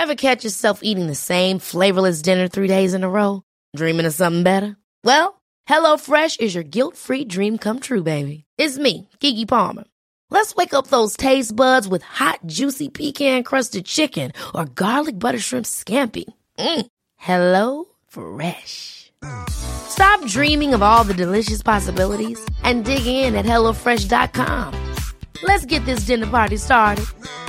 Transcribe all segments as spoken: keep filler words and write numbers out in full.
Ever catch yourself eating the same flavorless dinner three days in a row? Dreaming of something better? Well, HelloFresh is your guilt-free dream come true, baby. It's me, Keke Palmer. Let's wake up those taste buds with hot, juicy pecan-crusted chicken or garlic butter shrimp scampi. Mm. Hello Fresh. Stop dreaming of all the delicious possibilities and dig in at hello fresh dot com. Let's get this dinner party started.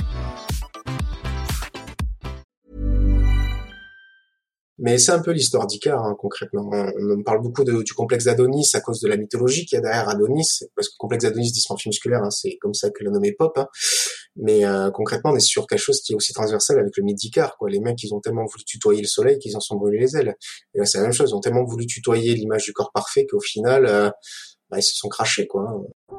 Mais c'est un peu l'histoire d'Icare, hein, concrètement. On, on parle beaucoup de, du complexe d'Adonis à cause de la mythologie qu'il y a derrière Adonis, parce que le complexe d'Adonis, dysmorphie musculaire, hein, c'est comme ça que l'a nommé Pop. Hein. Mais euh, concrètement, on est sur quelque chose qui est aussi transversal avec le mythe d'Icare, quoi. Les mecs, ils ont tellement voulu tutoyer le soleil qu'ils en sont brûlés les ailes. Et là, c'est la même chose. Ils ont tellement voulu tutoyer l'image du corps parfait qu'au final, euh, bah, ils se sont crachés, quoi. Hein.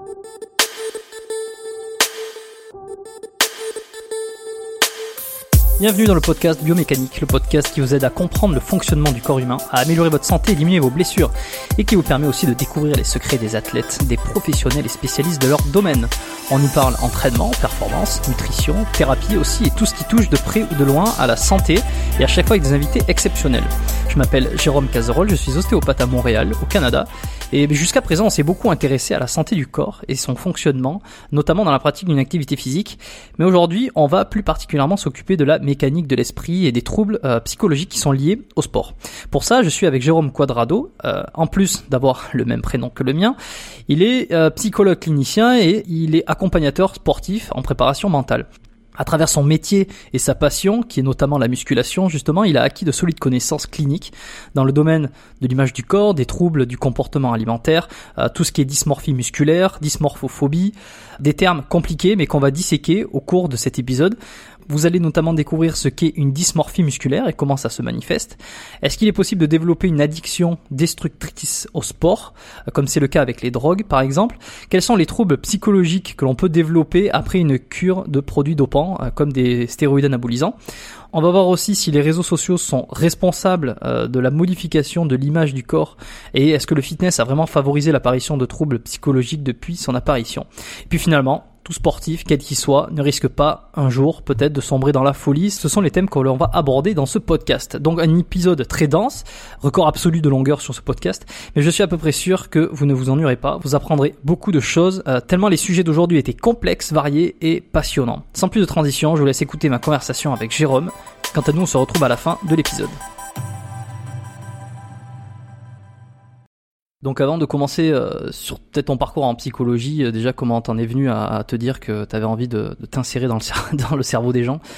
Bienvenue dans le podcast Biomécanique, le podcast qui vous aide à comprendre le fonctionnement du corps humain, à améliorer votre santé et diminuer vos blessures, et qui vous permet aussi de découvrir les secrets des athlètes, des professionnels et spécialistes de leur domaine. On y parle entraînement, performance, nutrition, thérapie aussi, et tout ce qui touche de près ou de loin à la santé, et à chaque fois avec des invités exceptionnels. Je m'appelle Jérôme Cazerolle, je suis ostéopathe à Montréal, au Canada, et jusqu'à présent on s'est beaucoup intéressé à la santé du corps et son fonctionnement, notamment dans la pratique d'une activité physique, mais aujourd'hui on va plus particulièrement s'occuper de la mécanique de l'esprit et des troubles euh, psychologiques qui sont liés au sport. Pour ça, je suis avec Jérôme Quadrado, euh, en plus d'avoir le même prénom que le mien. Il est euh, psychologue clinicien et il est accompagnateur sportif en préparation mentale. À travers son métier et sa passion, qui est notamment la musculation, justement, il a acquis de solides connaissances cliniques dans le domaine de l'image du corps, des troubles du comportement alimentaire, euh, tout ce qui est dysmorphie musculaire, dysmorphophobie, des termes compliqués mais qu'on va disséquer au cours de cet épisode. Vous allez notamment découvrir ce qu'est une dysmorphie musculaire et comment ça se manifeste. Est-ce qu'il est possible de développer une addiction destructrice au sport, comme c'est le cas avec les drogues par exemple? Quels sont les troubles psychologiques que l'on peut développer après une cure de produits dopants, comme des stéroïdes anabolisants? On va voir aussi si les réseaux sociaux sont responsables euh, de la modification de l'image du corps et est-ce que le fitness a vraiment favorisé l'apparition de troubles psychologiques depuis son apparition. Et puis finalement, tout sportif, quel qu'il soit, ne risque pas un jour peut-être de sombrer dans la folie. Ce sont les thèmes que l'on va aborder dans ce podcast. Donc un épisode très dense, record absolu de longueur sur ce podcast, mais je suis à peu près sûr que vous ne vous ennuierez pas. Vous apprendrez beaucoup de choses, euh, tellement les sujets d'aujourd'hui étaient complexes, variés et passionnants. Sans plus de transition, je vous laisse écouter ma conversation avec Jérôme. Quant à nous, on se retrouve à la fin de l'épisode. Donc avant de commencer euh, sur peut-être ton parcours en psychologie, euh, déjà comment t'en es venu à, à te dire que t'avais envie de, de t'insérer dans le, cer- dans le cerveau des gens,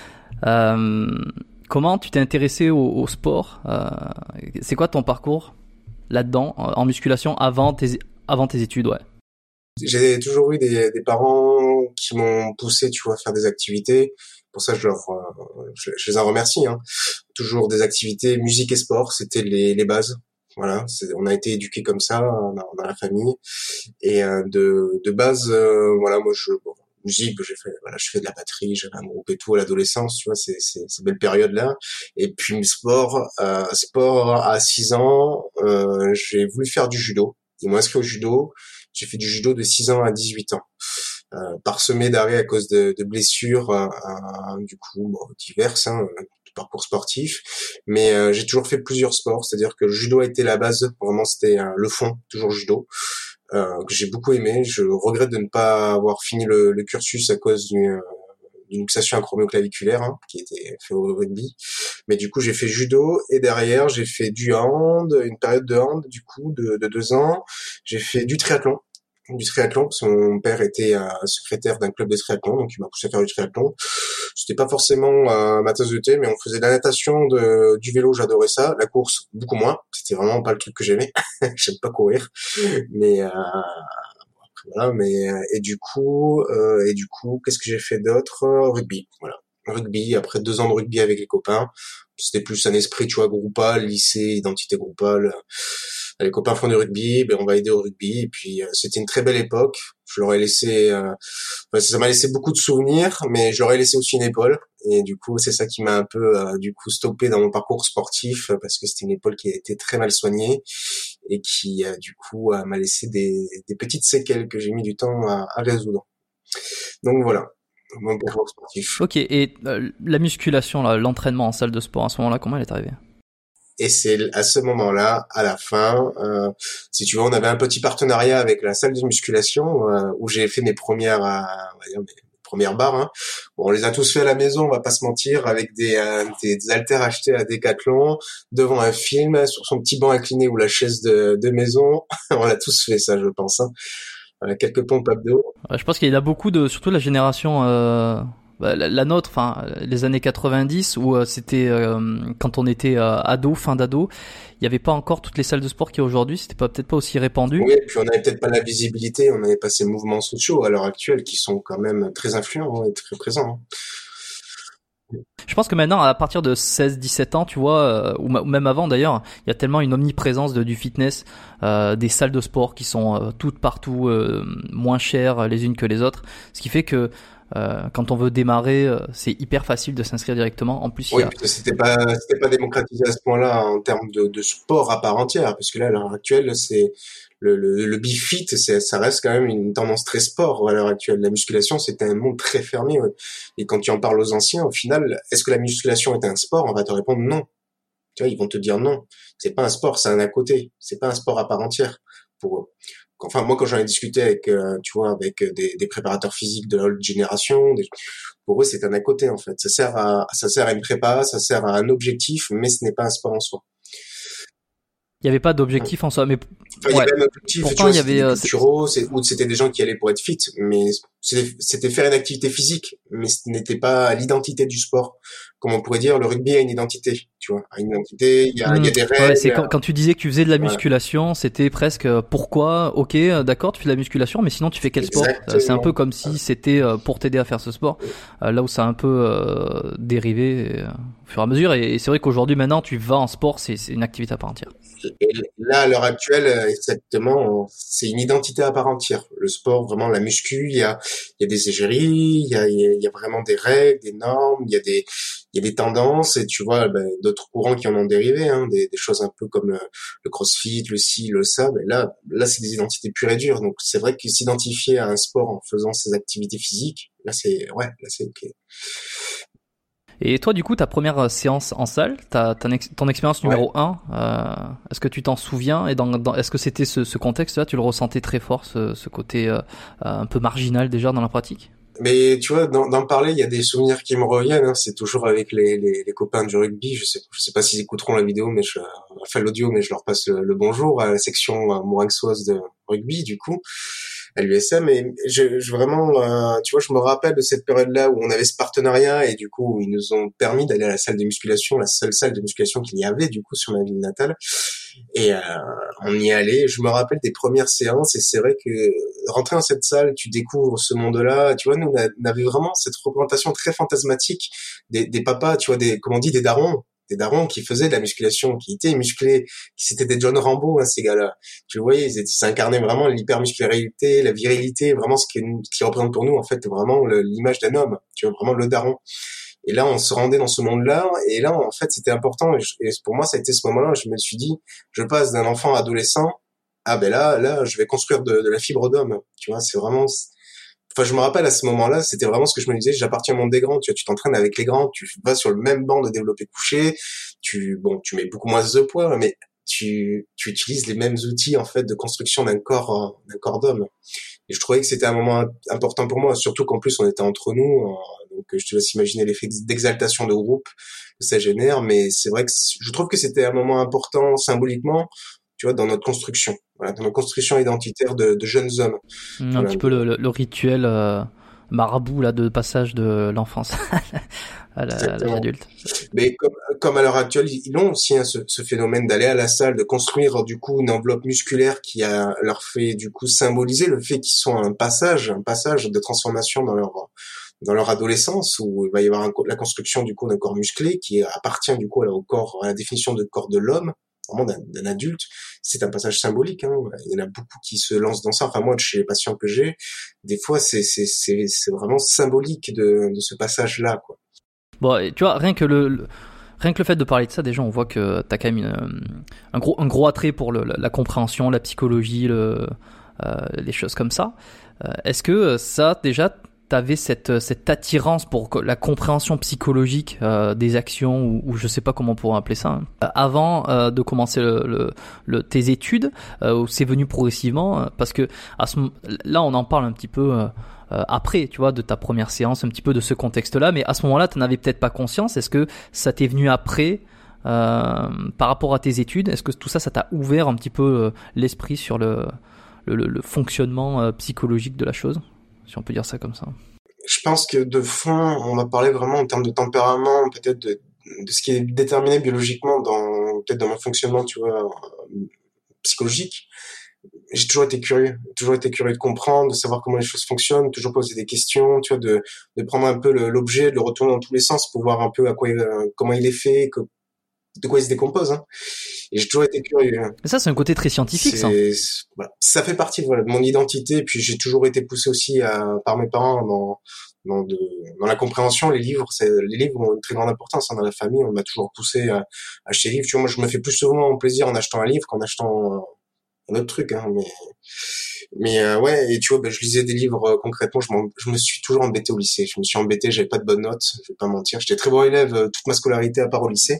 euh, comment tu t'es intéressé au, au sport, euh, c'est quoi ton parcours là-dedans, en, en musculation avant tes, avant tes études, ouais. J'ai toujours eu des, des parents qui m'ont poussé, tu vois, à faire des activités. Pour ça, je leur, euh, je, je les en remercie. Hein. Toujours des activités, musique et sport, c'était les, les bases. Voilà, c'est, on a été éduqués comme ça dans, dans la famille. Et euh, de, de base, euh, voilà, moi, je bon, musique, j'ai fait, voilà, je fais de la batterie, j'avais un groupe et tout à l'adolescence, tu vois, c'est, c'est, ces belles périodes-là. Et puis sport, euh, sport à six ans, euh, j'ai voulu faire du judo. Ils m'ont inscrit au judo. J'ai fait du judo de six ans à dix-huit ans. Euh, parsemé d'arrêts à cause de, de blessures, euh, euh, du coup, bon, diverses, hein, du parcours sportif. Mais euh, j'ai toujours fait plusieurs sports, c'est-à-dire que le judo a été la base, vraiment c'était euh, le fond, toujours judo, euh, que j'ai beaucoup aimé. Je regrette de ne pas avoir fini le, le cursus à cause d'une, d'une luxation acromioclaviculaire, hein, qui était fait au rugby. Mais du coup, j'ai fait judo et derrière, j'ai fait du hand, une période de hand, du coup, de, de deux ans. J'ai fait du triathlon. du triathlon, parce que mon père était euh, secrétaire d'un club de triathlon, donc il m'a poussé à faire du triathlon. C'était pas forcément euh, ma tasse de thé, mais on faisait de la natation, de, du vélo, j'adorais ça. La course, beaucoup moins. C'était vraiment pas le truc que j'aimais. J'aime pas courir, mais euh, voilà. Mais et du coup, euh, et du coup, qu'est-ce que j'ai fait d'autre? Rugby, voilà. Rugby. Après deux ans de rugby avec les copains, c'était plus un esprit, tu vois, groupal, lycée, identité groupale. Les copains font du rugby, ben on va aider au rugby. Et puis euh, c'était une très belle époque. Je leur ai laissé, euh, enfin, ça m'a laissé beaucoup de souvenirs, mais je leur ai laissé aussi une épaule. Et du coup, c'est ça qui m'a un peu, euh, du coup, stoppé dans mon parcours sportif, parce que c'était une épaule qui a été très mal soignée et qui, euh, du coup, euh, m'a laissé des, des petites séquelles que j'ai mis du temps à, à résoudre. Donc voilà. mon parcours sportif. Ok, et euh, la musculation, là, l'entraînement en salle de sport, à ce moment-là, comment elle est arrivée? Et c'est à ce moment-là, à la fin, euh, si tu veux, on avait un petit partenariat avec la salle de musculation euh, où j'ai fait mes premières, euh, on va dire mes premières barres. Hein. Bon, on les a tous fait à la maison, on va pas se mentir, avec des, euh, des, des haltères achetés à Decathlon, devant un film, sur son petit banc incliné ou la chaise de, de maison. On a tous fait ça, je pense. Hein. Euh, quelques pompes abdos. Ouais, je pense qu'il y en a beaucoup de, surtout de la génération. Euh... La, la nôtre, enfin les années quatre-vingt-dix où euh, c'était euh, quand on était euh, ado, fin d'ado, il n'y avait pas encore toutes les salles de sport qu'il y a aujourd'hui, c'était pas peut-être pas aussi répandu. Oui, et puis on n'avait peut-être pas la visibilité, on n'avait pas ces mouvements sociaux à l'heure actuelle qui sont quand même très influents et très présents. Hein. Je pense que maintenant, à partir de seize dix-sept ans, tu vois, euh, ou, ou même avant d'ailleurs, il y a tellement une omniprésence de, du fitness, euh, des salles de sport qui sont euh, toutes partout, euh, moins chères les unes que les autres, ce qui fait que Euh, quand on veut démarrer, euh, c'est hyper facile de s'inscrire directement. En plus, oui, il y a... parce que c'était pas, c'était pas démocratisé à ce point-là en termes de, de sport à part entière, parce que là, à l'heure actuelle, c'est le, le, le bifit, c'est, ça reste quand même une tendance très sport à l'heure actuelle. La musculation, c'était un monde très fermé. Ouais. Et quand tu en parles aux anciens, au final, est-ce que la musculation est un sport? On va te répondre non. Tu vois, ils vont te dire non. C'est pas un sport, c'est un à côté. C'est pas un sport à part entière pour eux. Enfin, moi, quand j'en ai discuté avec, euh, tu vois, avec des, des préparateurs physiques de l'autre génération, des, pour eux, c'est un à côté, en fait. Ça sert à, ça sert à une prépa, ça sert à un objectif, mais ce n'est pas un sport en soi. Il n'y avait pas d'objectif en soi, mais enfin, il y avait un objectif, pourtant tu vois, il y avait des euh, culturaux, c'est, ou c'était des gens qui allaient pour être fit, mais c'était, c'était faire une activité physique, mais ce n'était pas l'identité du sport. Comme on pourrait dire, le rugby a une identité, tu vois, a une identité, il y a, mmh, il y a des règles. Ouais, c'est quand, quand tu disais que tu faisais de la voilà. musculation, c'était presque euh, pourquoi, ok, euh, d'accord, tu fais de la musculation, mais sinon tu fais quel Exactement. sport? euh, C'est un peu comme si c'était euh, pour t'aider à faire ce sport, euh, là où ça a un peu euh, dérivé euh, au fur et à mesure, et, et c'est vrai qu'aujourd'hui maintenant tu vas en sport, c'est, c'est une activité à part entière. Et là, à l'heure actuelle, exactement, c'est une identité à part entière. Le sport, vraiment, la muscu, il y a, il y a des égéries, il y a, il y a vraiment des règles, des normes, il y a des, il y a des tendances, et tu vois, ben, d'autres courants qui en ont dérivé, hein, des, des choses un peu comme le, le crossfit, le ci, le ça, ben là, là, c'est des identités pures et dures. Donc, c'est vrai que s'identifier à un sport en faisant ses activités physiques, là, c'est, ouais, là, c'est ok. Et toi, du coup, ta première séance en salle, ta, ta ton expérience numéro ouais. un, euh, est-ce que tu t'en souviens? Et dans, dans, est-ce que c'était ce, ce contexte-là, tu le ressentais très fort, ce, ce côté euh, un peu marginal déjà dans la pratique? Mais tu vois, d'en, d'en parler, il y a des souvenirs qui me reviennent. Hein. C'est toujours avec les, les, les copains du rugby. Je sais, je sais pas s'ils écouteront la vidéo, mais je, enfin l'audio, mais je leur passe le, le bonjour à la section euh, mourinxoise de rugby, du coup, à l'U S M. Et je, je vraiment, euh, tu vois, je me rappelle de cette période-là où on avait ce partenariat et du coup, ils nous ont permis d'aller à la salle de musculation, la seule salle de musculation qu'il y avait du coup sur ma ville natale. Et euh, on y allait. Je me rappelle des premières séances et c'est vrai que rentrer dans cette salle, tu découvres ce monde-là. Tu vois, nous on avait vraiment cette représentation très fantasmatique des, des papas, tu vois, des, comme on dit, des darons, des darons qui faisaient de la musculation, qui étaient musclés, qui c'était des John Rambo, hein, ces gars-là. Tu le voyais, ils étaient, ça incarnait vraiment l'hypermuscularité, la virilité, vraiment ce qui, ce qui représente pour nous en fait vraiment le, l'image d'un homme. Tu vois, vraiment le daron. Et là, on se rendait dans ce monde-là, et là, en fait, c'était important. Et, je, et pour moi, ça a été ce moment-là. Je me suis dit, je passe d'un enfant à adolescent. Ah ben là, là, je vais construire de, de la fibre d'homme. Tu vois, c'est vraiment. Enfin, je me rappelle à ce moment-là, c'était vraiment ce que je me disais. J'appartiens au monde des grands. Tu vois, tu t'entraînes avec les grands. Tu vas sur le même banc de développé couché. Tu, bon, tu mets beaucoup moins de poids, mais tu, tu utilises les mêmes outils en fait de construction d'un corps, d'un corps d'homme. Et je trouvais que c'était un moment important pour moi, surtout qu'en plus on était entre nous, donc je te laisse imaginer l'effet d'exaltation de groupe que ça génère, mais c'est vrai que je trouve que c'était un moment important symboliquement, tu vois, dans notre construction, voilà, dans notre construction identitaire de, de jeunes hommes. Mmh, un voilà. petit peu le, le, le rituel euh, marabout là de passage de l'enfance à la, à l'âge adulte. Mais comme, comme à l'heure actuelle, ils ont aussi hein, ce, ce phénomène d'aller à la salle, de construire du coup une enveloppe musculaire qui a, leur fait du coup symboliser le fait qu'ils sont un passage, un passage de transformation dans leur dans leur adolescence où il va y avoir un, la construction du coup d'un corps musclé qui appartient du coup au corps, à la définition de corps de l'homme, vraiment d'un, d'un adulte. C'est un passage symbolique. Hein. Il y en a beaucoup qui se lancent dans ça. Enfin moi, chez les patients que j'ai, des fois c'est c'est c'est, c'est vraiment symbolique de, de ce passage-là, quoi. Bon, tu vois, rien que le, le rien que le fait de parler de ça, déjà, on voit que t'as quand même une, un gros un gros attrait pour le, la, la compréhension, la psychologie, le, euh, les choses comme ça. Euh, est-ce que ça, déjà, t'avais cette cette attirance pour la compréhension psychologique euh, des actions ou, ou je sais pas comment on pourrait appeler ça hein, avant euh, de commencer le, le, le tes études euh, où c'est venu progressivement parce que à ce là on en parle un petit peu euh, après, tu vois, de ta première séance, un petit peu de ce contexte-là, mais à ce moment-là, tu n'en avais peut-être pas conscience. Est-ce que ça t'est venu après, euh, par rapport à tes études? Est-ce que tout ça, ça t'a ouvert un petit peu euh, l'esprit sur le, le, le, le fonctionnement euh, psychologique de la chose, si on peut dire ça comme ça? Je pense que de fond, on va parler vraiment en termes de tempérament, peut-être de, de ce qui est déterminé biologiquement dans peut-être dans mon fonctionnement, tu vois, psychologique. J'ai toujours été curieux, toujours été curieux de comprendre, de savoir comment les choses fonctionnent, toujours poser des questions, tu vois, de, de prendre un peu le, l'objet, de le retourner dans tous les sens pour voir un peu à quoi, il, comment il est fait, que, de quoi il se décompose. Hein. Et j'ai toujours été curieux. Mais ça, c'est un côté très scientifique, c'est, ça. Voilà. Ça fait partie voilà, de mon identité. Et puis j'ai toujours été poussé aussi à, par mes parents dans, dans, de, dans la compréhension. Les livres, c'est, les livres ont une très grande importance hein, dans la famille. On m'a toujours poussé à, à acheter des livres. Tu vois, moi, je me fais plus souvent plaisir en achetant un livre qu'en achetant un autre truc. Hein, mais mais euh, ouais, et tu vois, ben, je lisais des livres euh, concrètement. Je, je me suis toujours embêté au lycée. Je me suis embêté. J'avais pas de bonnes notes. Je vais pas mentir. J'étais très bon élève euh, toute ma scolarité à part au lycée.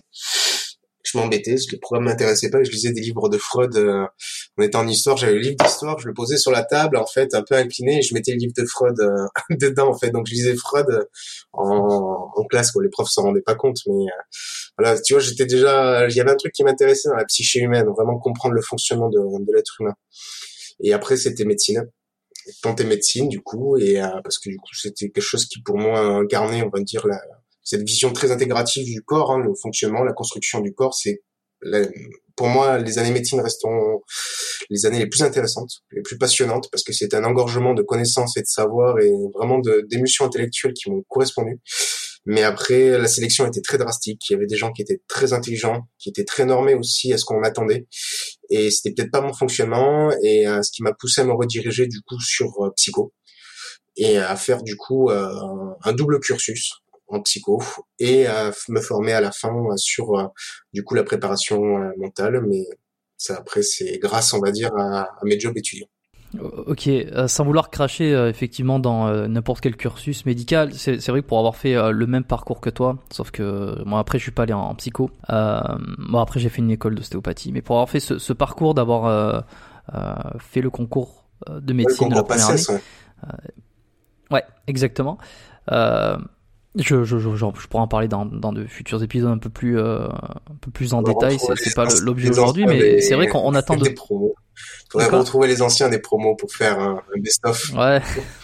Je m'embêtais, les programmes m'intéressaient pas, je lisais des livres de Freud, euh, on était en histoire, j'avais le livre d'histoire, je le posais sur la table, en fait, un peu incliné, et je mettais le livre de Freud euh, dedans, en fait, donc je lisais Freud euh, en, en classe, quoi. Les profs s'en rendaient pas compte, mais euh, voilà, tu vois, j'étais déjà, il y avait un truc qui m'intéressait dans la psyché humaine, vraiment comprendre le fonctionnement de, de l'être humain. Et après, c'était médecine, tenter médecine, du coup, et euh, parce que du coup, c'était quelque chose qui, pour moi, incarnait, on va dire, la cette vision très intégrative du corps, hein, le fonctionnement, la construction du corps, c'est la, pour moi les années médecine resteront les années les plus intéressantes, les plus passionnantes, parce que c'est un engorgement de connaissances et de savoir et vraiment de, d'émotions intellectuelles qui m'ont correspondu. Mais après, la sélection était très drastique. Il y avait des gens qui étaient très intelligents, qui étaient très normés aussi à ce qu'on attendait. Et c'était peut-être pas mon fonctionnement, et euh, ce qui m'a poussé à me rediriger du coup sur euh, psycho et à faire du coup euh, un double cursus en psycho et à me former à la fin sur euh, du coup la préparation euh, mentale, mais ça après c'est grâce on va dire à, à mes jobs étudiants. Ok, euh, sans vouloir cracher euh, effectivement dans euh, n'importe quel cursus médical, c'est, c'est vrai que pour avoir fait euh, le même parcours que toi, sauf que euh, moi après je suis pas allé en, en psycho, euh, bon après j'ai fait une école d'ostéopathie, mais pour avoir fait ce, ce parcours, d'avoir euh, euh, fait le concours de médecine ouais, de la première année, ouais, euh, ouais exactement. Euh, Je, je, je, je pourrais en parler dans, dans de futurs épisodes un peu plus, euh, un peu plus en on détail. C'est, c'est pas l'objet aujourd'hui, mais des, c'est vrai qu'on on attend de. Des promos. Faudrait retrouver les anciens des promos pour faire un, un best-of. Ouais.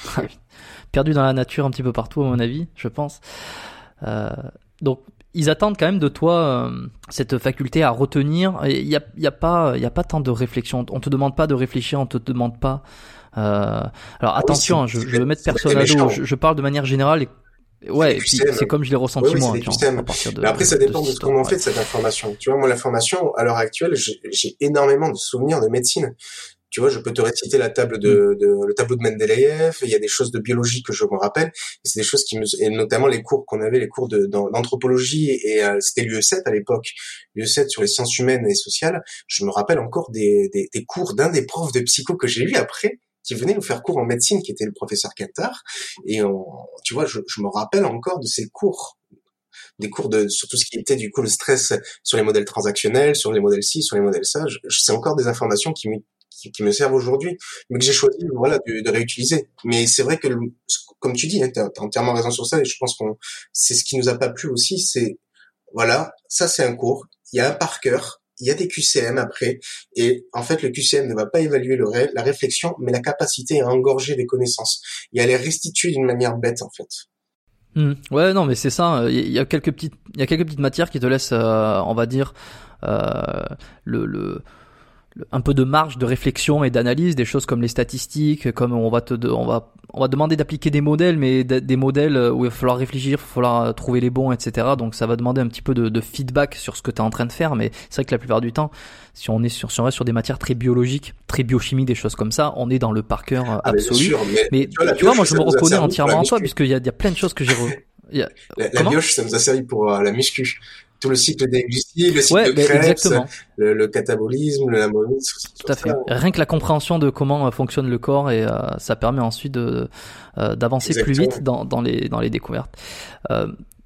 Perdu dans la nature un petit peu partout, à mon avis, je pense. Euh, donc, ils attendent quand même de toi euh, cette faculté à retenir. Il y a, il y a pas, il y a pas tant de réflexion. On te demande pas de réfléchir, on te demande pas. Euh, alors ah attention, oui, je, je veux mettre personne à dos. Je, je parle de manière générale. Et ouais, et puis c'est comme je l'ai ressenti oui, moi. Oui, c'est à partir de, mais après, ça dépend de, de ce qu'on en ouais. fait de cette information. Tu vois, moi, la formation, à l'heure actuelle, j'ai, j'ai énormément de souvenirs de médecine. Tu vois, je peux te réciter la table de, de, le tableau de Mendeleïev. Il y a des choses de biologie que je me rappelle. Et c'est des choses qui me, et notamment les cours qu'on avait, les cours de, d'anthropologie, et euh, c'était l'U E sept à l'époque, l'U E sept sur les sciences humaines et sociales. Je me rappelle encore des, des, des cours d'un des profs de psycho que j'ai eu après, qui venait nous faire cours en médecine, qui était le professeur Quintard, et on, tu vois, je, je me rappelle encore de ces cours, des cours de sur tout ce qui était du coup le stress sur les modèles transactionnels, sur les modèles ci, sur les modèles ça. Je, c'est encore des informations qui me qui, qui me servent aujourd'hui, mais que j'ai choisi voilà de, de réutiliser. Mais c'est vrai que comme tu dis, hein, t'as, t'as entièrement raison sur ça, et je pense qu'on c'est ce qui nous a pas plu aussi, c'est voilà, ça c'est un cours, il y a un par cœur. Il y a des Q C M après, et en fait le Q C M ne va pas évaluer le ré- la réflexion, mais la capacité à engorger des connaissances et à les restituer d'une manière bête en fait. Mmh. Ouais, non, mais c'est ça. Il y a quelques petites, il y a quelques petites matières qui te laissent, euh, on va dire, euh, le, le, le, un peu de marge de réflexion et d'analyse, des choses comme les statistiques, comme on va te, de, on va, on va demander d'appliquer des modèles, mais d- des modèles où il va falloir réfléchir, il va falloir trouver les bons, et cetera. Donc ça va demander un petit peu de, de feedback sur ce que tu es en train de faire, mais c'est vrai que la plupart du temps, si on est sur, si on reste sur des matières très biologiques, très biochimie, des choses comme ça, on est dans le par cœur ah, absolu. Sûr, mais, mais tu vois, tu vois moi je me reconnais entièrement en toi, puisqu'il y a, il y a plein de choses que j'ai re... a... la, la bioche, ça nous a servi pour euh, la muscu. tout le cycle des glucides, le cycle Ouais, de ben, Krebs, exactement. le, le catabolisme, le lamonisme. Tout à fait. Rien que la compréhension de comment euh, fonctionne le corps et euh, ça permet ensuite de, euh, d'avancer Exactement. plus vite dans, dans les dans les découvertes. Euh,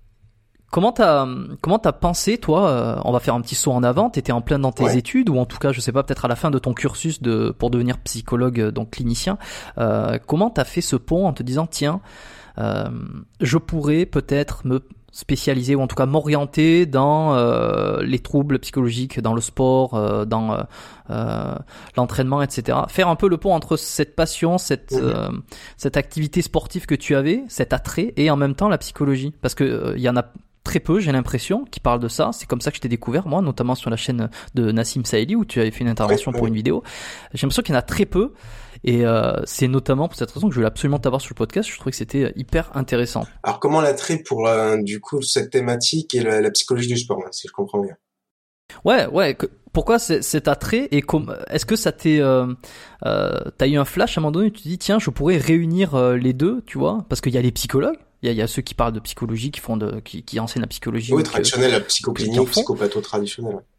comment t'as comment t'as pensé toi euh, on va faire un petit saut en avant. T'étais en plein dans tes Ouais. études ou en tout cas je sais pas peut-être à la fin de ton cursus de pour devenir psychologue euh, donc clinicien. Euh, comment t'as fait ce pont en te disant tiens euh, je pourrais peut-être me spécialiser ou en tout cas m'orienter dans euh, les troubles psychologiques, dans le sport, euh, dans euh, euh, l'entraînement, et cetera. Faire un peu le pont entre cette passion, cette Mmh. euh, cette activité sportive que tu avais, cet attrait, et en même temps la psychologie, parce que euh, il y en a très peu, j'ai l'impression, qui parlent de ça. C'est comme ça que je t'ai découvert, moi, notamment sur la chaîne de Nassim Saïli où tu avais fait une intervention Ouais, pour ouais. une vidéo. J'ai l'impression qu'il y en a très peu. Et euh, c'est notamment pour cette raison que je voulais absolument t'avoir sur le podcast. Je trouvais que c'était hyper intéressant. Alors, comment l'attrait pour, euh, du coup, cette thématique et la, la psychologie du sport, là, si je comprends bien. Ouais, ouais. Que, pourquoi c'est, cet attrait et com- est-ce que ça t'est, euh, euh, t'as eu un flash à un moment donné où tu te dis tiens, je pourrais réunir euh, les deux, tu vois, parce qu'il y a les psychologues, il y a, il y a ceux qui parlent de psychologie, qui font de, qui, qui enseignent la psychologie. Oui, ou que- traditionnel, la qui en psychoclinique, font. psychopatho traditionnel. Ouais.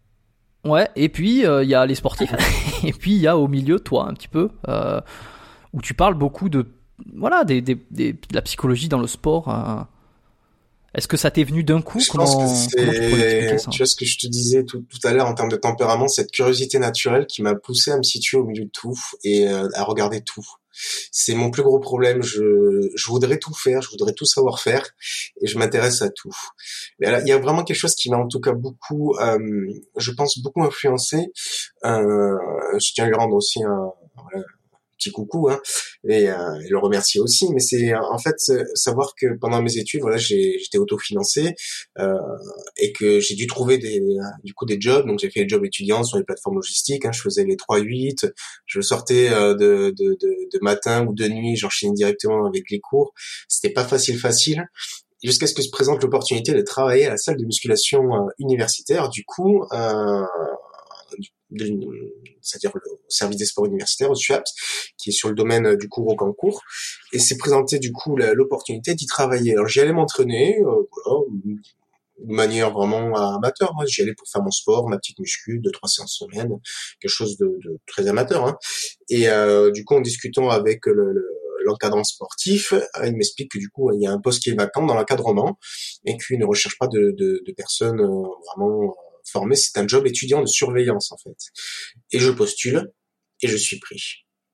Ouais, et puis euh, il y a les sportifs, et puis il y a au milieu toi un petit peu euh, où tu parles beaucoup de voilà des, des, des de la psychologie dans le sport. Euh. Est-ce que ça t'est venu d'un coup? Je Comment, pense que comment tu pourrais expliquer c'est, ça? tu vois ce que je te disais tout, tout à l'heure en termes de tempérament, cette curiosité naturelle qui m'a poussé à me situer au milieu de tout et euh, à regarder tout. C'est mon plus gros problème. Je, je voudrais tout faire, je voudrais tout savoir faire, et je m'intéresse à tout. Mais là, il y a vraiment quelque chose qui m'a en tout cas beaucoup, euh, je pense beaucoup influencé. Euh, je tiens à lui rendre aussi un, voilà, petit coucou, hein, et, euh, et le remercier aussi. Mais c'est en fait savoir que pendant mes études, voilà, j'ai, j'étais autofinancé euh, et que j'ai dû trouver des, du coup des jobs. Donc j'ai fait les jobs étudiants sur les plateformes logistiques. Hein, je faisais les trois huit. Je sortais euh, de, de, de, de matin ou de nuit. J'enchaînais directement avec les cours. C'était pas facile, facile. Jusqu'à ce que se présente l'opportunité de travailler à la salle de musculation euh, universitaire. Du coup. Euh, De, c'est-à-dire le service des sports universitaires au SUAPS, qui est sur le domaine du cours au Cancourt, et s'est présenté du coup la, l'opportunité d'y travailler. Alors j'y allais m'entraîner, euh, voilà, de manière vraiment amateur. Hein. J'y allais pour faire mon sport, ma petite muscu, deux trois séances semaine, quelque chose de, de très amateur. Hein. Et euh, du coup, en discutant avec le, le l'encadrant sportif, il m'explique que du coup il y a un poste qui est vacant dans l'encadrement et qu'il ne recherche pas de, de, de personnes euh, vraiment formé, c'est un job étudiant de surveillance en fait. Et je postule et je suis pris.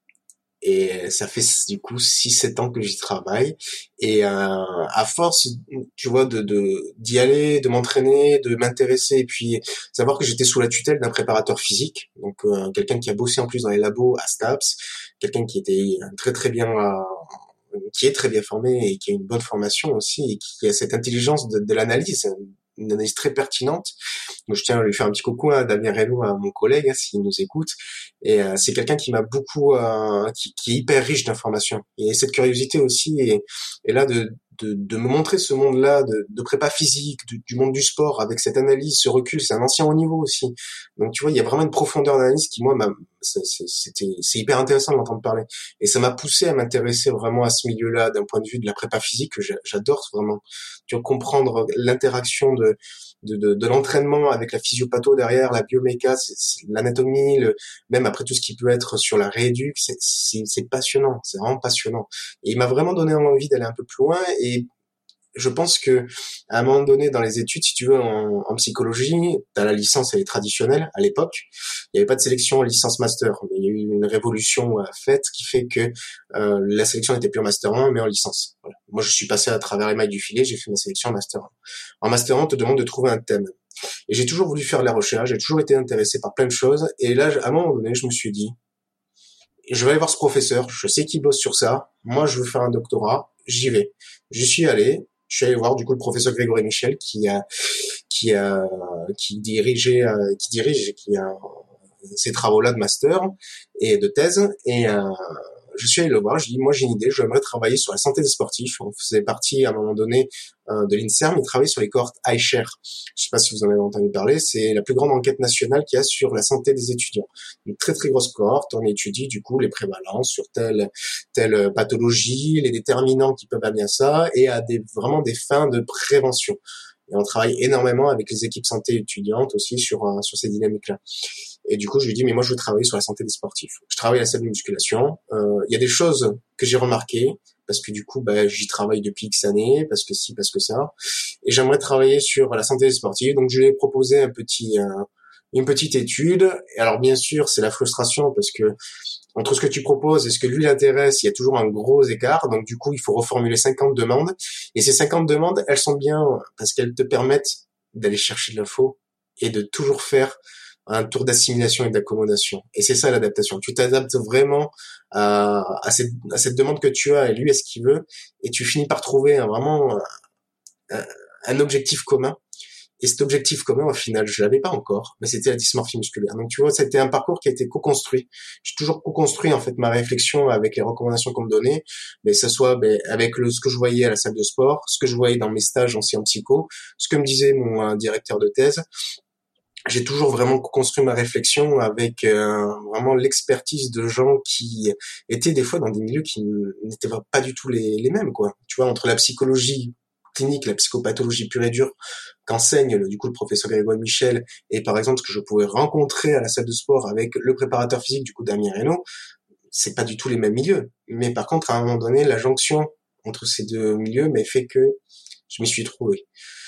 Et ça fait du coup six sept ans que j'y travaille. Et euh, à force, tu vois, de, de d'y aller, de m'entraîner, de m'intéresser, et puis savoir que j'étais sous la tutelle d'un préparateur physique, donc euh, quelqu'un qui a bossé en plus dans les labos à STAPS, quelqu'un qui était très très bien, euh, qui est très bien formé et qui a une bonne formation aussi, et qui a cette intelligence de, de l'analyse, une analyse très pertinente. Donc je tiens à lui faire un petit coucou à Damien Reynaud, à mon collègue, hein, s'il nous écoute. Et euh, c'est quelqu'un qui m'a beaucoup, euh, qui, qui est hyper riche d'informations. Et cette curiosité aussi, et, et là de, de, de me montrer ce monde-là de, de prépa physique, du, du monde du sport, avec cette analyse, ce recul, c'est un ancien haut niveau aussi. Donc tu vois, il y a vraiment une profondeur d'analyse qui moi, m'a, c'est, c'est, c'était, c'est hyper intéressant de l'entendre parler. Et ça m'a poussé à m'intéresser vraiment à ce milieu-là, d'un point de vue de la prépa physique que j'adore vraiment. Tu vois, comprendre l'interaction de De, de, de l'entraînement avec la physiopatho derrière, la bioméca, c'est, c'est l'anatomie, le, même après tout ce qui peut être sur la rééduc, c'est, c'est, c'est passionnant, c'est vraiment passionnant. Et il m'a vraiment donné envie d'aller un peu plus loin, et je pense que à un moment donné dans les études, si tu veux, en, en psychologie, t'as la licence, elle est traditionnelle à l'époque. Il n'y avait pas de sélection licence master, mais il y a eu une révolution euh, faite qui fait que euh, la sélection n'était plus en master un, mais en licence. Voilà. Moi, je suis passé à travers les mailles du filet, j'ai fait ma sélection en master un. En master un, on te demande de trouver un thème. Et j'ai toujours voulu faire de la recherche, j'ai toujours été intéressé par plein de choses. Et là, à un moment donné, je me suis dit, je vais aller voir ce professeur, je sais qu'il bosse sur ça. Moi, je veux faire un doctorat, j'y vais. J'y suis allé. Je suis allé voir du coup le professeur Grégory Michel qui a qui a qui dirigeait qui dirige qui a ces travaux-là de master et de thèse, et euh, je suis allé le voir, je lui ai dit moi j'ai une idée, j'aimerais travailler sur la santé des sportifs. On faisait partie à un moment donné euh, de l'INSERM, il travaillait sur les cohortes iShare. Je sais pas si vous en avez entendu parler, c'est la plus grande enquête nationale qu'il y a sur la santé des étudiants. Une très très grosse cohorte, on étudie du coup les prévalences sur telle telle pathologie, les déterminants qui peuvent amener à ça, et à des vraiment des fins de prévention. Et on travaille énormément avec les équipes santé étudiantes aussi sur euh, sur ces dynamiques-là. Et du coup, je lui dis, mais moi, je veux travailler sur la santé des sportifs. Je travaille à la salle de musculation. Euh, il y a des choses que j'ai remarquées, parce que du coup, bah, j'y travaille depuis X années, parce que si, parce que ça. Et j'aimerais travailler sur la santé des sportifs. Donc, je lui ai proposé un petit, euh, une petite étude. Et alors, bien sûr, c'est la frustration, parce que entre ce que tu proposes et ce que lui l'intéresse, il y a toujours un gros écart. Donc, du coup, il faut reformuler cinquante demandes. Et ces cinquante demandes, elles sont bien parce qu'elles te permettent d'aller chercher de l'info et de toujours faire un tour d'assimilation et d'accommodation. Et c'est ça l'adaptation. Tu t'adaptes vraiment à, à, cette, à cette demande que tu as et lui à ce qu'il veut, et tu finis par trouver un, vraiment un, un objectif commun. Et cet objectif commun, au final, je l'avais pas encore, mais c'était la dysmorphie musculaire. Donc tu vois, c'était un parcours qui a été co-construit. J'ai toujours co-construit en fait ma réflexion avec les recommandations qu'on me donnait, mais ça soit ben, avec le ce que je voyais à la salle de sport, ce que je voyais dans mes stages en sciences psycho, ce que me disait mon euh, directeur de thèse. J'ai toujours vraiment construit ma réflexion avec euh, vraiment l'expertise de gens qui étaient des fois dans des milieux qui n'étaient pas du tout les, les mêmes, quoi. Tu vois, entre la psychologie clinique, la psychopathologie pure et dure qu'enseigne le, du coup le professeur Grégoire Michel, et par exemple ce que je pouvais rencontrer à la salle de sport avec le préparateur physique du coup Damien Reynaud, c'est pas du tout les mêmes milieux. Mais par contre, à un moment donné, la jonction entre ces deux milieux m'a fait que je m'y suis trouvé.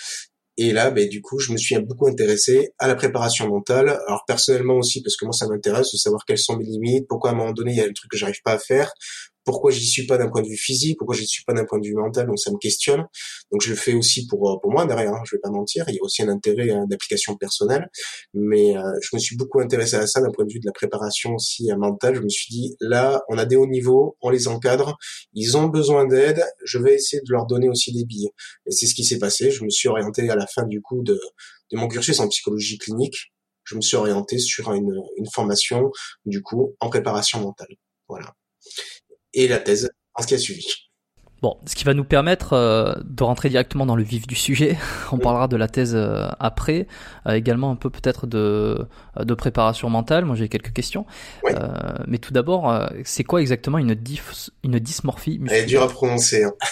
Et là, ben, du coup, je me suis beaucoup intéressé à la préparation mentale. Alors, personnellement aussi, parce que moi, ça m'intéresse de savoir quelles sont mes limites, pourquoi à un moment donné, il y a un truc que j'arrive pas à faire, pourquoi j'y suis pas d'un point de vue physique, pourquoi j'y suis pas d'un point de vue mental, donc ça me questionne. Donc, je le fais aussi pour pour moi derrière, hein, je vais pas mentir, il y a aussi un intérêt hein, d'application personnelle, mais euh, je me suis beaucoup intéressé à ça d'un point de vue de la préparation aussi euh, mentale. Je me suis dit, là, on a des hauts niveaux, on les encadre, ils ont besoin d'aide, je vais essayer de leur donner aussi des billes. Et c'est ce qui s'est passé, je me suis orienté à la fin du coup de, de mon cursus en psychologie clinique, je me suis orienté sur une, une formation du coup en préparation mentale. Voilà. Et la thèse en ce qui a suivi. Bon, ce qui va nous permettre euh, de rentrer directement dans le vif du sujet. On oui. parlera de la thèse euh, après, euh, également un peu peut-être de de préparation mentale. Moi, j'ai quelques questions. Oui. Euh, mais tout d'abord, euh, c'est quoi exactement une dif une dysmorphie musculaire? Elle est dure à prononcer. Hein.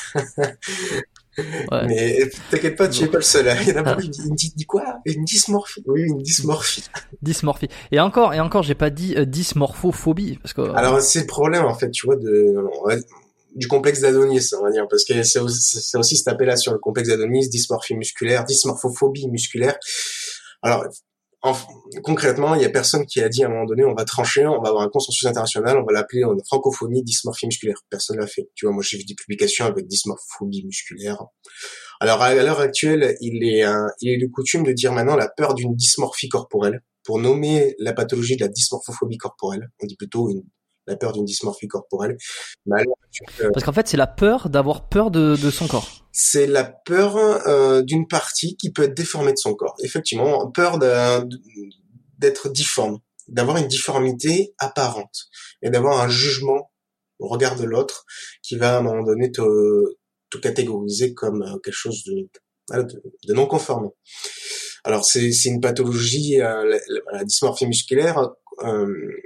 Ouais. Mais t'inquiète pas, tu es pas le seul. Il y en a beaucoup qui me disent, dis quoi? Une dysmorphie? Oui, une dysmorphie. Dysmorphie. Et encore, et encore, j'ai pas dit euh, dysmorphophobie, parce que. Alors, c'est le problème, en fait, tu vois, de, du complexe d'Adonis, on va dire, parce que c'est aussi, c'est aussi cette appellation, le complexe d'Adonis, dysmorphie musculaire, dysmorphophobie musculaire. Alors, en, concrètement, il y a personne qui a dit à un moment donné, on va trancher, on va avoir un consensus international, on va l'appeler en francophonie dysmorphie musculaire. Personne l'a fait. Tu vois, moi, j'ai vu des publications avec dysmorphobie musculaire. Alors, à l'heure actuelle, il est, euh, il est de coutume de dire maintenant la peur d'une dysmorphie corporelle. Pour nommer la pathologie de la dysmorphophobie corporelle, on dit plutôt une, la peur d'une dysmorphie corporelle. Mais alors, euh, Parce qu'en fait, c'est la peur d'avoir peur de, de son corps. C'est la peur euh, d'une partie qui peut être déformée de son corps. Effectivement, peur d'être difforme, d'avoir une difformité apparente et d'avoir un jugement au regard de l'autre qui va à un moment donné te, te catégoriser comme quelque chose de, de, de non conforme. Alors c'est, c'est une pathologie, euh, la, la dysmorphie musculaire. Euh,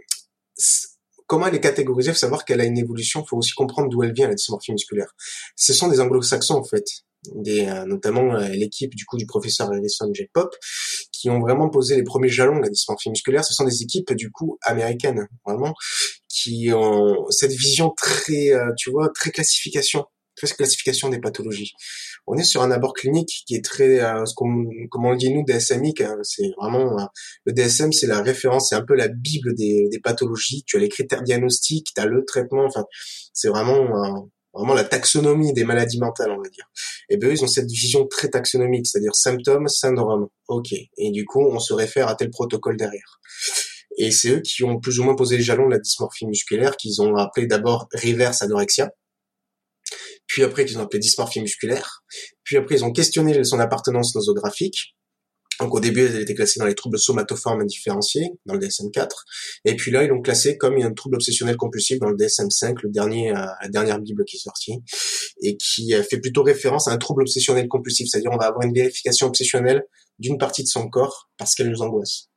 Comment elle est catégorisée? Il faut savoir qu'elle a une évolution. Il faut aussi comprendre d'où elle vient, la dysmorphie musculaire. Ce sont des anglo-saxons, en fait. Des, euh, notamment euh, l'équipe du coup du professeur Harrison J. Pop, qui ont vraiment posé les premiers jalons de la dysmorphie musculaire. Ce sont des équipes du coup américaines, vraiment, qui ont cette vision très, euh, tu vois, très classification, très classification des pathologies. On est sur un abord clinique qui est très, euh, ce qu'on, comme on le dit nous, D S M I, hein, c'est vraiment, euh, le D S M, c'est la référence, c'est un peu la bible des, des pathologies. Tu as les critères diagnostiques, tu as le traitement, enfin, c'est vraiment, euh, vraiment la taxonomie des maladies mentales, on va dire. Et ben eux, ils ont cette vision très taxonomique, c'est-à-dire symptômes, syndrome. Ok. Et du coup, on se réfère à tel protocole derrière. Et c'est eux qui ont plus ou moins posé les jalons de la dysmorphie musculaire, qu'ils ont appelé d'abord reverse anorexia. Puis après, ils ont appelé dysmorphie musculaire. Puis après, ils ont questionné son appartenance nosographique. Donc au début, elle était classée dans les troubles somatoformes indifférenciés, dans le D S M quatre. Et puis là, ils l'ont classée comme un trouble obsessionnel compulsif dans le D S M cinq, le dernier, euh, la dernière bible qui est sortie, et qui euh, fait plutôt référence à un trouble obsessionnel compulsif. C'est-à-dire, on va avoir une vérification obsessionnelle d'une partie de son corps parce qu'elle nous angoisse.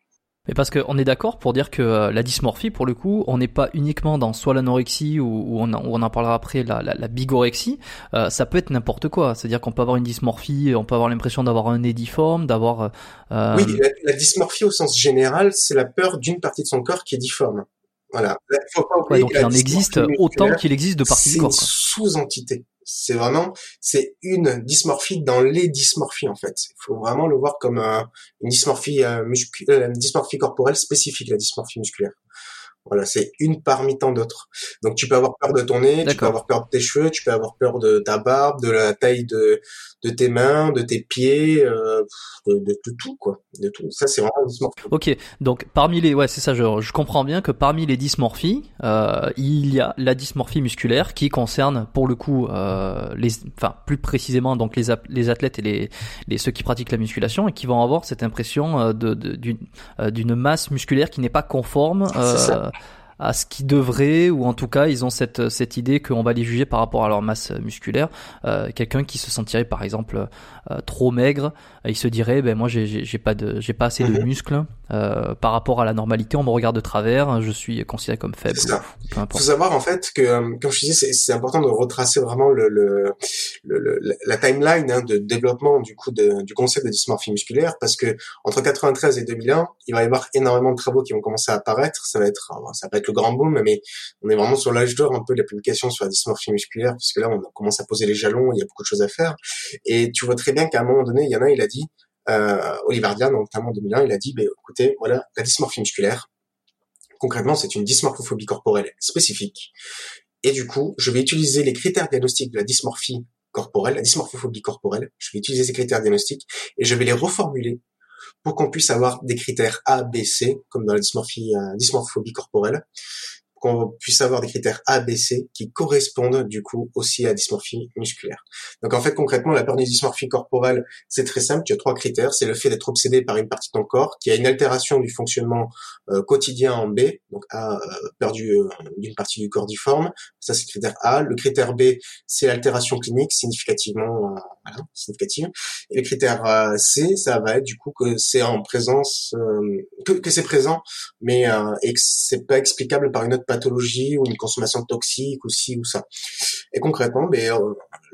Mais parce qu'on est d'accord pour dire que euh, la dysmorphie, pour le coup, on n'est pas uniquement dans soit l'anorexie ou, ou, on, ou on en parlera après, la, la, la bigorexie. Euh, ça peut être n'importe quoi. C'est-à-dire qu'on peut avoir une dysmorphie, on peut avoir l'impression d'avoir un nez difforme, d'avoir... Euh... Oui, la, la dysmorphie au sens général, c'est la peur d'une partie de son corps qui est difforme. Voilà. Il faut pas oublier ouais, donc que il en existe autant qu'il existe de parties du corps. C'est une sous-entité. C'est vraiment, c'est une dysmorphie dans les dysmorphies, en fait. Il faut vraiment le voir comme un, une dysmorphie euh, musculaire, une dysmorphie corporelle spécifique, la dysmorphie musculaire. Voilà, c'est une parmi tant d'autres. Donc tu peux avoir peur de ton nez, D'accord. tu peux avoir peur de tes cheveux, tu peux avoir peur de ta barbe, de la taille de de tes mains, de tes pieds, euh, de, de, de tout quoi, de tout. Ça c'est vraiment une dysmorphie. Ok, donc parmi les, ouais c'est ça, je, je comprends bien que parmi les dysmorphies, euh, il y a la dysmorphie musculaire qui concerne pour le coup euh, les, enfin plus précisément donc les les athlètes et les les ceux qui pratiquent la musculation et qui vont avoir cette impression de, de d'une d'une masse musculaire qui n'est pas conforme. Euh, c'est ça. à ce qu'ils devraient, ou en tout cas ils ont cette cette idée qu'on va les juger par rapport à leur masse musculaire. Euh, quelqu'un qui se sentirait par exemple euh, trop maigre, euh, il se dirait ben moi j'ai j'ai, j'ai pas de j'ai pas assez mm-hmm. de muscles euh, par rapport à la normalité, on me regarde de travers, je suis considéré comme faible. C'est ça. Ou, peu importe. Faut savoir en fait que comme je disais c'est c'est important de retracer vraiment le le, le, le la timeline hein, de développement du coup de, du concept de dysmorphie musculaire, parce que entre quatre-vingt-treize et deux mille un, il va y avoir énormément de travaux qui vont commencer à apparaître. Ça va être ça va être le grand boom, mais on est vraiment sur l'âge d'or un peu de la publication sur la dysmorphie musculaire, puisque là on commence à poser les jalons, il y a beaucoup de choses à faire. Et tu vois très bien qu'à un moment donné, il y en a, il a dit, euh, Oliver Dian, notamment en deux mille un, il a dit, ben écoutez, voilà, la dysmorphie musculaire, concrètement, c'est une dysmorphophobie corporelle spécifique. Et du coup, je vais utiliser les critères diagnostiques de la dysmorphie corporelle, la dysmorphophobie corporelle, je vais utiliser ces critères diagnostiques et je vais les reformuler pour qu'on puisse avoir des critères A, B, C, comme dans la dysmorphie, euh, dysmorphophobie corporelle, qu'on puisse avoir des critères A, B, C qui correspondent du coup aussi à la dysmorphie musculaire. Donc en fait concrètement la peur d'une dysmorphie corporelle c'est très simple, tu as trois critères, c'est le fait d'être obsédé par une partie de ton corps, qui a une altération du fonctionnement euh, quotidien en B, donc A, euh, peur du, euh, d'une partie du corps difforme, ça c'est le critère A. Le critère B c'est l'altération clinique significativement, euh, voilà, significative. Et le critère euh, C ça va être du coup que c'est en présence, euh, que, que c'est présent mais euh, et que c'est pas explicable par une autre pathologie ou une consommation toxique ou ci ou ça. Et concrètement, ben, euh,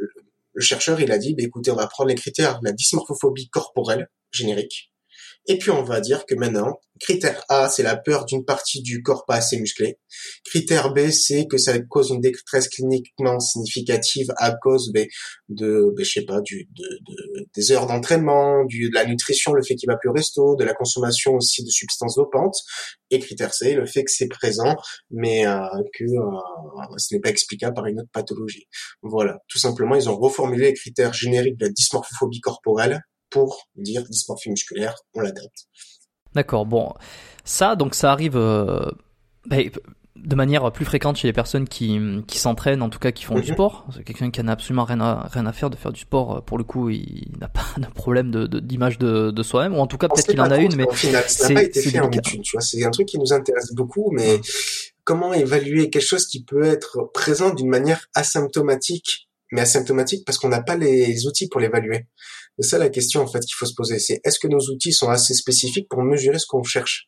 le chercheur il a dit, ben, écoutez, on va prendre les critères de la dysmorphophobie corporelle générique, et puis on va dire que maintenant, critère A, c'est la peur d'une partie du corps pas assez musclé. Critère B, c'est que ça cause une détresse cliniquement significative à cause ben, de, ben, je sais pas, du, de, de, des heures d'entraînement, du, de la nutrition, le fait qu'il va plus au resto, de la consommation aussi de substances dopantes. Et critère C, le fait que c'est présent, mais euh, que euh, ce n'est pas explicable par une autre pathologie. Voilà, tout simplement, ils ont reformulé les critères génériques de la dysmorphophobie corporelle pour dire dysmorphie musculaire, on l'adapte. D'accord, bon, ça, donc ça arrive euh, bah, de manière plus fréquente chez les personnes qui, qui s'entraînent, en tout cas qui font mm-hmm. du sport. C'est quelqu'un qui n'a absolument rien à, rien à faire de faire du sport, pour le coup, il n'a pas de problème de, de, d'image de, de soi-même, ou en tout cas, on peut-être qu'il en a une, mais... Au final, ça n'a pas été fait en étude, tu vois, c'est un truc qui nous intéresse beaucoup, mais mm. comment évaluer quelque chose qui peut être présent d'une manière asymptomatique, mais asymptomatique parce qu'on n'a pas les outils pour l'évaluer. C'est ça la question en fait qu'il faut se poser, c'est est-ce que nos outils sont assez spécifiques pour mesurer ce qu'on cherche?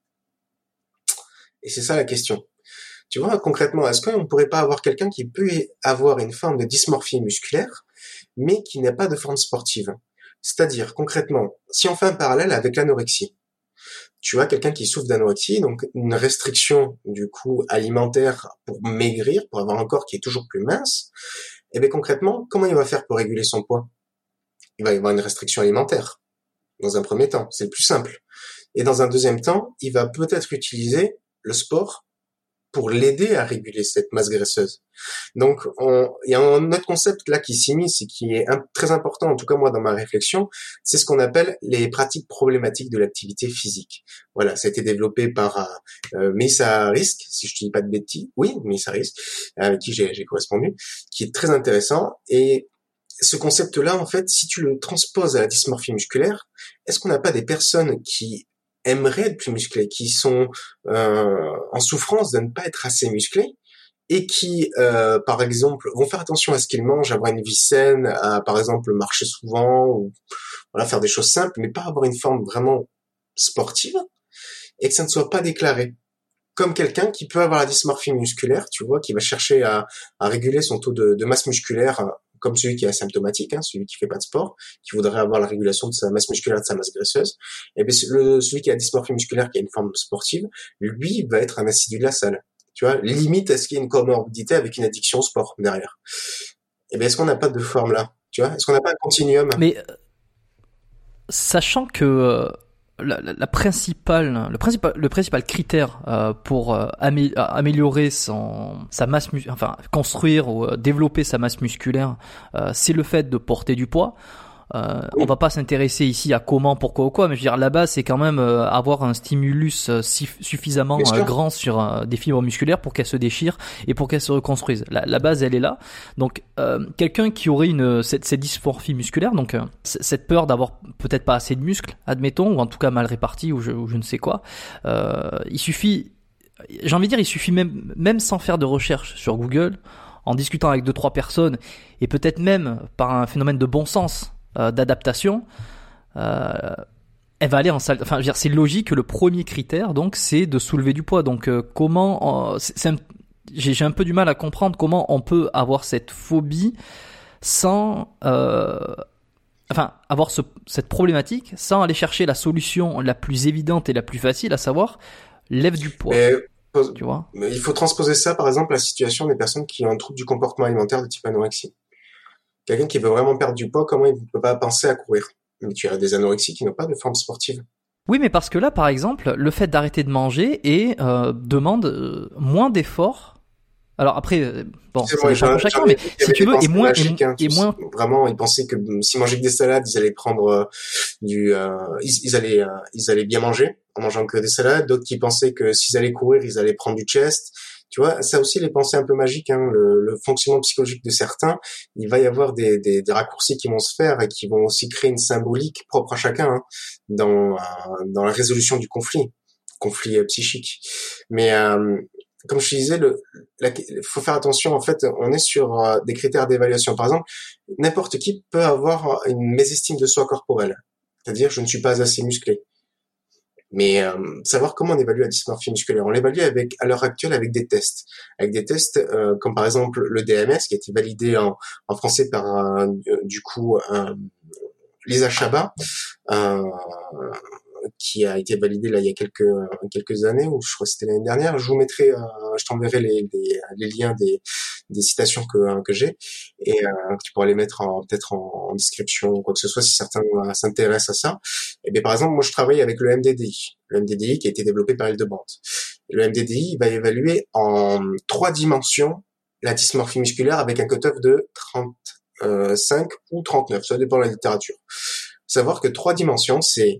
Et c'est ça la question. Tu vois, concrètement, est-ce qu'on ne pourrait pas avoir quelqu'un qui peut avoir une forme de dysmorphie musculaire, mais qui n'a pas de forme sportive? C'est-à-dire, concrètement, si on fait un parallèle avec l'anorexie, tu as quelqu'un qui souffre d'anorexie, donc une restriction du coup alimentaire pour maigrir, pour avoir un corps qui est toujours plus mince, et bien concrètement, comment il va faire pour réguler son poids? Il va y avoir une restriction alimentaire, dans un premier temps, c'est le plus simple. Et dans un deuxième temps, il va peut-être utiliser le sport pour l'aider à réguler cette masse graisseuse. Donc, on, il y a un autre concept là qui s'immisce et qui est un, très important, en tout cas moi dans ma réflexion, c'est ce qu'on appelle les pratiques problématiques de l'activité physique. Voilà, ça a été développé par euh, Melissa Risk, si je ne dis pas de bêtises, oui, Melissa Risk, avec qui j'ai, j'ai correspondu, qui est très intéressant. Et ce concept-là, en fait, si tu le transposes à la dysmorphie musculaire, est-ce qu'on n'a pas des personnes qui aimeraient être plus musclées, qui sont euh, en souffrance de ne pas être assez musclées, et qui, euh, par exemple, vont faire attention à ce qu'ils mangent, avoir une vie saine, à, par exemple, marcher souvent, ou voilà, faire des choses simples, mais pas avoir une forme vraiment sportive, et que ça ne soit pas déclaré. Comme quelqu'un qui peut avoir la dysmorphie musculaire, tu vois, qui va chercher à, à réguler son taux de, de masse musculaire, comme celui qui est asymptomatique, hein, celui qui fait pas de sport, qui voudrait avoir la régulation de sa masse musculaire et de sa masse graisseuse. Et bien, le, celui qui a la dysmorphie musculaire, qui a une forme sportive, lui, va être un assidu de la salle. Tu vois, limite à ce qu'il y ait une comorbidité avec une addiction au sport derrière. Et bien, est-ce qu'on n'a pas de forme là? Tu vois, est-ce qu'on n'a pas un continuum? Mais, sachant que, euh... La, la, la principale, le principal, le principal critère euh, pour euh, amé- améliorer son, sa masse, mu- enfin construire ou euh, développer sa masse musculaire, euh, c'est le fait de porter du poids. Euh, Oui. On va pas s'intéresser ici à comment, pourquoi ou quoi, mais je veux dire, la base c'est quand même euh, avoir un stimulus euh, si, suffisamment euh, grand sur euh, des fibres musculaires pour qu'elles se déchirent et pour qu'elles se reconstruisent. La, la base elle est là. Donc euh, quelqu'un qui aurait une cette, cette dysmorphie musculaire, donc euh, c- cette peur d'avoir peut-être pas assez de muscles, admettons, ou en tout cas mal répartis ou je, ou je ne sais quoi, euh, il suffit, j'ai envie de dire, il suffit même même sans faire de recherche sur Google, en discutant avec deux trois personnes et peut-être même par un phénomène de bon sens. Euh, d'adaptation, euh, elle va aller en salle. Enfin, je veux dire, c'est logique que le premier critère, donc, c'est de soulever du poids. Donc, euh, comment, euh, c'est, c'est un, j'ai, j'ai un peu du mal à comprendre comment on peut avoir cette phobie sans, euh, enfin, avoir ce, cette problématique sans aller chercher la solution la plus évidente et la plus facile, à savoir, lève du poids. Mais, tu vois. Mais il faut transposer ça, par exemple, à la situation des personnes qui ont un trouble du comportement alimentaire de type anorexie. Quelqu'un qui veut vraiment perdre du poids, comment il ne peut pas penser à courir? Mais tu as des anorexies qui n'ont pas de forme sportive. Oui, mais parce que là, par exemple, le fait d'arrêter de manger et euh, demande euh, moins d'efforts. Alors après, euh, bon, c'est ça dépend pour chacun, mais si tu veux, et moins, magiques, et, hein, et moins. Vraiment, ils pensaient que s'ils mangeaient que des salades, ils allaient prendre euh, du, euh, ils, ils allaient, euh, ils allaient bien manger en mangeant que des salades. D'autres qui pensaient que s'ils allaient courir, ils allaient prendre du chest. Tu vois, ça aussi, les pensées un peu magiques, hein, le, le fonctionnement psychologique de certains, il va y avoir des, des, des raccourcis qui vont se faire et qui vont aussi créer une symbolique propre à chacun, hein, dans, euh, dans la résolution du conflit, conflit euh, psychique. Mais euh, comme je te disais, le, la, faut faire attention. En fait, on est sur euh, des critères d'évaluation. Par exemple, n'importe qui peut avoir une mésestime de soi corporelle, c'est-à-dire je ne suis pas assez musclé. Mais euh, savoir comment on évalue la dysmorphie musculaire, on l'évalue avec à l'heure actuelle avec des tests, avec des tests euh, comme par exemple le D M S qui a été validé en, en français par euh, du coup euh, Lisa Chabat, euh, qui a été validé là il y a quelques quelques années, ou je crois que c'était l'année dernière. Je vous mettrai, euh, je t'enverrai les, les les liens des des citations que que j'ai et euh, tu pourras les mettre en peut-être en, en description ou quoi que ce soit si certains euh, s'intéressent à ça. Et bien par exemple, moi je travaille avec le M D D I, le M D D I qui a été développé par Hildebrandt. Le M D D I il va évaluer en trois dimensions la dysmorphie musculaire avec un cutoff de trente-cinq ou trente-neuf, ça dépend de la littérature. Savoir que trois dimensions, c'est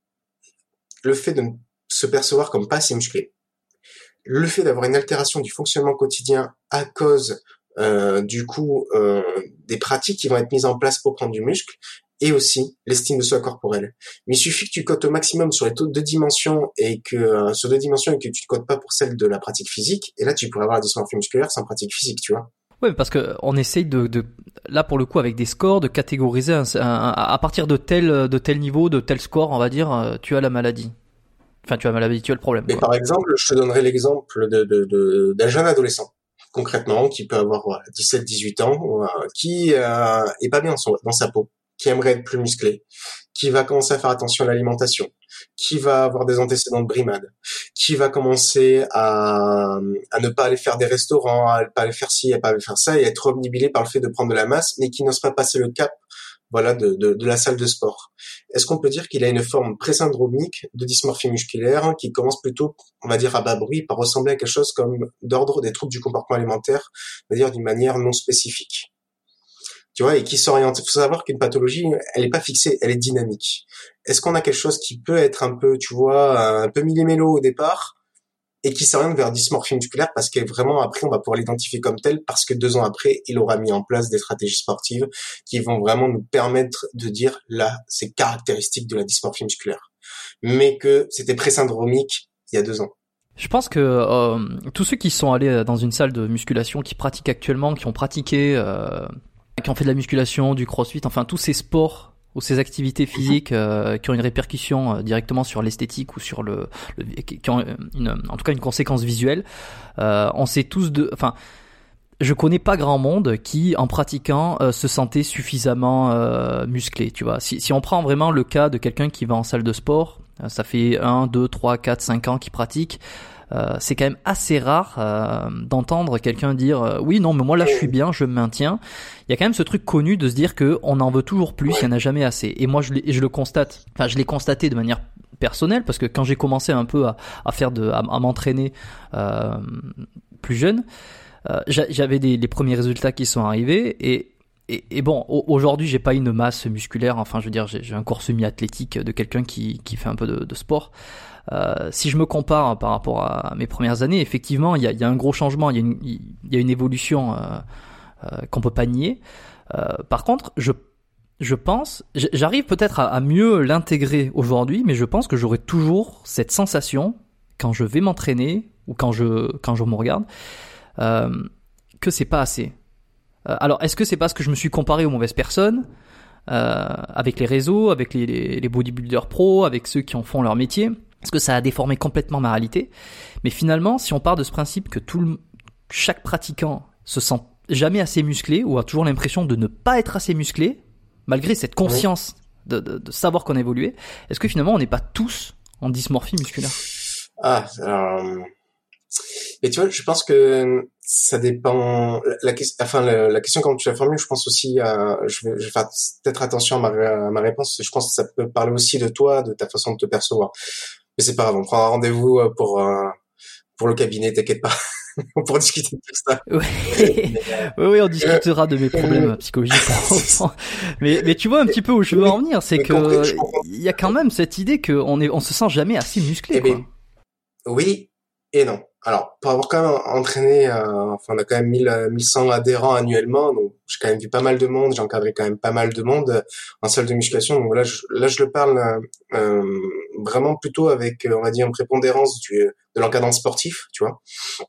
le fait de se percevoir comme pas assez musclé, le fait d'avoir une altération du fonctionnement quotidien à cause euh, du coup euh, des pratiques qui vont être mises en place pour prendre du muscle, et aussi l'estime de soi corporelle. Mais il suffit que tu cotes au maximum sur les taux de deux dimensions et que euh, sur deux dimensions et que tu ne cotes pas pour celle de la pratique physique, et là tu pourrais avoir la dysmorphie musculaire sans pratique physique, tu vois. Oui, parce que on essaye de, de, là pour le coup avec des scores, de catégoriser un, un, à partir de tel, de tel niveau, de tel score, on va dire, tu as la maladie. Enfin, tu as la maladie, tu as le problème. Mais quoi. par exemple, je te donnerai l'exemple de, de, de, d'un jeune adolescent, concrètement, qui peut avoir voilà, dix-sept dix-huit ans, euh, qui euh, est pas bien dans, son, dans sa peau, qui aimerait être plus musclé, qui va commencer à faire attention à l'alimentation, qui va avoir des antécédents de brimade, qui va commencer à, à ne pas aller faire des restaurants, à ne pas aller faire ci, à ne pas aller faire ça, et être obnubilé par le fait de prendre de la masse, mais qui n'ose pas passer le cap, voilà, de, de, de la salle de sport. Est-ce qu'on peut dire qu'il a une forme présyndromique de dysmorphie musculaire, hein, qui commence plutôt, on va dire à bas bruit, par ressembler à quelque chose comme d'ordre des troubles du comportement alimentaire, on va dire d'une manière non spécifique. Tu vois, et qui s'oriente. Il faut savoir qu'une pathologie, elle est pas fixée, elle est dynamique. Est-ce qu'on a quelque chose qui peut être un peu, tu vois, un peu millimélo au départ, et qui s'oriente vers dysmorphie musculaire parce que vraiment après on va pouvoir l'identifier comme tel parce que deux ans après il aura mis en place des stratégies sportives qui vont vraiment nous permettre de dire là c'est caractéristique de la dysmorphie musculaire, mais que c'était présyndromique il y a deux ans. Je pense que euh, tous ceux qui sont allés dans une salle de musculation, qui pratiquent actuellement, qui ont pratiqué, euh, qui ont fait de la musculation, du crossfit, enfin tous ces sports ou ces activités physiques euh, qui ont une répercussion euh, directement sur l'esthétique ou sur le, le qui ont une, en tout cas une conséquence visuelle, euh, on sait tous de, enfin, je connais pas grand monde qui, en pratiquant, euh, se sentait suffisamment euh, musclé. Tu vois, si si on prend vraiment le cas de quelqu'un qui va en salle de sport, euh, ça fait un, deux, trois, quatre, cinq ans qu'il pratique. Euh, c'est quand même assez rare euh, d'entendre quelqu'un dire euh, oui non mais moi là je suis bien, je me maintiens. Il y a quand même ce truc connu de se dire que on en veut toujours plus, il y en a jamais assez. Et moi je, l'ai, je le constate. Enfin je l'ai constaté de manière personnelle parce que quand j'ai commencé un peu à, à faire de, à, à m'entraîner euh, plus jeune, euh, j'avais des les premiers résultats qui sont arrivés et Et, et bon, aujourd'hui, j'ai pas une masse musculaire. Enfin, je veux dire, j'ai, j'ai un corps semi-athlétique de quelqu'un qui, qui fait un peu de, de sport. Euh, si je me compare par rapport à mes premières années, effectivement, il y a, il y a un gros changement. Il y a une, il y a une évolution euh, euh, qu'on peut pas nier. Euh, par contre, je, je pense, j'arrive peut-être à, à mieux l'intégrer aujourd'hui, mais je pense que j'aurai toujours cette sensation quand je vais m'entraîner ou quand je, quand je me regarde, euh, que c'est pas assez. Alors, est-ce que c'est parce que je me suis comparé aux mauvaises personnes, euh, avec les réseaux, avec les, les, les bodybuilders pros, avec ceux qui en font leur métier? Est-ce que ça a déformé complètement ma réalité? Mais finalement, si on part de ce principe que tout le, chaque pratiquant se sent jamais assez musclé ou a toujours l'impression de ne pas être assez musclé, malgré cette conscience de, de, de savoir qu'on a évolué, est-ce que finalement on n'est pas tous en dysmorphie musculaire? Ah, alors... Mais tu vois, je pense que ça dépend. La, la, enfin, la, la question quand tu la formules, je pense aussi à. Je vais, je vais faire peut-être attention à ma, à ma réponse. Je pense que ça peut parler aussi de toi, de ta façon de te percevoir. Mais c'est pas grave. On prend un rendez-vous pour euh, pour le cabinet. T'inquiète pas. On pourra discuter de tout ça. Oui, oui, oui, on discutera de mes problèmes psychologiques. mais mais tu vois un petit peu où je veux en venir, c'est que il y a quand même cette idée qu'on est, on se sent jamais assez musclé. Eh quoi. bien, oui et non. Alors, pour avoir quand même entraîné, euh, enfin, on a quand même mille, mille cent adhérents annuellement, donc j'ai quand même vu pas mal de monde, j'ai encadré quand même pas mal de monde en salle de musculation. Donc là, je, là, je le parle euh, vraiment plutôt avec, on va dire, une prépondérance du, de l'encadrement sportif, tu vois,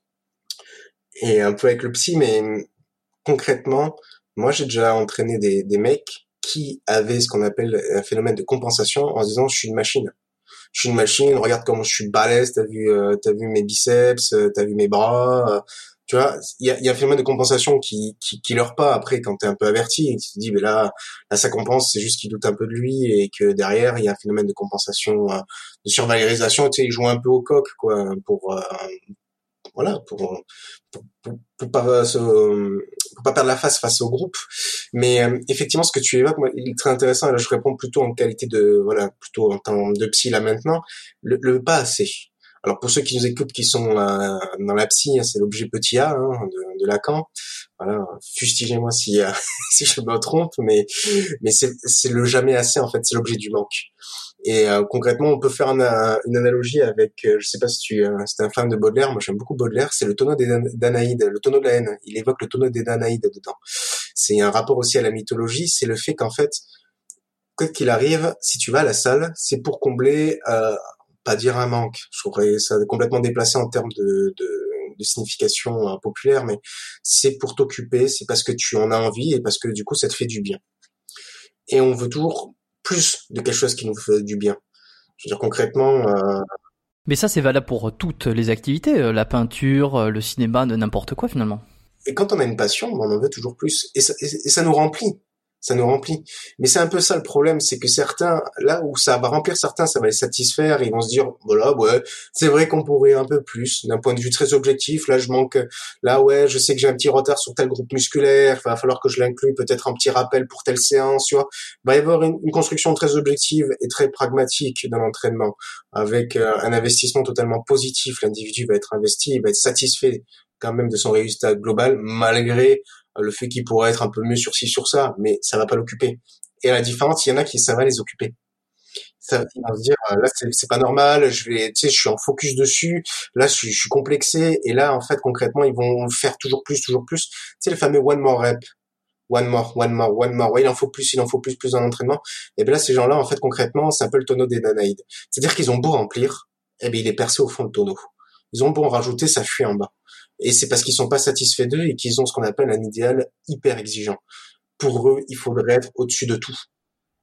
et un peu avec le psy. Mais concrètement, moi, j'ai déjà entraîné des, des mecs qui avaient ce qu'on appelle un phénomène de compensation en se disant, je suis une machine. Je suis une machine, regarde comment je suis balèze, t'as vu, euh, t'as vu mes biceps, euh, t'as vu mes bras, euh, tu vois, il y a, y a un phénomène de compensation qui, qui, qui leurre pas après quand t'es un peu averti et tu te dis, mais là, là, ça compense, c'est juste qu'il doute un peu de lui et que derrière, il y a un phénomène de compensation, euh, de survalorisation, tu sais, il joue un peu au coq, quoi, pour, euh, voilà, pour, pour, pour, pour pas se, pour pas perdre la face face au groupe. Mais euh, effectivement, ce que tu évoques, moi, il est très intéressant. Et là, je réponds plutôt en qualité de, voilà, plutôt en termes de psy là maintenant. Le, le pas assez. Alors pour ceux qui nous écoutent, qui sont euh, dans la psy, hein, c'est l'objet petit a hein, de, de Lacan. Voilà, fustigez-moi si euh, si je me trompe, mais mais c'est c'est le jamais assez en fait, c'est l'objet du manque. Et euh, concrètement, on peut faire un, un, une analogie avec, euh, je sais pas si tu euh, si t'es un fan de Baudelaire, moi j'aime beaucoup Baudelaire, c'est le tonneau des Danaïdes, le tonneau de la haine. Il évoque le tonneau des Danaïdes dedans. C'est un rapport aussi à la mythologie, c'est le fait qu'en fait, quoi qu'il arrive, si tu vas à la salle, c'est pour combler, euh, pas dire un manque, je trouverais ça complètement déplacé en termes de, de, de signification euh, populaire, mais c'est pour t'occuper, c'est parce que tu en as envie et parce que du coup ça te fait du bien. Et on veut toujours plus de quelque chose qui nous fait du bien. Je veux dire concrètement. Euh... Mais ça, c'est valable pour toutes les activités, la peinture, le cinéma, n'importe quoi finalement. Et quand on a une passion, on en veut toujours plus, et ça, et, et ça nous remplit. Ça nous remplit. Mais c'est un peu ça le problème, c'est que certains, là où ça va remplir certains, ça va les satisfaire, ils vont se dire, voilà, ouais, c'est vrai qu'on pourrait un peu plus, d'un point de vue très objectif, là je manque, là ouais, je sais que j'ai un petit retard sur tel groupe musculaire, il va falloir que je l'inclue, peut-être un petit rappel pour telle séance, tu vois. Il va y avoir une, une construction très objective et très pragmatique dans l'entraînement, avec euh, un investissement totalement positif, l'individu va être investi, il va être satisfait quand même de son résultat global, malgré le fait qu'il pourrait être un peu mieux sur ci, sur ça, mais ça va pas l'occuper. Et à la différence, il y en a qui, ça va les occuper. Ça, ils vont se dire, là, c'est, c'est pas normal, je vais, tu sais, je suis en focus dessus, là, je suis, je suis complexé, et là, en fait, concrètement, ils vont faire toujours plus, toujours plus. Tu sais, le fameux one more rep. One more, one more, one more. Ouais, il en faut plus, il en faut plus, plus dans l'entraînement. Et bien là, ces gens-là, en fait, concrètement, c'est un peu le tonneau des Danaïdes. C'est-à-dire qu'ils ont beau remplir, et bien, il est percé au fond du tonneau. Ils ont beau en rajouter, ça fuit en bas. Et c'est parce qu'ils sont pas satisfaits d'eux et qu'ils ont ce qu'on appelle un idéal hyper exigeant. Pour eux, il faudrait être au-dessus de tout.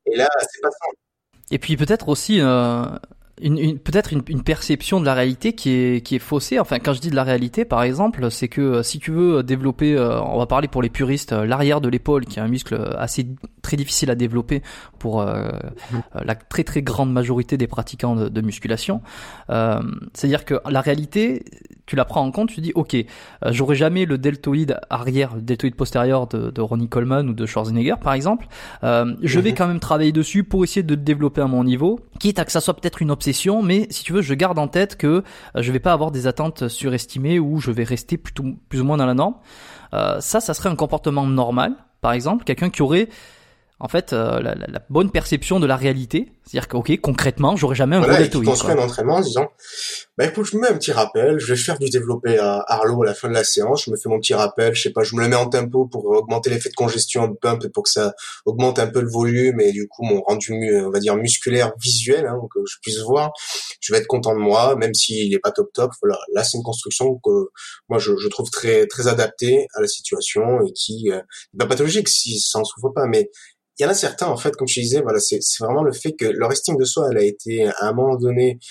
Et là, c'est pas ça. Et puis peut-être aussi euh, une, une peut-être une, une perception de la réalité qui est qui est faussée. Enfin, quand je dis de la réalité, par exemple, c'est que euh, si tu veux développer, euh, on va parler pour les puristes, euh, l'arrière de l'épaule, qui est un muscle assez très difficile à développer pour euh, mmh. la très très grande majorité des pratiquants de, de musculation. Euh, c'est-à-dire que la réalité, tu la prends en compte, tu te dis ok, euh, j'aurai jamais le deltoïde arrière, le deltoïde postérieur de, de Ronnie Coleman ou de Schwarzenegger par exemple. Euh, je vais quand même travailler dessus pour essayer de le développer à mon niveau, quitte à que ça soit peut-être une obsession, mais si tu veux, je garde en tête que euh, je vais pas avoir des attentes surestimées ou je vais rester plutôt plus ou moins dans la norme. Euh, ça, ça serait un comportement normal, par exemple, quelqu'un qui aurait en fait euh, la, la, la bonne perception de la réalité, c'est-à-dire que ok, concrètement, j'aurais jamais un voilà, gros deltoïde. Tu construis un entraînement en disant bah écoute, je me mets un petit rappel, je vais faire du développé à Arlo à la fin de la séance, je me fais mon petit rappel, je sais pas, je me le mets en tempo pour augmenter l'effet de congestion de pump et pour que ça augmente un peu le volume et du coup mon rendu, on va dire musculaire visuel, hein, que je puisse voir. Je vais être content de moi, même s'il est pas top top. Voilà, là c'est une construction que moi je, je trouve très très adaptée à la situation et qui euh, pas pathologique si ça en souffre pas, mais il y en a certains, en fait, comme je disais, voilà, c'est, c'est vraiment le fait que leur estime de soi, elle a été, à un moment donné,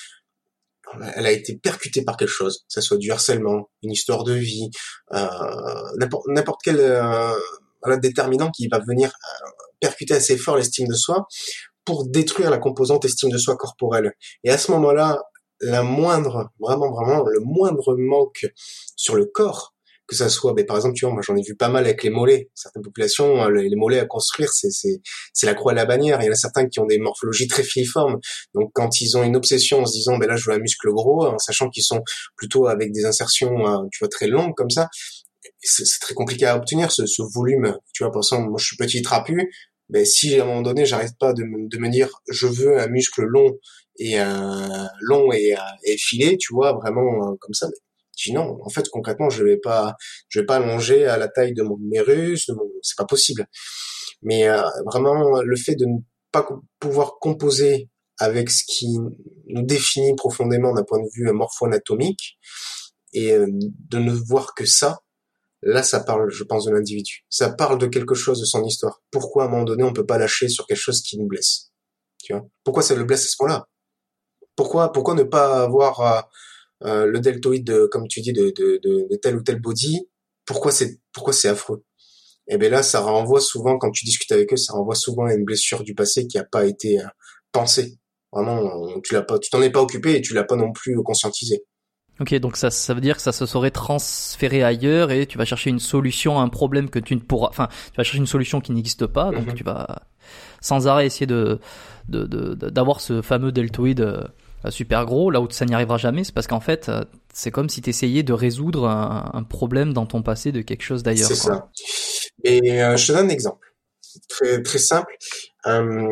elle a été percutée par quelque chose, que ça soit du harcèlement, une histoire de vie, euh, n'importe, n'importe quel euh, voilà, déterminant qui va venir euh, percuter assez fort l'estime de soi pour détruire la composante estime de soi corporelle. Et à ce moment-là, la moindre, vraiment, vraiment, le moindre manque sur le corps, que ça soit, ben, par exemple, tu vois, moi, j'en ai vu pas mal avec les mollets. Certaines populations, les, les mollets à construire, c'est, c'est, c'est la croix à la bannière. Il y en a certains qui ont des morphologies très filiformes. Donc, quand ils ont une obsession en se disant, ben là, je veux un muscle gros, en sachant qu'ils sont plutôt avec des insertions, tu vois, très longues comme ça, c'est, c'est très compliqué à obtenir, ce, ce volume. Tu vois, par exemple, moi, je suis petit et trapu. Ben, si à un moment donné, j'arrête pas de, de me dire, je veux un muscle long et euh, long et, et filé, tu vois, vraiment euh, comme ça, je dis non, en fait, concrètement, je vais pas, je vais pas allonger à la taille de mon humérus, de mon, c'est pas possible. Mais euh, vraiment, le fait de ne pas co- pouvoir composer avec ce qui nous définit profondément d'un point de vue morpho-anatomique et euh, de ne voir que ça, là, ça parle, je pense, de l'individu. Ça parle de quelque chose de son histoire. Pourquoi, à un moment donné, on peut pas lâcher sur quelque chose qui nous blesse? Tu vois? Pourquoi ça le blesse à ce moment-là? Pourquoi, pourquoi ne pas avoir euh, Euh, le deltoïde, de, comme tu dis, de, de, de, de tel ou tel body, pourquoi c'est, pourquoi c'est affreux? Et bien là, ça renvoie souvent, quand tu discutes avec eux, ça renvoie souvent à une blessure du passé qui a pas été euh, pensée. Vraiment, tu l'as pas, tu t'en es pas occupé et tu l'as pas non plus conscientisé. Ok, donc ça, ça veut dire que ça se serait transféré ailleurs et tu vas chercher une solution à un problème que tu ne pourras, enfin, tu vas chercher une solution qui n'existe pas, donc mm-hmm. tu vas sans arrêt essayer de, de, de, de d'avoir ce fameux deltoïde euh, super gros, là où ça n'y arrivera jamais, c'est parce qu'en fait, c'est comme si tu essayais de résoudre un, un problème dans ton passé de quelque chose d'ailleurs. C'est quoi. ça. Et euh, je te donne un exemple. Très, très simple. Euh,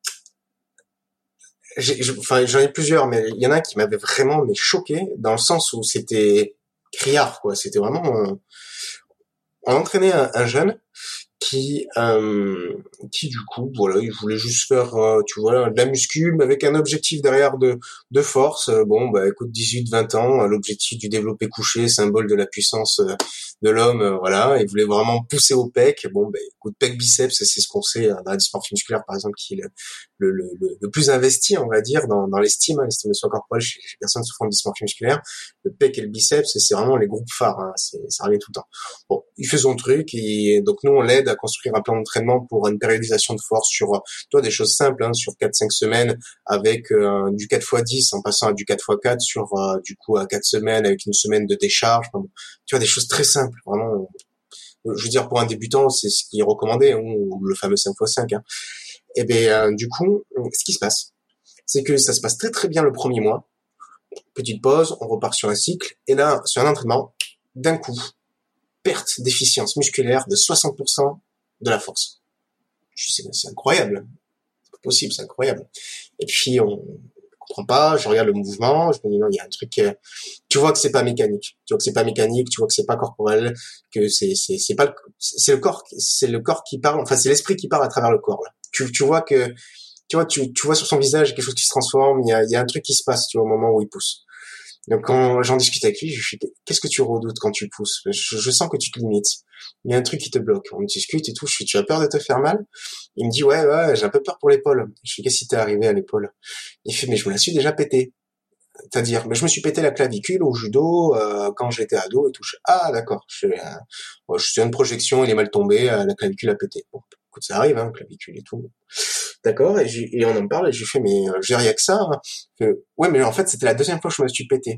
j'ai, enfin, j'en ai plusieurs, mais il y en a un qui m'avait vraiment mais, choqué, dans le sens où c'était criard, quoi. C'était vraiment... Euh, on entraînait un, un jeune qui euh, qui du coup voilà, il voulait juste faire euh, tu vois de la muscu mais avec un objectif derrière de de force. Bon bah écoute, dix-huit vingt ans, l'objectif du développé couché, symbole de la puissance de l'homme, euh, voilà, il voulait vraiment pousser au pec. Bon bah écoute, pec biceps, c'est ce qu'on sait dans la dysmorphie musculaire par exemple, qui est le le le, le plus investi, on va dire, dans dans l'estime, hein, l'estime de soi corporelle chez les personnes souffrant de dysmorphie musculaire. Le pec et le biceps, c'est vraiment les groupes phares, hein, c'est ça arrive tout le temps. Bon, il fait son truc et donc nous on l'aide à construire un plan d'entraînement pour une périodisation de force sur, toi, des choses simples, hein, sur quatre cinq semaines avec euh, du quatre fois dix en passant à du quatre fois quatre sur euh, du coup à quatre semaines avec une semaine de décharge. Enfin, tu vois, des choses très simples, vraiment. Je veux dire, pour un débutant, c'est ce qui est recommandé, hein, ou le fameux cinq fois cinq. Hein. Et bien, euh, du coup, ce qui se passe, c'est que ça se passe très très bien le premier mois. Petite pause, on repart sur un cycle, et là, sur un entraînement, d'un coup, perte d'efficience musculaire de soixante pour cent de la force. Je sais, c'est incroyable. C'est pas possible, c'est incroyable. Et puis, on comprend pas, je regarde le mouvement, je me dis non, il y a un truc, euh, tu vois que c'est pas mécanique. Tu vois que c'est pas mécanique, tu vois que c'est pas corporel, que c'est, c'est, c'est pas, le, c'est le corps, c'est le corps qui parle, enfin, c'est l'esprit qui parle à travers le corps, là. Tu, tu vois que, tu vois, tu, tu vois sur son visage quelque chose qui se transforme, il y a, il y a un truc qui se passe, tu vois, au moment où il pousse. Donc quand j'en discute avec lui, je lui dis qu'est-ce que tu redoutes quand tu pousses? Je, je sens que tu te limites. Il y a un truc qui te bloque. On discute et tout. Je lui dis tu as peur de te faire mal? Il me dit ouais ouais j'ai un peu peur pour l'épaule. Je lui dis qu'est-ce qui t'est arrivé à l'épaule? Il fait mais je me la suis déjà pétée. C'est-à-dire mais je me suis pété la clavicule au judo euh, quand j'étais ado et tout. Je, ah d'accord. Je, euh, bon, je suis une projection, il est mal tombé, euh, la clavicule a pété. Bon, écoute ça arrive hein, clavicule et tout. D'accord, et, et on en parle, et je lui fais, mais euh, j'ai rien que ça. Hein. Que, ouais, mais en fait, c'était la deuxième fois que je me suis pété.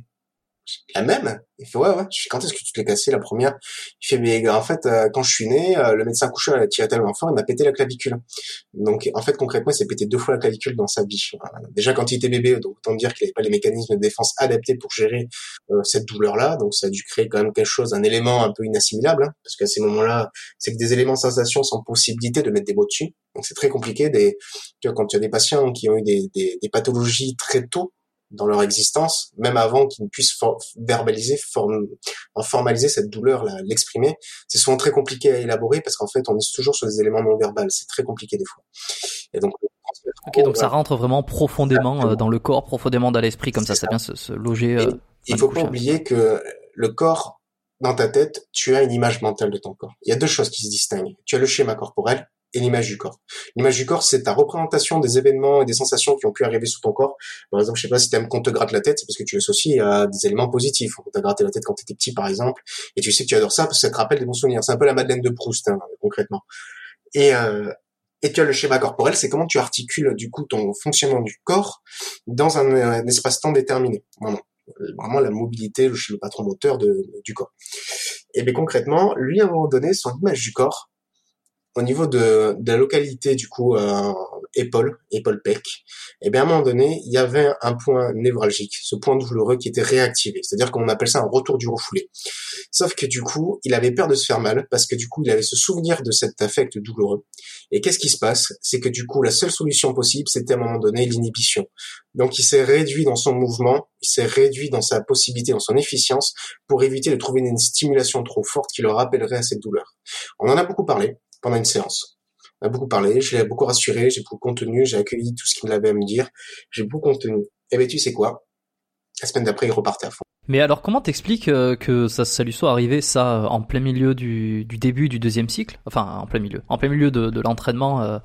La même? Il fait, ouais, ouais. Je fais, quand est-ce que tu te l'es cassé, la première? Il fait, mais en fait, euh, quand je suis né, euh, le médecin coucheur, il a tiré tellement fort, il m'a pété la clavicule. Donc, en fait, concrètement, il s'est pété deux fois la clavicule dans sa vie. Voilà. Déjà, quand il était bébé, donc autant dire qu'il n'avait pas les mécanismes de défense adaptés pour gérer euh, cette douleur-là. Donc, ça a dû créer quand même quelque chose, un élément un peu inassimilable, hein, parce qu'à ces moments-là, c'est que des éléments de sensation sans possibilité de mettre des mots dessus. Donc, c'est très compliqué. Des, tu vois, quand tu as des patients qui ont eu des, des, des pathologies très tôt, dans leur existence, même avant qu'ils ne puissent for- verbaliser, form- en formaliser cette douleur, là, l'exprimer, c'est souvent très compliqué à élaborer parce qu'en fait, on est toujours sur des éléments non verbaux. C'est très compliqué des fois. Et donc, ok, donc ça rentre vraiment profondément euh, dans le corps, profondément dans l'esprit, comme ça, ça vient se, se loger. Euh, il faut pas oublier que le corps, dans ta tête, tu as une image mentale de ton corps. Il y a deux choses qui se distinguent. Tu as le schéma corporel et l'image du corps. L'image du corps, c'est ta représentation des événements et des sensations qui ont pu arriver sous ton corps. Par exemple, je sais pas si t'aimes qu'on te gratte la tête, c'est parce que tu l'associes à des éléments positifs. On t'a gratté la tête quand t'étais petit, par exemple, et tu sais que tu adores ça parce que ça te rappelle des bons souvenirs. C'est un peu la Madeleine de Proust, hein, concrètement. Et, euh, et tu as le schéma corporel, c'est comment tu articules, du coup, ton fonctionnement du corps dans un, un espace-temps déterminé. Vraiment. Vraiment la mobilité, le patron moteur de, du corps. Et bien concrètement, lui, à un moment donné, son image du corps, au niveau de, de la localité du coup euh, épaule, épaule-pec, et bien à un moment donné, il y avait un point névralgique, ce point douloureux qui était réactivé. C'est-à-dire qu'on appelle ça un retour du refoulé. Sauf que du coup, il avait peur de se faire mal parce que du coup, il avait ce souvenir de cet affect douloureux. Et qu'est-ce qui se passe? C'est que du coup, la seule solution possible, c'était à un moment donné l'inhibition. Donc, il s'est réduit dans son mouvement, il s'est réduit dans sa possibilité, dans son efficience, pour éviter de trouver une stimulation trop forte qui le rappellerait à cette douleur. On en a beaucoup parlé pendant une séance. On a beaucoup parlé, je l'ai beaucoup rassuré, j'ai beaucoup contenu, j'ai accueilli tout ce qu'il avait à me dire, j'ai beaucoup contenu. Et ben tu sais quoi? La semaine d'après, il repartait à fond. Mais alors, comment t'expliques euh, que ça, ça lui soit arrivé, ça, en plein milieu du, du début du deuxième cycle? Enfin, en plein milieu. En plein milieu de, de l'entraînement, euh,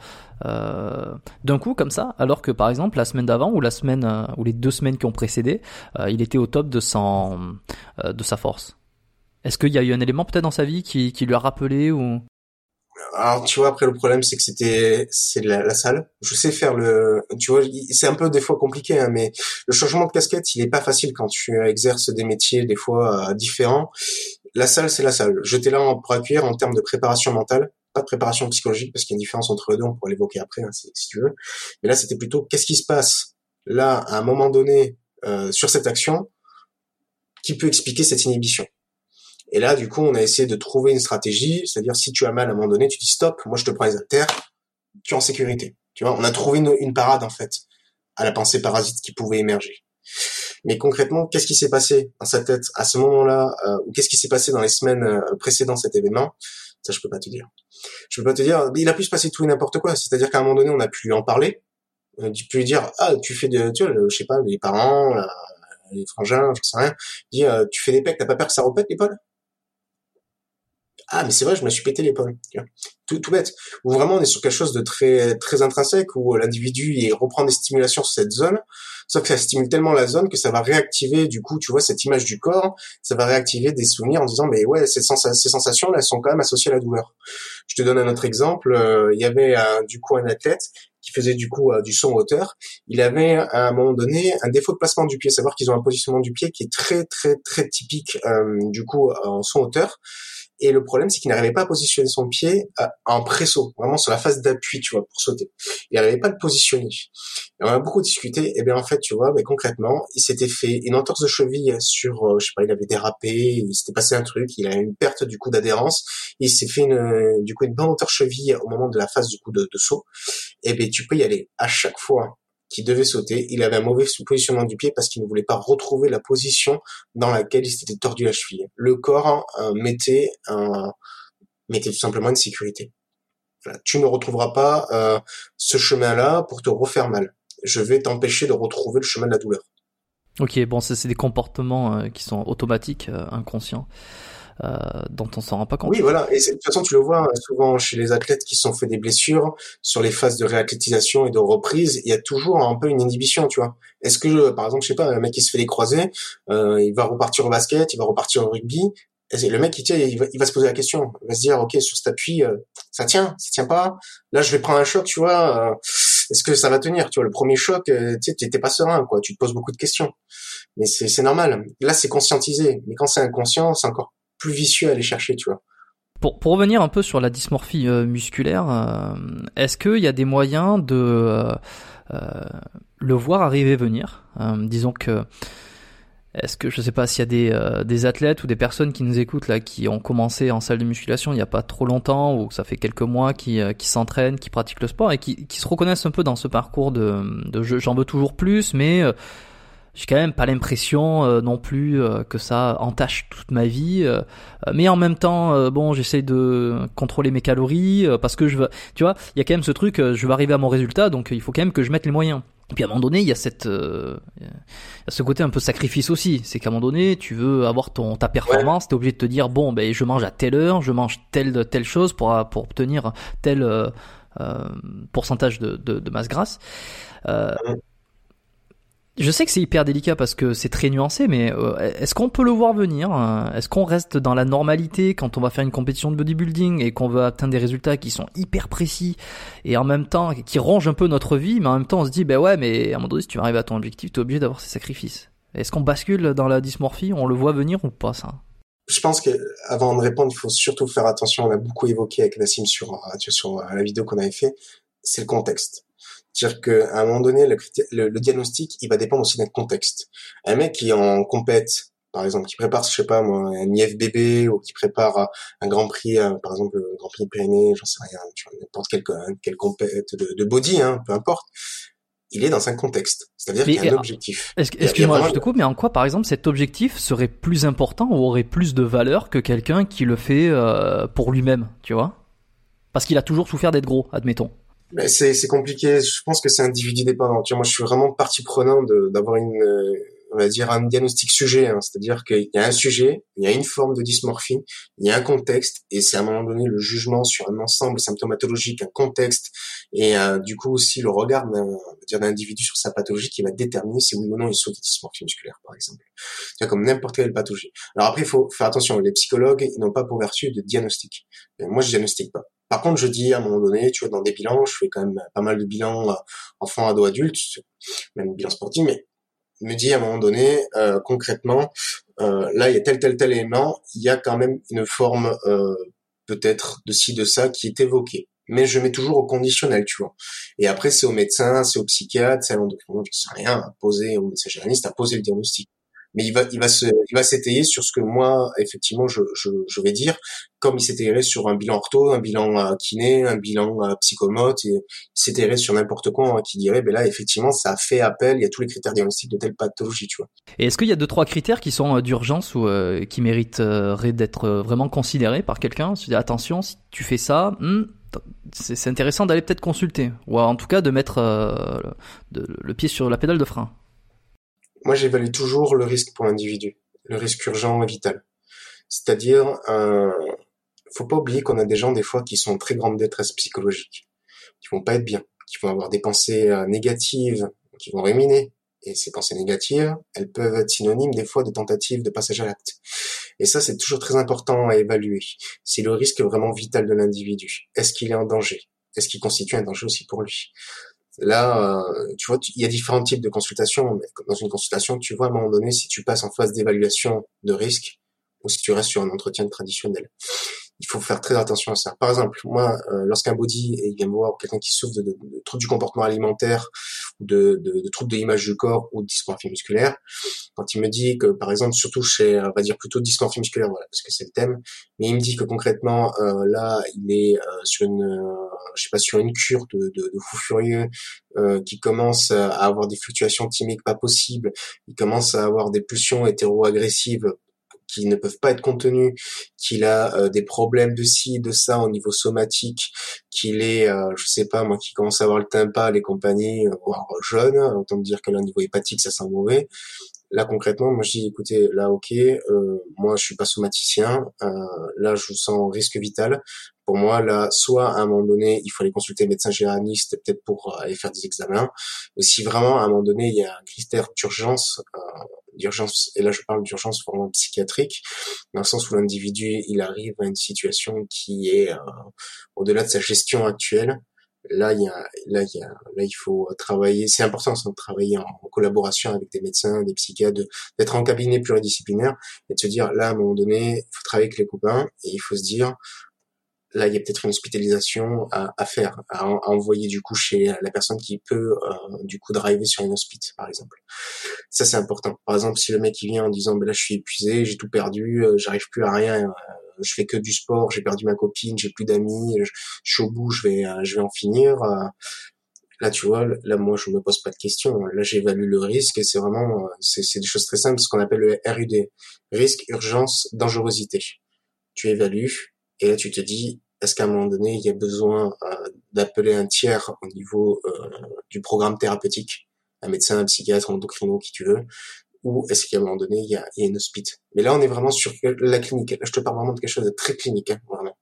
euh, d'un coup, comme ça, alors que, par exemple, la semaine d'avant, ou la semaine, euh, ou les deux semaines qui ont précédé, euh, il était au top de son, euh, de sa force. Est-ce qu'il y a eu un élément, peut-être, dans sa vie qui, qui lui a rappelé, ou... Alors, tu vois, après, le problème, c'est que c'était, c'est la, la salle. Je sais faire le, tu vois, c'est un peu des fois compliqué, hein, mais le changement de casquette, il est pas facile quand tu exerces des métiers, des fois, euh, différents. La salle, c'est la salle. J'étais là pour accueillir en termes de préparation mentale, pas de préparation psychologique, parce qu'il y a une différence entre les deux, on pourra l'évoquer après, hein, si, si tu veux. Mais là, c'était plutôt, qu'est-ce qui se passe là, à un moment donné, euh, sur cette action, qui peut expliquer cette inhibition. Et là, du coup, on a essayé de trouver une stratégie, c'est-à-dire si tu as mal à un moment donné, tu dis stop, moi je te prends les haltères, tu es en sécurité. Tu vois, on a trouvé une, une parade en fait à la pensée parasite qui pouvait émerger. Mais concrètement, qu'est-ce qui s'est passé dans sa tête à ce moment-là, euh, ou qu'est-ce qui s'est passé dans les semaines euh, précédant cet événement? Ça, je peux pas te dire. Je peux pas te dire. Il a pu se passer tout et n'importe quoi. C'est-à-dire qu'à un moment donné, on a pu lui en parler, euh, tu peux lui dire ah tu fais de, tu vois, le, je sais pas, les parents, la, les frangins, je sais rien. Dis euh, tu fais des pecs, t'as pas peur que ça repète l'épaule? Ah, mais c'est vrai, je me suis pété l'épaule. Tout, tout bête. Ou vraiment, on est sur quelque chose de très, très intrinsèque, où l'individu, il reprend des stimulations sur cette zone, sauf que ça stimule tellement la zone que ça va réactiver, du coup, tu vois, cette image du corps, ça va réactiver des souvenirs en disant, mais ouais, ces, sens- ces sensations-là, elles sont quand même associées à la douleur. Je te donne un autre exemple. Euh, il y avait, un, du coup, un athlète qui faisait, du coup, euh, du saut en hauteur. Il avait, à un moment donné, un défaut de placement du pied. Savoir qu'ils ont un positionnement du pied qui est très, très, très typique, euh, du coup, en saut en hauteur. Et le problème, c'est qu'il n'arrivait pas à positionner son pied euh, en pré-saut, vraiment sur la phase d'appui, tu vois, pour sauter. Il n'arrivait pas à le positionner. Et on a beaucoup discuté. Et bien en fait, tu vois, mais concrètement, il s'était fait une entorse de cheville sur, euh, je sais pas, il avait dérapé, il s'était passé un truc, il a eu une perte du coup d'adhérence, et il s'est fait une, du coup une bonne entorse cheville au moment de la phase du coup de, de saut. Et ben tu peux y aller à chaque fois qu'il devait sauter, il avait un mauvais positionnement du pied parce qu'il ne voulait pas retrouver la position dans laquelle il s'était tordu la cheville. Le corps euh, mettait, un, mettait tout simplement une sécurité. Voilà. Tu ne retrouveras pas euh, ce chemin-là pour te refaire mal. Je vais t'empêcher de retrouver le chemin de la douleur. Ok, bon, c'est, c'est des comportements euh, qui sont automatiques, euh, inconscients, euh, dont on s'en rend pas compte. Oui, voilà. Et c'est- de toute façon, tu le vois hein, souvent chez les athlètes qui se sont fait des blessures, sur les phases de réathlétisation et de reprise, il y a toujours un peu une inhibition, tu vois. Est-ce que, par exemple, je sais pas, un mec qui se fait les croisés, euh, il va repartir au basket, il va repartir au rugby, et c'est- le mec, il, tient, il, va, il va se poser la question, il va se dire, ok, sur cet appui, euh, ça tient, ça tient pas. Là, je vais prendre un choc, tu vois. euh, est-ce que ça va tenir, tu vois. Le premier choc, euh, tu sais, t'es t'es pas serein, quoi. Tu te poses beaucoup de questions. Mais c'est c'est normal. Là, c'est conscientisé. Mais quand c'est inconscient, c'est encore plus vicieux à aller chercher, tu vois. Pour, pour revenir un peu sur la dysmorphie euh, musculaire, euh, est-ce qu'il y a des moyens de euh, euh, le voir arriver venir? Euh, disons que, est-ce que, je sais pas s'il y a des, euh, des athlètes ou des personnes qui nous écoutent là, qui ont commencé en salle de musculation il n'y a pas trop longtemps, ou ça fait quelques mois, qui, euh, qui s'entraînent, qui pratiquent le sport et qui, qui se reconnaissent un peu dans ce parcours de, de je- j'en veux toujours plus, mais euh, j'ai quand même pas l'impression euh, non plus euh, que ça entache toute ma vie, euh, mais en même temps euh, bon, j'essaie de contrôler mes calories euh, parce que je veux, tu vois, il y a quand même ce truc, euh, je veux arriver à mon résultat, donc euh, il faut quand même que je mette les moyens. Et puis à un moment donné, il y a cette euh, il y a ce côté un peu sacrifice aussi, c'est qu'à un moment donné, tu veux avoir ton ta performance, t'es obligé de te dire bon, ben je mange à telle heure, je mange telle telle chose pour pour obtenir tel euh, euh, pourcentage de, de de masse grasse. Euh, Je sais que c'est hyper délicat parce que c'est très nuancé, mais euh, est-ce qu'on peut le voir venir? Est-ce qu'on reste dans la normalité quand on va faire une compétition de bodybuilding et qu'on veut atteindre des résultats qui sont hyper précis et en même temps qui rongent un peu notre vie, mais en même temps on se dit, ben ouais, mais à un moment donné, si tu veux arriver à ton objectif, t'es obligé d'avoir ces sacrifices. Est-ce qu'on bascule dans la dysmorphie? On le voit venir ou pas, ça? Je pense que avant de répondre, il faut surtout faire attention. On a beaucoup évoqué avec Nassim sur, euh, sur euh, la vidéo qu'on avait fait. C'est le contexte. C'est-à-dire qu'à un moment donné, le, le, le diagnostic, il va dépendre aussi d'un contexte. Un mec qui est en compète, par exemple, qui prépare, je sais pas moi, un I F B B ou qui prépare un Grand Prix, euh, par exemple le Grand Prix de Pyrénées, j'en sais rien, tu vois, n'importe quelle, quelle compète de, de body, hein, peu importe. Il est dans un contexte, c'est-à-dire Mais qu'il y a un objectif. Excuse-moi, vraiment... je te coupe, mais en quoi, par exemple, cet objectif serait plus important ou aurait plus de valeur que quelqu'un qui le fait euh, pour lui-même, tu vois? Parce qu'il a toujours souffert d'être gros, admettons. Mais c'est, c'est compliqué. Je pense que c'est individu dépendant. Tu vois, moi, je suis vraiment partie prenante de, d'avoir une, euh, on va dire, un diagnostic sujet. Hein. C'est-à-dire qu'il y a un sujet, il y a une forme de dysmorphie, il y a un contexte, et c'est à un moment donné le jugement sur un ensemble symptomatologique, un contexte, et euh, du coup aussi le regard d'un, on va dire, d'un individu sur sa pathologie qui va déterminer si oui ou non il souffre de dysmorphie musculaire, par exemple. C'est comme n'importe quelle pathologie. Alors après, il faut faire attention. Les psychologues, ils n'ont pas pour vertu de diagnostic. Et moi, je diagnostique pas. Par contre, je dis à un moment donné, tu vois, dans des bilans, je fais quand même pas mal de bilans euh, enfants, ados, adultes, même bilan sportif, mais je me dis à un moment donné, euh, concrètement, euh, là, il y a tel, tel, tel élément, il y a quand même une forme euh, peut-être de ci, de ça qui est évoquée. Mais je mets toujours au conditionnel, tu vois. Et après, c'est au médecin, c'est au psychiatre, c'est à l'endocrinologue, je sais rien, à poser, au médecin généraliste, à poser le diagnostic. Mais il va, il va se, il va s'étayer sur ce que moi, effectivement, je, je, je vais dire, comme il s'étayerait sur un bilan ortho, un bilan euh, kiné, un bilan euh, psychomote, et il s'étayerait sur n'importe quoi, hein, qui dirait, ben là, effectivement, ça a fait appel, il y a tous les critères diagnostiques de telle pathologie, tu vois. Et est-ce qu'il y a deux, trois critères qui sont euh, d'urgence ou euh, qui mériteraient d'être euh, vraiment considérés par quelqu'un? Se dire, attention, si tu fais ça, hmm, c'est, c'est intéressant d'aller peut-être consulter, ou en tout cas de mettre euh, le, le pied sur la pédale de frein. Moi, j'évalue toujours le risque pour l'individu, le risque urgent et vital. C'est-à-dire, euh, faut pas oublier qu'on a des gens des fois qui sont en très grande détresse psychologique, qui vont pas être bien, qui vont avoir des pensées euh, négatives, qui vont ruminer. Et ces pensées négatives, elles peuvent être synonymes des fois de tentatives de passage à l'acte. Et ça, c'est toujours très important à évaluer. C'est le risque vraiment vital de l'individu. Est-ce qu'il est en danger? Est-ce qu'il constitue un danger aussi pour lui? Là, euh, tu vois, il y a différents types de consultations. Mais dans une consultation, tu vois à un moment donné si tu passes en phase d'évaluation de risque ou si tu restes sur un entretien traditionnel. Il faut faire très attention à ça. Par exemple, moi, euh, lorsqu'un body il vient me voir, quelqu'un qui souffre de, de, de troubles du comportement alimentaire, ou de, de, de troubles de l'image du corps ou de dysmorphie musculaire, quand il me dit que, par exemple, surtout chez, on va dire plutôt dysmorphie musculaire, voilà, parce que c'est le thème, mais il me dit que concrètement, euh, là, il est euh, sur une, euh, je sais pas, sur une cure de, de, de fou furieux, euh, qui commence à avoir des fluctuations thymiques pas possibles, il commence à avoir des pulsions hétéro-agressives qui ne peuvent pas être contenus, qu'il a euh, des problèmes de ci, de ça au niveau somatique, qu'il est, euh, je sais pas moi, qui commence à avoir le teint pâle et compagnie, euh, voire jeune, autant me dire que là, au niveau hépatique, ça sent mauvais. Là concrètement, moi je dis écoutez, là ok, euh, moi je suis pas somaticien, euh, là je vous sens risque vital. Pour moi là, soit à un moment donné il faut aller consulter le médecin généraliste peut-être pour euh, aller faire des examens. Mais si vraiment à un moment donné il y a un critère d'urgence, euh, d'urgence, et là je parle d'urgence vraiment psychiatrique, dans le sens où l'individu il arrive à une situation qui est euh, au-delà de sa gestion actuelle. Là, il y a, là, il y a, là, il faut travailler. C'est important, c'est de travailler en, en collaboration avec des médecins, des psychiatres, de, d'être en cabinet pluridisciplinaire et de se dire, là, à un moment donné, il faut travailler avec les copains et il faut se dire, là, il y a peut-être une hospitalisation à, à faire, à, à envoyer du coup chez la personne qui peut, euh, du coup, driver sur une hospice, par exemple. Ça, c'est important. Par exemple, si le mec, il vient en disant, ben là, je suis épuisé, j'ai tout perdu, euh, j'arrive plus à rien, euh, je fais que du sport, j'ai perdu ma copine, j'ai plus d'amis, je, je suis au bout, je vais, euh, je vais en finir. Euh, là, tu vois, là, moi, je me pose pas de questions. Là, j'évalue le risque et c'est vraiment, euh, c'est, c'est des choses très simples, ce qu'on appelle le R U D. Risque, urgence, dangerosité. Tu évalues et là, tu te dis, est-ce qu'à un moment donné, il y a besoin euh, d'appeler un tiers au niveau euh, du programme thérapeutique, un médecin, un psychiatre, un endocrino, qui tu veux, ou est-ce qu'à un moment donné, il y a, il y a une hospice. Mais là, on est vraiment sur la clinique. Là, je te parle vraiment de quelque chose de très clinique, hein, vraiment.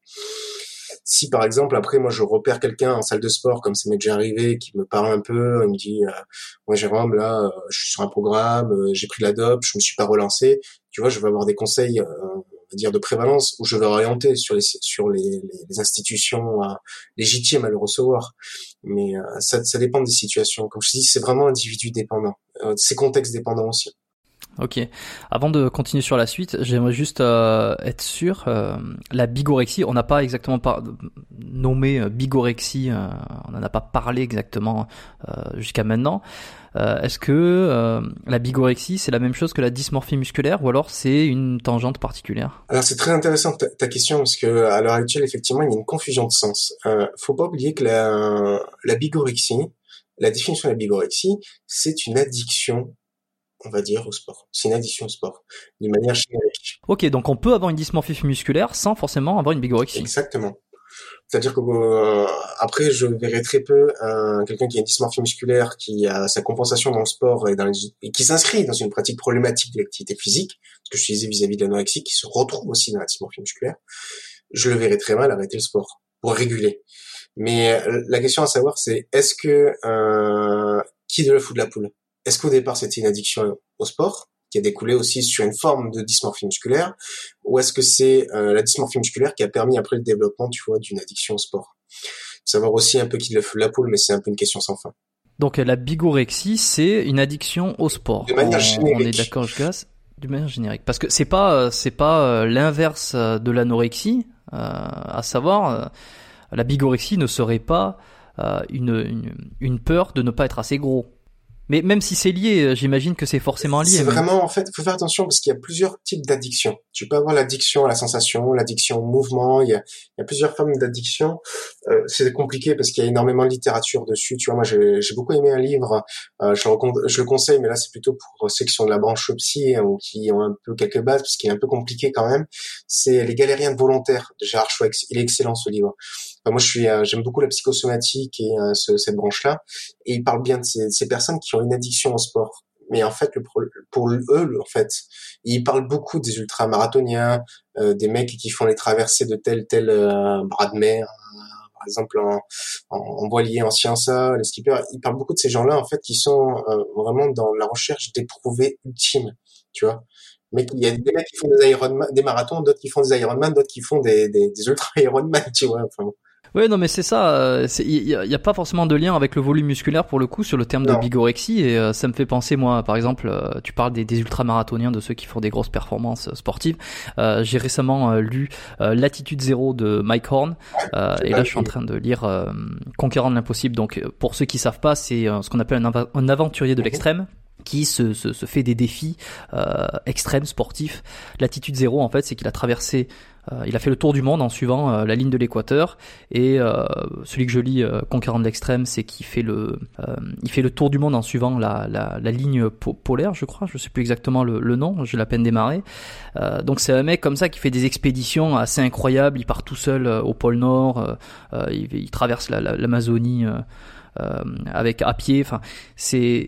Si, par exemple, après, moi, je repère quelqu'un en salle de sport, comme ça m'est déjà arrivé, qui me parle un peu, il me dit, euh, moi, Jérôme, là, euh, je suis sur un programme, euh, j'ai pris la dope, je me suis pas relancé. Tu vois, je vais avoir des conseils, euh, on va dire, de prévalence, où je vais orienter sur les, sur les, les, les institutions euh, légitimes à le recevoir. Mais euh, ça, ça dépend des situations. Comme je te dis, c'est vraiment individu dépendant. Euh, c'est contexte dépendant aussi. Ok. Avant de continuer sur la suite, j'aimerais juste euh, être sûr. Euh, la bigorexie, on n'a pas exactement par... nommé euh, bigorexie, euh, on n'en a pas parlé exactement euh, jusqu'à maintenant. Euh, est-ce que euh, la bigorexie, c'est la même chose que la dysmorphie musculaire, ou alors c'est une tangente particulière? Alors c'est très intéressant ta, ta question, parce que à l'heure actuelle, effectivement, il y a une confusion de sens. Euh, faut pas oublier que la, la bigorexie, la définition de la bigorexie, c'est une addiction, on va dire, au sport. C'est une addiction au sport, d'une manière générique. Ok, donc on peut avoir une dysmorphie musculaire sans forcément avoir une bigorexie. Exactement. C'est-à-dire que euh, après, je verrai très peu un, quelqu'un qui a une dysmorphie musculaire, qui a sa compensation dans le sport et, dans les, et qui s'inscrit dans une pratique problématique de l'activité physique, ce que je disais vis-à-vis de l'anorexie, qui se retrouve aussi dans la dysmorphie musculaire. Je le verrai très mal arrêter le sport pour réguler. Mais euh, la question à savoir, c'est est-ce que euh, qui de l'œuf ou de la poule? Est-ce qu'au départ c'était une addiction au sport qui a découlé aussi sur une forme de dysmorphie musculaire, ou est-ce que c'est euh, la dysmorphie musculaire qui a permis après le développement, tu vois, d'une addiction au sport? Savoir aussi un peu qui de l'œuf ou de la poule, mais c'est un peu une question sans fin. Donc la bigorexie, c'est une addiction au sport. De manière on, générique. On est d'accord, je casse. De manière générique, parce que c'est pas c'est pas l'inverse de l'anorexie, euh, à savoir euh, la bigorexie ne serait pas euh, une, une une peur de ne pas être assez gros. Mais même si c'est lié, j'imagine que c'est forcément lié. C'est mais... vraiment, en fait, faut faire attention parce qu'il y a plusieurs types d'addiction. Tu peux avoir l'addiction à la sensation, l'addiction au mouvement. Il y a, il y a plusieurs formes d'addiction. Euh, c'est compliqué parce qu'il y a énormément de littérature dessus. Tu vois, moi, j'ai, j'ai beaucoup aimé un livre. Euh, je, le, je le conseille, mais là, c'est plutôt pour ceux qui sont de la branche psy hein, ou qui ont un peu quelques bases parce qu'il est un peu compliqué quand même. C'est Les Galériens de volontaires de Gérard Schwex. Il est excellent ce livre. Enfin, moi, je suis, euh, j'aime beaucoup la psychosomatique et euh, ce, cette branche-là. Et il parle bien de ces, ces personnes qui ont une addiction au sport. Mais en fait, le, pour eux, en fait, ils parlent beaucoup des ultramarathoniens, euh, des mecs qui font les traversées de tel tel euh, bras de mer, euh, par exemple en, en, en voilier, en scienza, les skippers. Ils parlent beaucoup de ces gens-là, en fait, qui sont euh, vraiment dans la recherche d'éprouver ultime, tu vois. Mais il y a des mecs qui font des Ironman, des marathons, d'autres qui font des Ironman, d'autres qui font des, des, des ultra Ironman, tu vois. Enfin, ouais, non, mais c'est ça. Il y, y a pas forcément de lien avec le volume musculaire pour le coup sur le terme non. de bigorexie. Et euh, ça me fait penser, moi, par exemple, euh, tu parles des, des ultramarathoniens, de ceux qui font des grosses performances sportives. Euh, j'ai récemment euh, lu euh, Latitude Zéro de Mike Horn. Euh, et là, je suis en train de lire euh, Conquérant de l'impossible. Donc, pour ceux qui savent pas, c'est euh, ce qu'on appelle un, av- un aventurier de l'extrême. Qui se, se, se fait des défis euh, extrêmes sportifs. Latitude Zéro, en fait, c'est qu'il a traversé, euh, il a fait le tour du monde en suivant euh, la ligne de l'équateur. Et euh, celui que je lis, euh, Conquérant de l'extrême, c'est qu'il fait le, euh, il fait le tour du monde en suivant la, la, la ligne po- polaire, je crois. Je sais plus exactement le, le nom. J'ai la peine démarrer. Euh, donc c'est un mec comme ça qui fait des expéditions assez incroyables. Il part tout seul euh, au pôle Nord. Euh, euh, il, il traverse la, la, l'Amazonie euh, euh, avec à pied. Enfin, c'est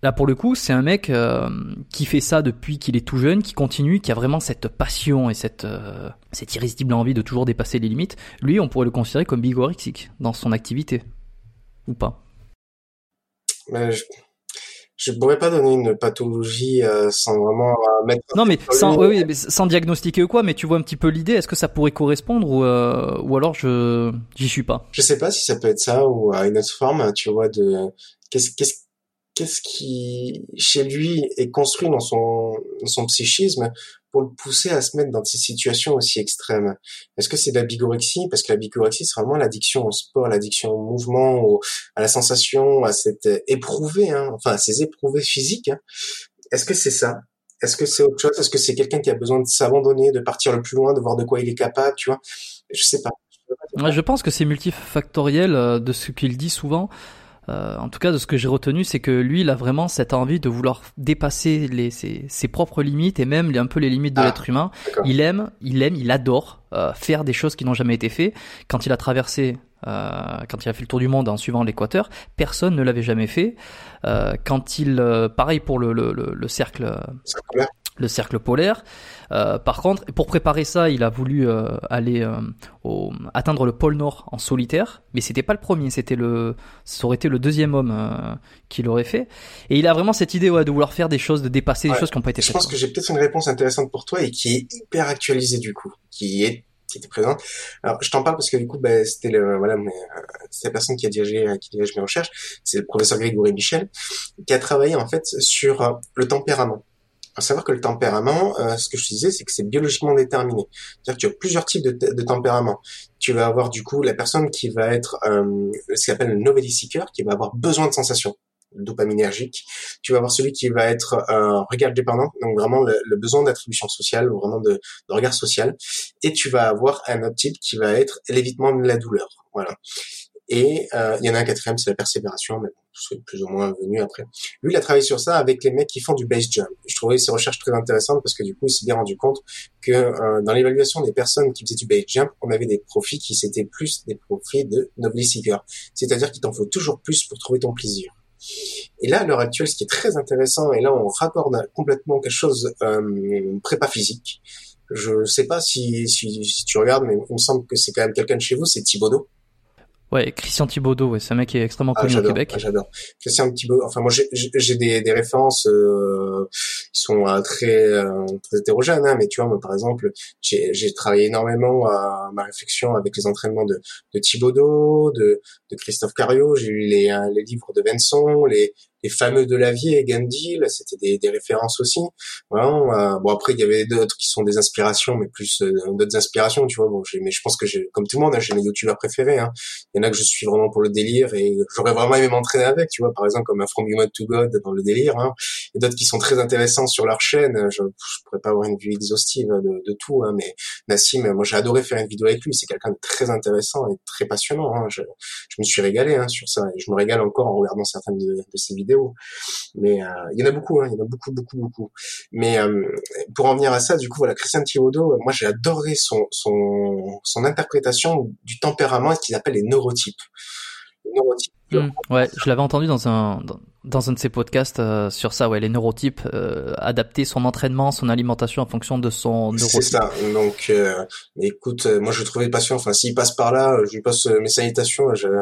Là, pour le coup, c'est un mec euh, qui fait ça depuis qu'il est tout jeune, qui continue, qui a vraiment cette passion et cette, euh, cette irrésistible envie de toujours dépasser les limites. Lui, on pourrait le considérer comme bigorexique dans son activité. Ou pas? Mais je, je pourrais pas donner une pathologie euh, sans vraiment euh, mettre... Non, mais sans, oui, oui, mais sans diagnostiquer ou quoi, mais tu vois un petit peu l'idée. Est-ce que ça pourrait correspondre ou, euh, ou alors je j'y suis pas? Je sais pas si ça peut être ça ou euh, une autre forme, tu vois, de... Qu'est-ce, qu'est-ce qu'est-ce qui, chez lui, est construit dans son, dans son psychisme pour le pousser à se mettre dans ces situations aussi extrêmes? Est-ce que c'est de la bigorexie? Parce que la bigorexie, c'est vraiment l'addiction au sport, l'addiction au mouvement, au, à la sensation, à cette éprouvée, hein, enfin, à ces éprouvées physiques. Hein. Est-ce que c'est ça? Est-ce que c'est autre chose? Est-ce que c'est quelqu'un qui a besoin de s'abandonner, de partir le plus loin, de voir de quoi il est capable, tu vois? Je sais pas. Ouais, je pense que c'est multifactoriel euh, de ce qu'il dit souvent. Euh, en tout cas, de ce que j'ai retenu, c'est que lui, il a vraiment cette envie de vouloir dépasser les, ses, ses propres limites et même un peu les limites de Ah, l'être humain. d'accord. Il aime, il aime, il adore euh, faire des choses qui n'ont jamais été faites. Quand il a traversé, euh, quand il a fait le tour du monde en suivant l'équateur, personne ne l'avait jamais fait. Euh, quand il, euh, pareil pour le, le, le, le cercle. C'est clair. Le cercle polaire. Euh, par contre, pour préparer ça, il a voulu euh, aller euh, au, atteindre le pôle Nord en solitaire, mais c'était pas le premier, c'était le, ça aurait été le deuxième homme euh, qui l'aurait fait. Et il a vraiment cette idée ouais, de vouloir faire des choses, de dépasser Ouais. des choses qui n'ont pas été Je faites. pense que j'ai peut-être une réponse intéressante pour toi et qui est hyper actualisée du coup, qui est qui était présente. Alors, je t'en parle parce que du coup, bah, c'était le, voilà, mais, euh, c'est la personne qui a dirigé, qui dirige mes recherches, c'est le professeur Grégory Michel, qui a travaillé en fait sur euh, le tempérament. À savoir que le tempérament, euh, ce que je te disais, c'est que c'est biologiquement déterminé. C'est-à-dire que tu as plusieurs types de, de tempérament. Tu vas avoir du coup la personne qui va être euh, ce qu'on appelle le novelty seeker, qui va avoir besoin de sensations dopaminergiques. Tu vas avoir celui qui va être euh, regard dépendant, donc vraiment le, le besoin d'attribution sociale, vraiment de, de regard social. Et tu vas avoir un autre type qui va être l'évitement de la douleur. Voilà. Et euh, il y en a un quatrième, c'est la persévération, mais bon, c'est plus ou moins venu après. Lui, il a travaillé sur ça avec les mecs qui font du base jump. Je trouvais ces recherches très intéressantes parce que du coup, il s'est bien rendu compte que euh, dans l'évaluation des personnes qui faisaient du base jump, on avait des profils qui c'était plus des profils de novelty seeker. C'est-à-dire qu'il t'en faut toujours plus pour trouver ton plaisir. Et là, à l'heure actuelle, ce qui est très intéressant, et là, on raccorde complètement quelque chose euh, prépa physique. Je sais pas si, si, si tu regardes, mais il me semble que c'est quand même quelqu'un de chez vous, c'est Thibaudot. Ouais, Christian Thibaudot, ouais, c'est un mec qui est extrêmement Ah, connu au j'adore, Québec. ah, j'adore. Christian Thibaudot. Enfin, moi, j'ai, j'ai des, des références euh, qui sont euh, très, euh, très hétérogènes, hein, mais tu vois, moi, par exemple, j'ai, j'ai travaillé énormément à ma réflexion avec les entraînements de, de Thibaudot, de, de Christophe Cario. J'ai lu les, euh, les livres de Benson, les, les fameux Delavier et Gandhi. Là, c'était des, des références aussi. Vraiment. Euh, bon, après, il y avait d'autres qui sont des inspirations, mais plus euh, d'autres inspirations, tu vois. Bon, j'ai, mais je pense que j'ai, comme tout le monde, hein, j'ai mes youtubeurs préférés. Hein. Il y en a que je suis vraiment pour le délire et j'aurais vraiment aimé m'entraîner avec, tu vois, par exemple comme un From Human to God dans le délire, hein. Et d'autres qui sont très intéressants sur leur chaîne. Je, je pourrais pas avoir une vue exhaustive de, de tout, hein, mais Nassim, moi j'ai adoré faire une vidéo avec lui. C'est quelqu'un de très intéressant et très passionnant. Hein. Je, je me suis régalé hein, sur ça et je me régale encore en regardant certaines de, de ses vidéos. Mais euh, il y en a beaucoup, hein, il y en a beaucoup, beaucoup, beaucoup. Mais euh, pour en venir à ça, du coup, voilà, Christian Thibaudot, moi j'ai adoré son son son interprétation du tempérament, ce qu'il appelle les neurotypes. Les neurotypes. Mmh, ouais, je l'avais entendu dans un dans, dans un de ses podcasts euh, sur ça, ouais, les neurotypes, euh, adapter son entraînement, son alimentation en fonction de son neurotype. C'est ça. Donc, euh, écoute, euh, moi je le trouvais patient. Enfin, s'il passe par là, je lui passe euh, mes salutations. Je,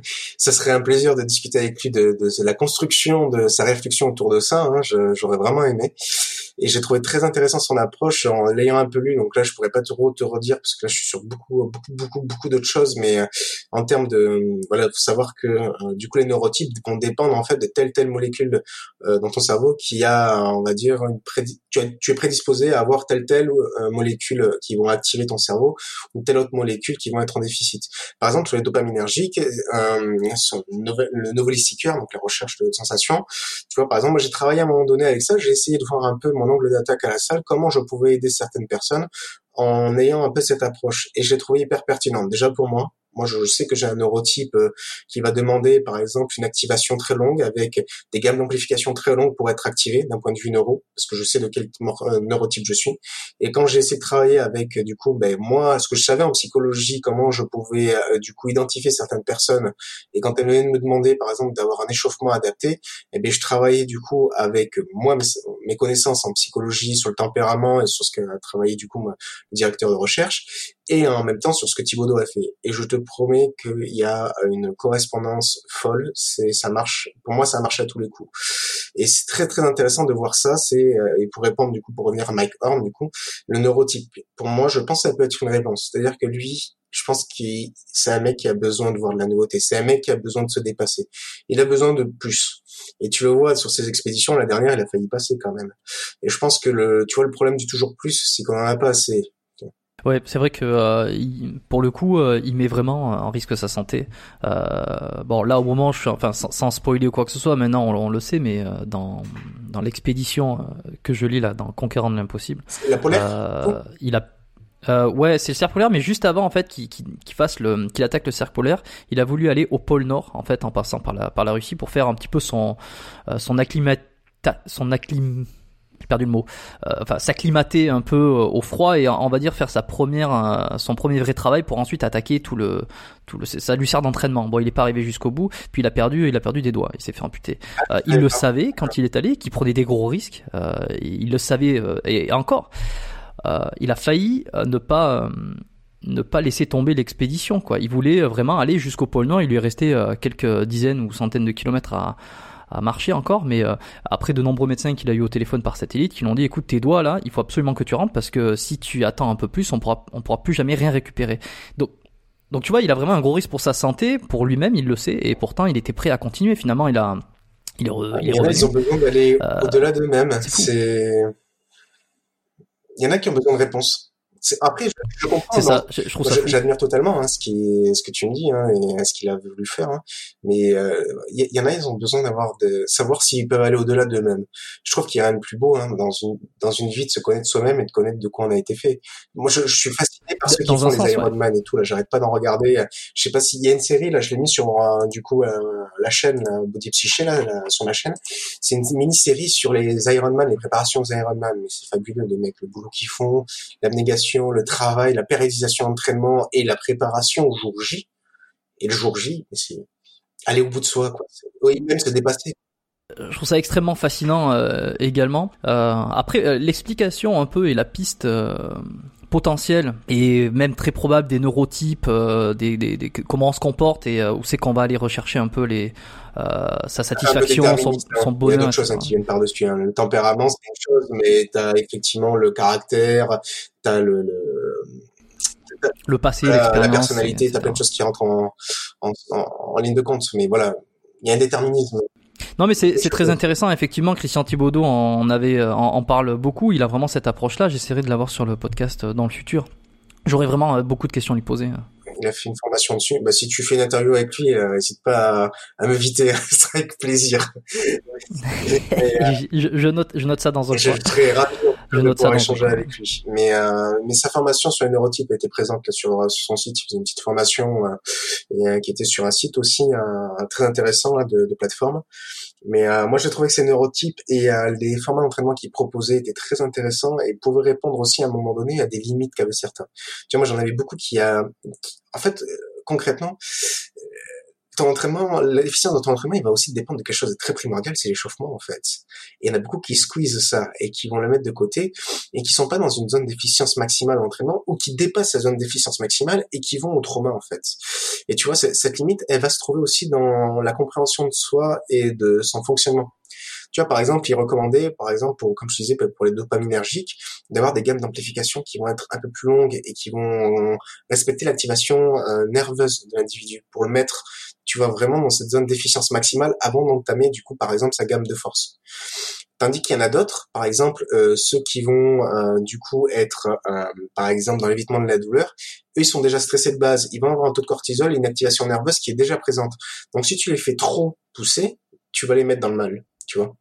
ça serait un plaisir de discuter avec lui de, de, de la construction de sa réflexion autour de ça. Hein. Je, j'aurais vraiment aimé. Et j'ai trouvé très intéressant son approche en l'ayant un peu lu. Donc là, je pourrais pas trop te redire parce que là, je suis sur beaucoup, beaucoup, beaucoup, beaucoup d'autres choses. Mais euh, en termes de, voilà, faut savoir que euh, du coup, les neurotypes vont dépendre en fait de telle telle molécule euh, dans ton cerveau qui a, on va dire, une prédi- tu, as, tu es prédisposé à avoir telle telle euh, molécule qui vont activer ton cerveau ou telle autre molécule qui vont être en déficit. Par exemple, sur les dopaminergiques, euh, sur le, novel- le novelty seeker, donc la recherche de sensations. Tu vois, par exemple, moi j'ai travaillé à un moment donné avec ça. J'ai essayé de voir un peu mon angle d'attaque à la salle, comment je pouvais aider certaines personnes en ayant un peu cette approche. Et je l'ai trouvé hyper pertinente. Déjà pour moi, Moi, je sais que j'ai un neurotype euh, qui va demander, par exemple, une activation très longue avec des gammes d'amplification très longues pour être activé d'un point de vue neuro, parce que je sais de quel euh, neurotype je suis. Et quand j'ai essayé de travailler avec, du coup, ben moi, ce que je savais en psychologie, comment je pouvais euh, du coup identifier certaines personnes, et quand elles venaient de me demander, par exemple, d'avoir un échauffement adapté, eh bien, je travaillais du coup avec moi mes, mes connaissances en psychologie sur le tempérament et sur ce qu'a travaillé du coup moi, le directeur de recherche, et en même temps sur ce que Thibaudeau a fait. Et je te promets qu'il y a une correspondance folle. C'est, ça marche. Pour moi, ça marche à tous les coups. Et c'est très très intéressant de voir ça. C'est et pour répondre du coup, pour revenir à Mike Horn, du coup, le neurotype. Pour moi, je pense que ça peut être une réponse. C'est-à-dire que lui, je pense qu'il c'est un mec qui a besoin de voir de la nouveauté. C'est un mec qui a besoin de se dépasser. Il a besoin de plus. Et tu le vois sur ses expéditions. La dernière, il a failli passer quand même. Et je pense que le, tu vois, le problème du toujours plus, c'est qu'on en a pas assez. Ouais, c'est vrai que euh, il, pour le coup, euh, il met vraiment en risque sa santé. Euh, bon, là au moment, je suis, enfin, sans, sans spoiler ou quoi que ce soit, maintenant on, on le sait, mais euh, dans dans l'expédition euh, que je lis là, dans Conquérant de l'impossible, la polaire, euh, oh. il a Euh, ouais, c'est le cercle polaire, mais juste avant en fait qu'il qu'il, qu'il fasse le, qu'il attaque le cercle polaire, il a voulu aller au pôle Nord en fait en passant par la par la Russie pour faire un petit peu son euh, son acclimata son acclim j'ai perdu le mot, euh, enfin s'acclimater un peu au froid et on va dire faire sa première euh, son premier vrai travail pour ensuite attaquer tout le tout le ça lui sert d'entraînement. Bon, il est pas arrivé jusqu'au bout, puis il a perdu il a perdu des doigts, il s'est fait amputer. Euh, il le savait quand il est allé, qu'il prenait des gros risques, euh, il le savait euh, et encore Euh, il a failli euh, ne pas euh, ne pas laisser tomber l'expédition, quoi. Il voulait vraiment aller jusqu'au pôle Nord. Il lui est resté euh, quelques dizaines ou centaines de kilomètres à, à marcher encore, mais euh, après de nombreux médecins qu'il a eu au téléphone par satellite, qui lui ont dit écoute, tes doigts là, il faut absolument que tu rentres parce que si tu attends un peu plus, on pourra on pourra plus jamais rien récupérer. Donc donc tu vois, il a vraiment un gros risque pour sa santé, pour lui-même, il le sait, et pourtant il était prêt à continuer. Finalement, il a il est, re, il est revenu. Ils ont besoin d'aller euh, au-delà d'eux-mêmes. C'est, c'est il y en a qui ont besoin de réponses. C'est... Après, je, je comprends. C'est ça, je, je trouve ça fou. J'admire totalement hein, ce qui, ce que tu me dis hein, et ce qu'il a voulu faire. Hein. Mais il euh, y, y en a, ils ont besoin d'avoir de savoir s'ils peuvent aller au-delà d'eux-mêmes. Je trouve qu'il y a rien de plus beau hein, dans une dans une vie de se connaître soi-même et de connaître de quoi on a été fait. Moi, je, je suis fasciné par ceux qui font les Ironman ouais. et tout. Là, j'arrête pas d'en regarder. Je sais pas s'il y a une série là, je l'ai mis sur euh, du coup euh, la chaîne là, Body Psyché là, là, sur ma chaîne. C'est une mini-série sur les Ironman, les préparations aux Ironman. Mais c'est fabuleux les mecs, le boulot qu'ils font, l'abnégation, le travail, la périodisation d'entraînement et la préparation au jour J. Et le jour J, c'est aller au bout de soi, quoi. C'est, oui, même se dépasser. Je trouve ça extrêmement fascinant euh, également. Euh, après, euh, l'explication un peu et la piste euh, potentielle et même très probable des neurotypes, euh, des, des, des comment on se comporte et euh, où c'est qu'on va aller rechercher un peu les euh, sa satisfaction, son, son bonheur. Il y a d'autres choses hein, qui viennent par-dessus. Hein. Le tempérament, c'est une chose, mais t'as effectivement le caractère, t'as le, le le passé, la, l'expérience, la personnalité, et, t'as plein de choses qui rentrent en, en, en, en ligne de compte. Mais voilà, il y a un déterminisme. Non mais c'est, c'est très intéressant effectivement. Christian Thibaudeau en avait en, en parle beaucoup. Il a vraiment cette approche-là. J'essaierai de l'avoir sur le podcast dans le futur. J'aurais vraiment beaucoup de questions à lui poser. Il a fait une formation dessus. Bah, si tu fais une interview avec lui, euh, n'hésite pas à, à m'inviter, ce sera avec plaisir. Mais, euh, je, je note, je note ça dans un coin. Je serais ravi je de note pouvoir ça échanger avec lui. Mais, euh, mais sa formation sur les neurotypes était présente là, sur, sur son site. Il faisait une petite formation euh, et, euh, qui était sur un site aussi euh, très intéressant là, de, de plateforme. Mais euh, moi, j'ai trouvé que ces neurotypes et euh, les formats d'entraînement qu'ils proposaient étaient très intéressants et pouvaient répondre aussi à un moment donné à des limites qu'avaient certains. Tu vois, moi, j'en avais beaucoup qui a... Qui, en fait, euh, concrètement, euh, ton entraînement, l'efficience de ton entraînement, il va aussi dépendre de quelque chose de très primordial, c'est l'échauffement, en fait. Et il y en a beaucoup qui squeezent ça et qui vont le mettre de côté et qui sont pas dans une zone d'efficience maximale d'entraînement ou qui dépassent la zone d'efficience maximale et qui vont au trauma, en fait. Et tu vois, cette limite, elle va se trouver aussi dans la compréhension de soi et de son fonctionnement. Tu vois, par exemple, il recommandait, par exemple, pour, comme je disais, pour les dopaminergiques, d'avoir des gammes d'amplification qui vont être un peu plus longues et qui vont respecter l'activation euh, nerveuse de l'individu pour le mettre, tu vois, vraiment dans cette zone d'efficience maximale avant d'entamer, du coup, par exemple, sa gamme de force. Tandis qu'il y en a d'autres, par exemple, euh, ceux qui vont, euh, du coup, être, euh, par exemple, dans l'évitement de la douleur, eux, ils sont déjà stressés de base, ils vont avoir un taux de cortisol et une activation nerveuse qui est déjà présente. Donc, si tu les fais trop pousser, tu vas les mettre dans le mal. Tu vois,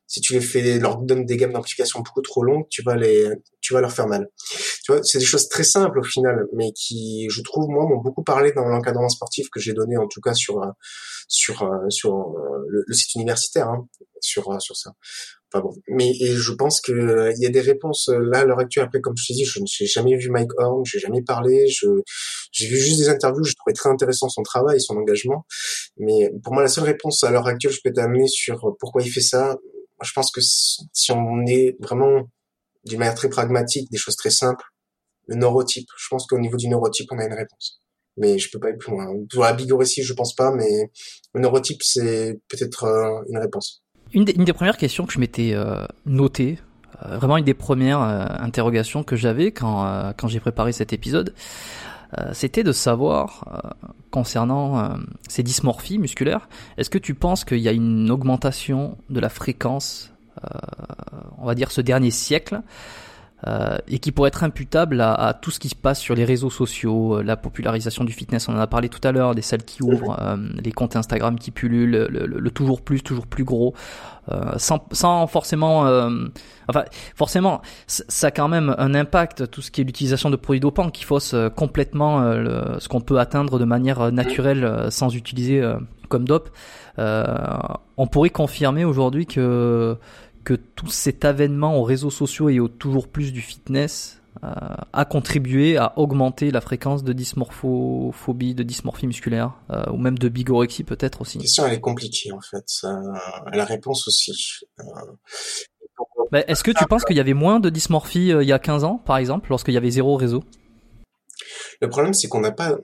si tu les fais, leur donnes des gammes d'amplification beaucoup trop longues, tu vas les, tu vas leur faire mal. Tu vois, c'est des choses très simples au final, mais qui, je trouve, moi, m'ont beaucoup parlé dans l'encadrement sportif que j'ai donné, en tout cas sur, sur, sur le, le site universitaire, hein, sur, sur ça. Enfin bon, mais et je pense que il y a des réponses là à l'heure actuelle. Après, comme je te dis, je n'ai jamais vu Mike Horn, j'ai jamais parlé, je j'ai vu juste des interviews, je trouvais très intéressant son travail, son engagement. Mais pour moi, la seule réponse à l'heure actuelle, je peux t'amener sur pourquoi il fait ça. Je pense que si on est vraiment d'une manière très pragmatique, des choses très simples, le neurotype. Je pense qu'au niveau du neurotype, on a une réponse. Mais je peux pas aller plus loin. Pour la bigorexie, je pense pas, mais le neurotype, c'est peut-être euh, une réponse. Une des, une des premières questions que je m'étais euh, notée, euh, vraiment une des premières euh, interrogations que j'avais quand euh, quand j'ai préparé cet épisode, euh, c'était de savoir euh, concernant euh, ces dysmorphies musculaires, est-ce que tu penses qu'il y a une augmentation de la fréquence, euh, on va dire ce dernier siècle, Euh, et qui pourrait être imputable à, à tout ce qui se passe sur les réseaux sociaux, euh, la popularisation du fitness, on en a parlé tout à l'heure, des salles qui ouvrent, euh, les comptes Instagram qui pullulent, le, le, le toujours plus, toujours plus gros, euh, sans, sans forcément, euh, enfin forcément, ça a quand même un impact, tout ce qui est l'utilisation de produits dopants qui fausse complètement euh, le, ce qu'on peut atteindre de manière naturelle euh, sans utiliser euh, comme dope. Euh, on pourrait confirmer aujourd'hui que que tout cet avènement aux réseaux sociaux et au toujours plus du fitness euh, a contribué à augmenter la fréquence de dysmorphophobie, de dysmorphie musculaire, euh, ou même de bigorexie peut-être aussi. La question, elle est compliquée en fait. Euh, la réponse aussi. Euh... Mais est-ce que tu penses qu'il y avait moins de dysmorphie euh, il y a quinze ans, par exemple, lorsqu'il y avait zéro réseau ? Le problème, c'est qu'on n'a pas...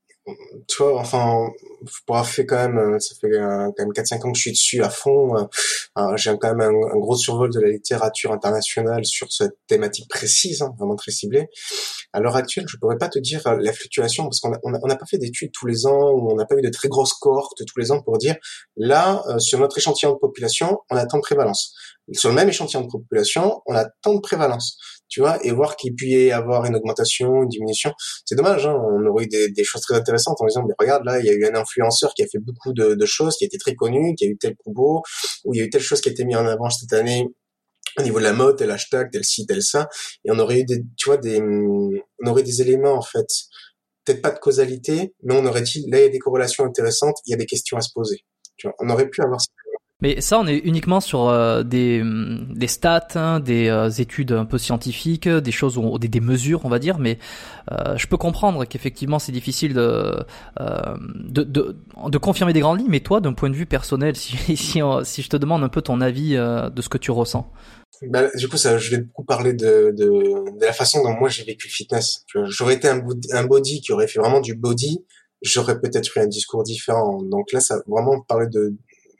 Tu vois, enfin, pour avoir fait quand même, ça fait euh, quand même quatre cinq ans que je suis dessus à fond, euh, euh, j'ai quand même un, un gros survol de la littérature internationale sur cette thématique précise, hein, vraiment très ciblée. À l'heure actuelle, je pourrais pas te dire euh, la fluctuation, parce qu'on a, on a, on n'a pas fait d'études tous les ans, ou on n'a pas eu de très grosses cohortes tous les ans pour dire, là, euh, sur notre échantillon de population, on a tant de prévalence. Sur le même échantillon de population, on a tant de prévalence. Tu vois, et voir qu'il puisse y avoir une augmentation, une diminution. C'est dommage, hein, on aurait eu des, des choses très intéressantes en disant, mais regarde, là, il y a eu un influenceur qui a fait beaucoup de, de choses, qui a été très connu, qui a eu tel combo, ou il y a eu telle chose qui a été mise en avant cette année au niveau de la mode, tel hashtag, tel ci, tel ça, et on aurait eu des, tu vois, des, on aurait des éléments, en fait, peut-être pas de causalité, mais on aurait dit, là, il y a des corrélations intéressantes, il y a des questions à se poser. Tu vois, on aurait pu avoir ça. Mais ça, on est uniquement sur euh, des, des stats, hein, des euh, études un peu scientifiques, des choses, où, des, des mesures, on va dire. Mais euh, je peux comprendre qu'effectivement, c'est difficile de, euh, de, de, de confirmer des grandes lignes. Mais toi, d'un point de vue personnel, si, si, si je te demande un peu ton avis euh, de ce que tu ressens. Bah, du coup, ça, je vais beaucoup parler de, de, de la façon dont moi j'ai vécu le fitness. J'aurais été un, un body qui aurait fait vraiment du body, j'aurais peut-être eu un discours différent. Donc là, ça vraiment parler de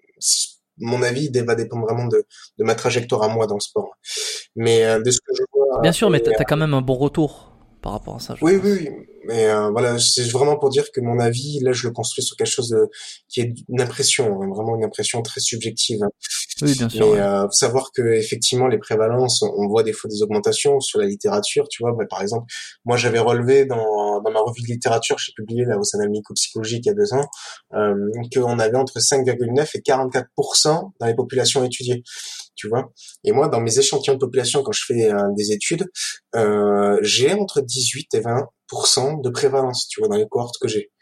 mon avis va dépendre vraiment de, de ma trajectoire à moi dans le sport. Mais euh, de ce que je vois... Bien sûr, mais t'as, euh, t'as quand même un bon retour par rapport à ça. Oui, pense. oui, oui. Mais euh, voilà, c'est vraiment pour dire que mon avis, là, je le construis sur quelque chose de, qui est une impression, hein, vraiment une impression très subjective. Hein. Oui, bien sûr. Mais ouais. euh, faut savoir que effectivement, les prévalences, on voit des fois des augmentations sur la littérature. Tu vois, bah, par exemple, moi, j'avais relevé dans dans ma revue de littérature, j'ai publié là au Annales médico-psychologiques il y a deux ans, euh, qu'on avait entre cinq virgule neuf et quarante-quatre pour cent dans les populations étudiées. Tu vois. Et moi, dans mes échantillons de population, quand je fais euh, des études, euh, j'ai entre dix-huit et vingt pour cent de prévalence, tu vois, dans les cohortes que j'ai.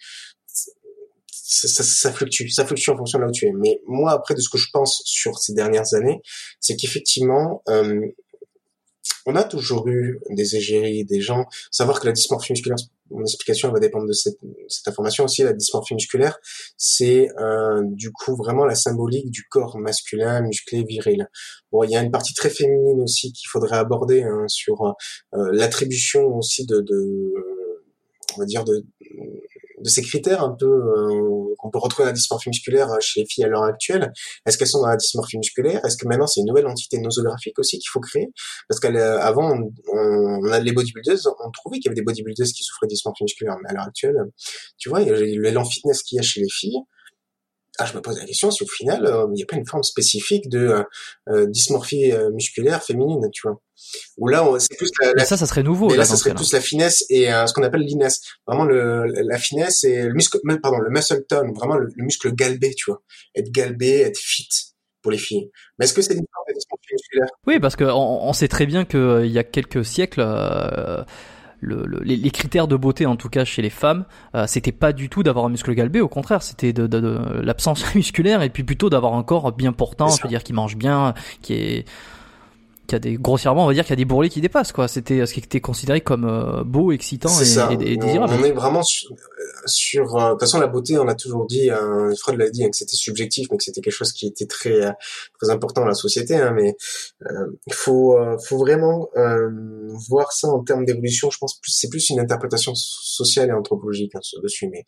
Ça, ça, ça fluctue, ça fluctue en fonction de là où tu es. Mais moi, après, de ce que je pense sur ces dernières années, c'est qu'effectivement, euh, on a toujours eu des égéries, des gens. Savoir que la dysmorphie musculaire, mon explication va dépendre de cette, cette information aussi. La dysmorphie musculaire, c'est euh, du coup vraiment la symbolique du corps masculin, musclé, viril. Bon, il y a une partie très féminine aussi qu'il faudrait aborder hein, sur euh, l'attribution aussi de, de, on va dire de de ces critères un peu euh, qu'on peut retrouver dans la dysmorphie musculaire chez les filles à l'heure actuelle. Est-ce qu'elles sont dans la dysmorphie musculaire? Est-ce que maintenant c'est une nouvelle entité nosographique aussi qu'il faut créer? Parce qu'avant, on, on a les bodybuilders, on trouvait qu'il y avait des bodybuilders qui souffraient de dysmorphie musculaire, mais à l'heure actuelle, tu vois, il y a l'élan fitness qu'il y a chez les filles. Ah, je me pose la question si au final, euh, il n'y a pas une forme spécifique de euh, dysmorphie euh, musculaire féminine, tu vois. Où là, on, c'est plus la, la mais ça, ça serait nouveau. mais là, là, ça serait plus la finesse et euh, ce qu'on appelle l'iness. Vraiment le, la finesse et le muscle, pardon, le muscle tone, vraiment le, le muscle galbé, tu vois. Être galbé, être fit. pour les filles. Mais est-ce que c'est une forme de dysmorphie musculaire? Oui, parce que on, on sait très bien que euh, il y a quelques siècles, euh, le, le, les, les critères de beauté, en tout cas chez les femmes, euh, c'était pas du tout d'avoir un muscle galbé. Au contraire, c'était de, de, de l'absence musculaire et puis plutôt d'avoir un corps bien portant, je veux dire qui mange bien, qui est qu'il y a des grossièrement on va dire qu'il y a des bourrelets qui dépassent quoi. C'était ce qui était considéré comme euh, beau, excitant et, et, et désirable. On est vraiment sur, sur euh, de toute façon la beauté, on a toujours dit, hein, Freud l'a dit, hein, que c'était subjectif, mais que c'était quelque chose qui était très euh, très important dans la société. Hein, mais il euh, faut euh, faut vraiment euh, voir ça en termes d'évolution. Je pense plus c'est plus une interprétation sociale et anthropologique hein, dessus, mais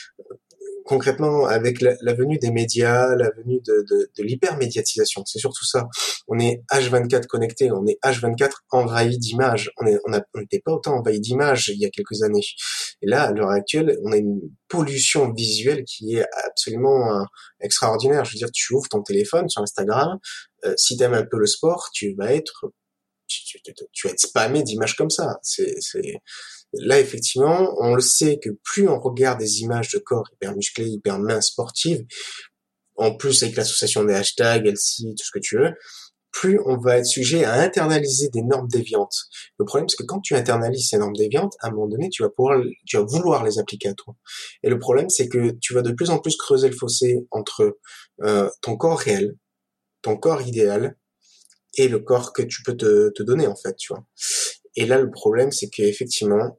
concrètement, avec la, la venue des médias, la venue de, de, de l'hypermédiatisation, c'est surtout ça. On est H vingt-quatre connecté, on est H vingt-quatre envahi d'images. On est, on a, on n'était pas autant envahi d'images il y a quelques années. Et là, à l'heure actuelle, on a une pollution visuelle qui est absolument euh, extraordinaire. Je veux dire, tu ouvres ton téléphone sur Instagram, euh, si t'aimes un peu le sport, tu vas être, tu, tu, tu vas être spammé d'images comme ça. C'est, c'est, Là, effectivement, on le sait que plus on regarde des images de corps hyper musclés, hyper minces, sportives, en plus avec l'association des hashtags, L C, tout ce que tu veux, plus on va être sujet à internaliser des normes déviantes. Le problème, c'est que quand tu internalises ces normes déviantes, à un moment donné, tu vas pouvoir, tu vas vouloir les appliquer à toi. Et le problème, c'est que tu vas de plus en plus creuser le fossé entre euh, ton corps réel, ton corps idéal, et le corps que tu peux te, te donner, en fait, tu vois. Et là, le problème, c'est qu'effectivement,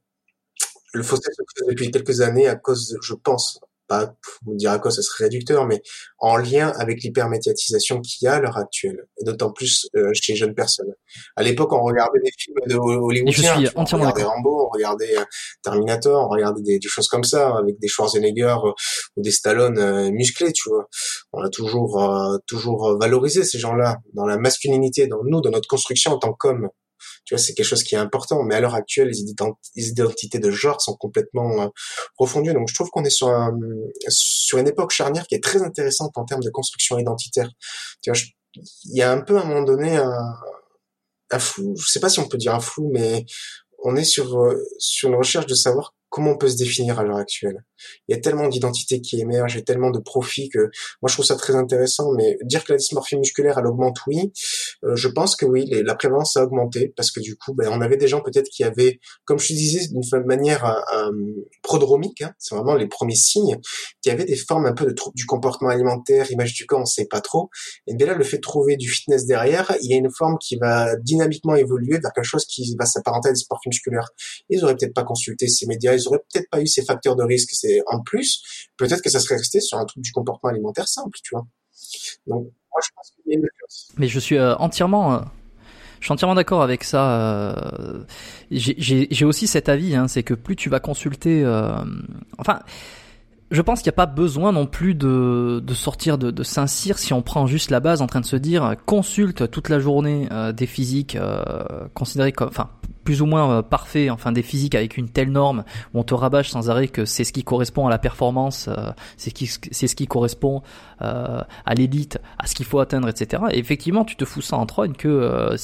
le fossé se creuse depuis quelques années à cause, de, je pense, pas vous dire à cause, ça serait réducteur, mais en lien avec l'hypermédiatisation qu'il y a à l'heure actuelle, et d'autant plus euh, chez les jeunes personnes. À l'époque, on regardait des films de hollywoodiens, je suis entièrement on regardait d'accord. Rambo, on regardait euh, Terminator, on regardait des, des choses comme ça, avec des Schwarzenegger euh, ou des Stallone euh, musclés, tu vois. On a toujours euh, toujours valorisé ces gens-là dans la masculinité, dans nous, dans notre construction en tant qu'hommes. Tu vois, c'est quelque chose qui est important, mais à l'heure actuelle, les, ident- les identités de genre sont complètement euh, refondues. Donc, je trouve qu'on est sur, un, sur une époque charnière qui est très intéressante en termes de construction identitaire. Tu vois, je, il y a un peu à un moment donné un, un flou. Je sais pas si on peut dire un flou, mais on est sur euh, sur une recherche de savoir comment on peut se définir à l'heure actuelle. Il y a tellement d'identités qui émergent et tellement de profils que moi je trouve ça très intéressant, mais dire que la dysmorphie musculaire elle augmente, oui, euh, je pense que oui, les, la prévalence a augmenté parce que du coup, ben, on avait des gens peut-être qui avaient, comme je te disais, d'une manière euh, prodromique, hein, c'est vraiment les premiers signes, qui avaient des formes un peu de troubles du comportement alimentaire, image du corps, on sait pas trop. Et bien là, le fait de trouver du fitness derrière, il y a une forme qui va dynamiquement évoluer vers quelque chose qui va s'apparenter à la dysmorphie musculaire. Ils auraient peut-être pas consulté ces médias, ils auraient peut-être pas eu ces facteurs de risque. C'est en plus, peut-être que ça serait resté sur un trouble du comportement alimentaire simple, tu vois. Donc, moi, je pense qu'il y a une chose. Mais je suis euh, entièrement, euh, je suis entièrement d'accord avec ça. Euh, j'ai, j'ai, j'ai aussi cet avis, hein, c'est que plus tu vas consulter, euh, enfin. Je pense qu'il n'y a pas besoin non plus de, de sortir de, de Saint-Cyr si on prend juste la base en train de se dire consulte toute la journée euh, des physiques euh, considérés comme, enfin plus ou moins euh, parfaits, enfin des physiques avec une telle norme où on te rabâche sans arrêt que c'est ce qui correspond à la performance, euh, c'est ce qui c'est ce qui correspond euh, à l'élite, à ce qu'il faut atteindre, et cetera. Et effectivement, tu te fous ça en trogne que euh,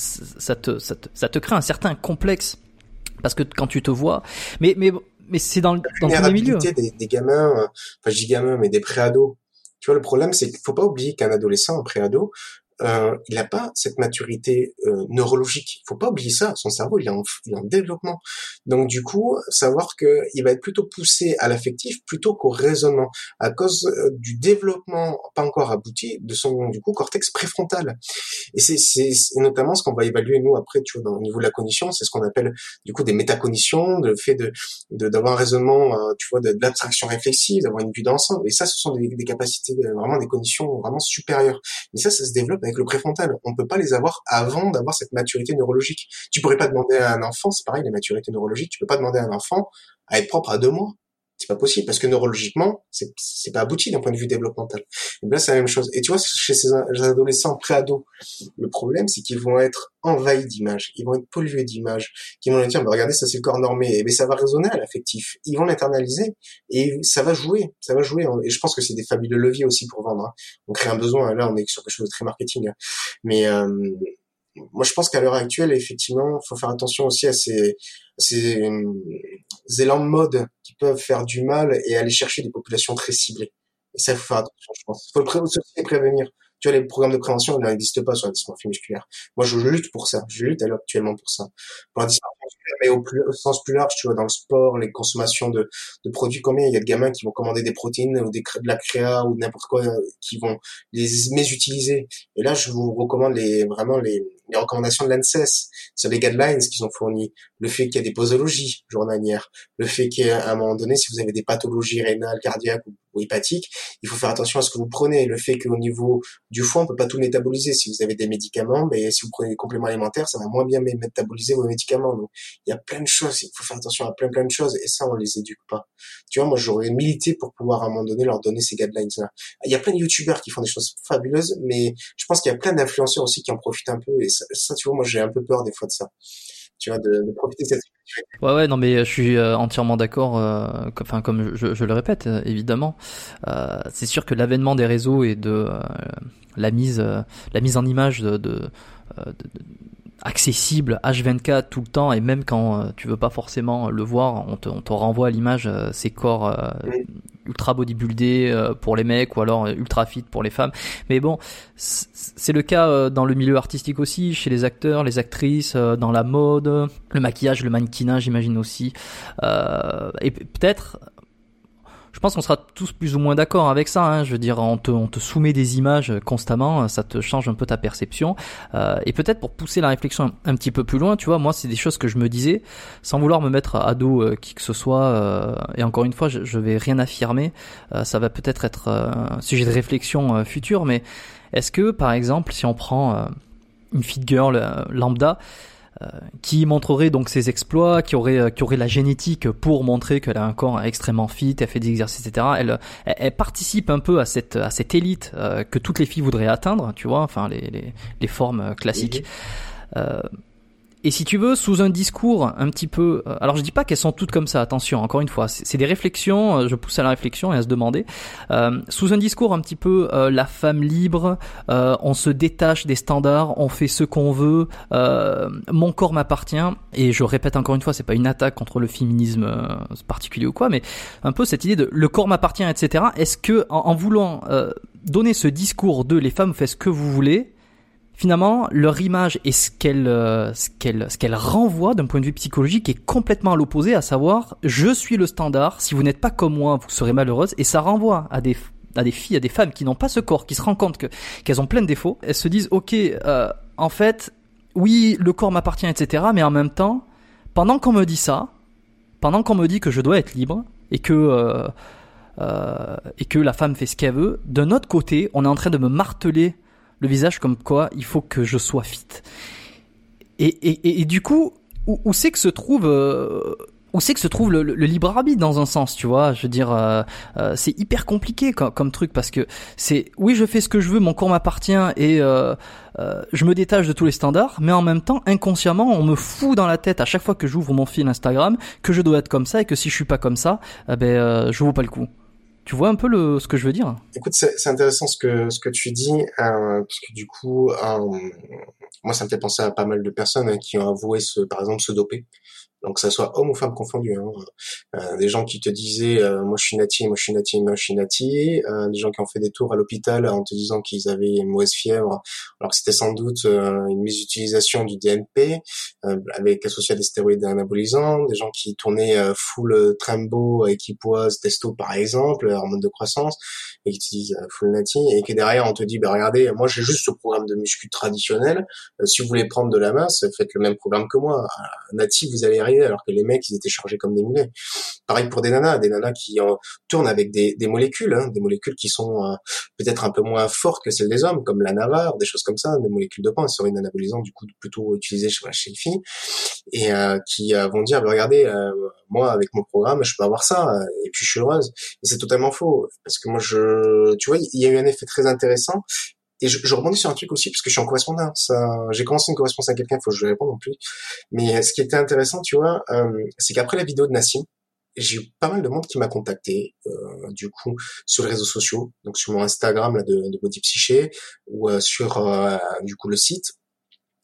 ça te ça te ça te crée un certain complexe parce que quand tu te vois, mais mais mais c'est dans, dans tous les milieux. Des, des gamins, euh, enfin je dis gamins, mais des préados. Tu vois, le problème, c'est qu'il faut pas oublier qu'un adolescent, un préado, euh, il n'a pas cette maturité euh, neurologique. Il faut pas oublier ça. Son cerveau, il est en, il est en développement. Donc du coup, savoir que il va être plutôt poussé à l'affectif plutôt qu'au raisonnement, à cause euh, du développement pas encore abouti de son du coup cortex préfrontal. Et c'est, c'est, c'est notamment ce qu'on va évaluer nous après, tu vois, dans, au niveau de la cognition, c'est ce qu'on appelle du coup des métacognitions, le fait de, de d'avoir un raisonnement, euh, tu vois, de, de l'abstraction réflexive, d'avoir une vue d'ensemble. Et ça, ce sont des, des capacités, vraiment des cognitions vraiment supérieures. Mais ça, ça se développe avec le préfrontal. On peut pas les avoir avant d'avoir cette maturité neurologique. Tu pourrais pas demander à un enfant, c'est pareil, les maturités neurologiques, tu peux pas demander à un enfant à être propre à deux mois. C'est pas possible parce que neurologiquement, c'est c'est pas abouti d'un point de vue développemental. Et bien là, c'est la même chose. Et tu vois, chez ces adolescents pré-ados, le problème, c'est qu'ils vont être envahis d'images, ils vont être pollués d'images, qu'ils vont leur dire, bah, regardez, ça c'est le corps normé, et bien ça va résonner à l'affectif. Ils vont l'internaliser et ça va jouer, ça va jouer. Et je pense que c'est des fabuleux leviers aussi pour vendre. Hein. On crée un besoin. Là, on est sur quelque chose de très marketing. Hein. Mais euh, moi, je pense qu'à l'heure actuelle, effectivement, il faut faire attention aussi à ces, ces euh, élans de mode qui peuvent faire du mal et aller chercher des populations très ciblées. Et ça, il faut faire attention, je pense. Il faut le pré- aussi les prévenir. Tu vois, les programmes de prévention, ils n'existent pas sur la dysmorphie musculaire. Moi, je lutte pour ça. Je lutte alors actuellement pour ça. Pour la dysmorphie musculaire, mais au, plus, au sens plus large, tu vois, dans le sport, les consommations de, de produits, combien il y a de gamins qui vont commander des protéines ou des, de la créa ou n'importe quoi, qui vont les mésutiliser. Et là, je vous recommande les, vraiment les, les recommandations de l'ANSES sur les guidelines qu'ils ont fournis. Le fait qu'il y a des posologies journalières, le fait qu'à un moment donné, si vous avez des pathologies rénales, cardiaques ou, ou hépatiques, il faut faire attention à ce que vous prenez. Le fait qu'au niveau du foie, on peut pas tout métaboliser. Si vous avez des médicaments, mais si vous prenez des compléments alimentaires, ça va moins bien métaboliser vos médicaments. Donc, il y a plein de choses. Il faut faire attention à plein, plein de choses. Et ça, on les éduque pas. Tu vois, moi, j'aurais milité pour pouvoir, à un moment donné, leur donner ces guidelines-là. Il y a plein de youtubeurs qui font des choses fabuleuses, mais je pense qu'il y a plein d'influenceurs aussi qui en profitent un peu. Et ça, ça tu vois, moi, j'ai un peu peur des fois de ça. Tu vois, de, de profiter de cette situation. Ouais, ouais, non, mais je suis euh, entièrement d'accord. Euh, comme, enfin, comme je, je le répète, euh, évidemment, euh, c'est sûr que l'avènement des réseaux et de euh, la mise, euh, la mise en image de, de, euh, de, de accessible H vingt-quatre tout le temps, et même quand euh, tu veux pas forcément le voir, on te, on te renvoie à l'image euh, ces corps euh, oui. ultra bodybuildés euh, pour les mecs, ou alors euh, ultra fit pour les femmes. Mais bon, c'est le cas euh, dans le milieu artistique aussi, chez les acteurs, les actrices, euh, dans la mode, le maquillage, le mannequinat, j'imagine aussi. Euh, et peut-être, je pense qu'on sera tous plus ou moins d'accord avec ça, hein. Je veux dire, on te, on te soumet des images constamment, ça te change un peu ta perception. Euh, et peut-être pour pousser la réflexion un, un petit peu plus loin, tu vois, moi, c'est des choses que je me disais, sans vouloir me mettre à dos euh, qui que ce soit. Euh, et encore une fois, je, je vais rien affirmer. Euh, ça va peut-être être euh, un sujet de réflexion euh, futur, mais est-ce que, par exemple, si on prend euh, une fit girl euh, lambda, Euh, qui montrerait donc ses exploits, qui aurait euh, qui aurait la génétique pour montrer qu'elle a un corps extrêmement fit, elle fait des exercices, et cetera. Elle, elle, elle participe un peu à cette à cette élite euh, que toutes les filles voudraient atteindre, tu vois, enfin les les, les formes classiques. Mmh. Euh, Et si tu veux, sous un discours un petit peu... Alors je dis pas qu'elles sont toutes comme ça, attention, encore une fois, c'est, c'est des réflexions, je pousse à la réflexion et à se demander. Euh, sous un discours un petit peu euh, la femme libre, euh, on se détache des standards, on fait ce qu'on veut, euh, mon corps m'appartient, et je répète encore une fois, c'est pas une attaque contre le féminisme euh, particulier ou quoi, mais un peu cette idée de le corps m'appartient, et cetera. Est-ce que en, en voulant euh, donner ce discours de les femmes faites ce que vous voulez, finalement, leur image et ce qu'elle, euh, ce qu'elle, ce qu'elle renvoie d'un point de vue psychologique est complètement à l'opposé, à savoir, je suis le standard, si vous n'êtes pas comme moi, vous serez malheureuse, et ça renvoie à des, à des filles, à des femmes qui n'ont pas ce corps, qui se rendent compte que, qu'elles ont plein de défauts, elles se disent, ok, euh, en fait, oui, le corps m'appartient, et cetera, mais en même temps, pendant qu'on me dit ça, pendant qu'on me dit que je dois être libre, et que, euh, euh, et que la femme fait ce qu'elle veut, d'un autre côté, on est en train de me marteler le visage comme quoi il faut que je sois fit. Et, et, et, et du coup, où, où c'est que se trouve, euh, où c'est que se trouve le, le, le libre arbitre dans un sens, tu vois ? Je veux dire, euh, euh, c'est hyper compliqué comme, comme truc parce que c'est, oui, je fais ce que je veux, mon corps m'appartient et euh, euh, je me détache de tous les standards, mais en même temps, inconsciemment, on me fout dans la tête à chaque fois que j'ouvre mon fil Instagram que je dois être comme ça et que si je suis pas comme ça, eh ben, euh, je vaux pas le coup. Tu vois un peu le, ce que je veux dire ? Écoute, c'est, c'est intéressant ce que ce que tu dis, euh, parce que du coup, euh, moi, ça me fait penser à pas mal de personnes hein, qui ont avoué, se, par exemple, se doper. Donc, que ça soit homme ou femme confondu. Hein. Euh, des gens qui te disaient euh, moi je suis nati, moi je suis nati, moi je suis nati. Euh, des gens qui ont fait des tours à l'hôpital en te disant qu'ils avaient une mauvaise fièvre, alors que c'était sans doute euh, une mésutilisation du D N P, euh, avec associé à des stéroïdes anabolisants. Des gens qui tournaient euh, full Trembo, équipoise, testo par exemple, hormones de croissance, et qui te disent euh, full nati, et que derrière on te dit bah regardez, moi j'ai juste ce programme de muscu traditionnel. Euh, si vous voulez prendre de la masse, faites le même programme que moi. Euh, nati, vous allez arriver, alors que les mecs ils étaient chargés comme des moulets. Pareil pour des nanas, des nanas qui euh, tournent avec des, des molécules, hein, des molécules qui sont euh, peut-être un peu moins fortes que celles des hommes, comme l'anavar, des choses comme ça, des molécules de pain, elles seraient anabolisantes du coup plutôt utilisées chez, chez les filles, et euh, qui euh, vont dire, bah, regardez, euh, moi avec mon programme, je peux avoir ça, euh, et puis je suis heureuse. Et c'est totalement faux, parce que moi je, tu vois, il y a eu un effet très intéressant. Et je, je rebondis sur un truc aussi, parce que je suis en correspondance. Ça, j'ai commencé une correspondance à quelqu'un, il faut que je lui réponde non plus. Mais ce qui était intéressant, tu vois, euh, c'est qu'après la vidéo de Nassim, j'ai eu pas mal de monde qui m'a contacté, euh, du coup, sur les réseaux sociaux, donc sur mon Instagram là de, de Body Psyché, ou euh, sur euh, du coup le site.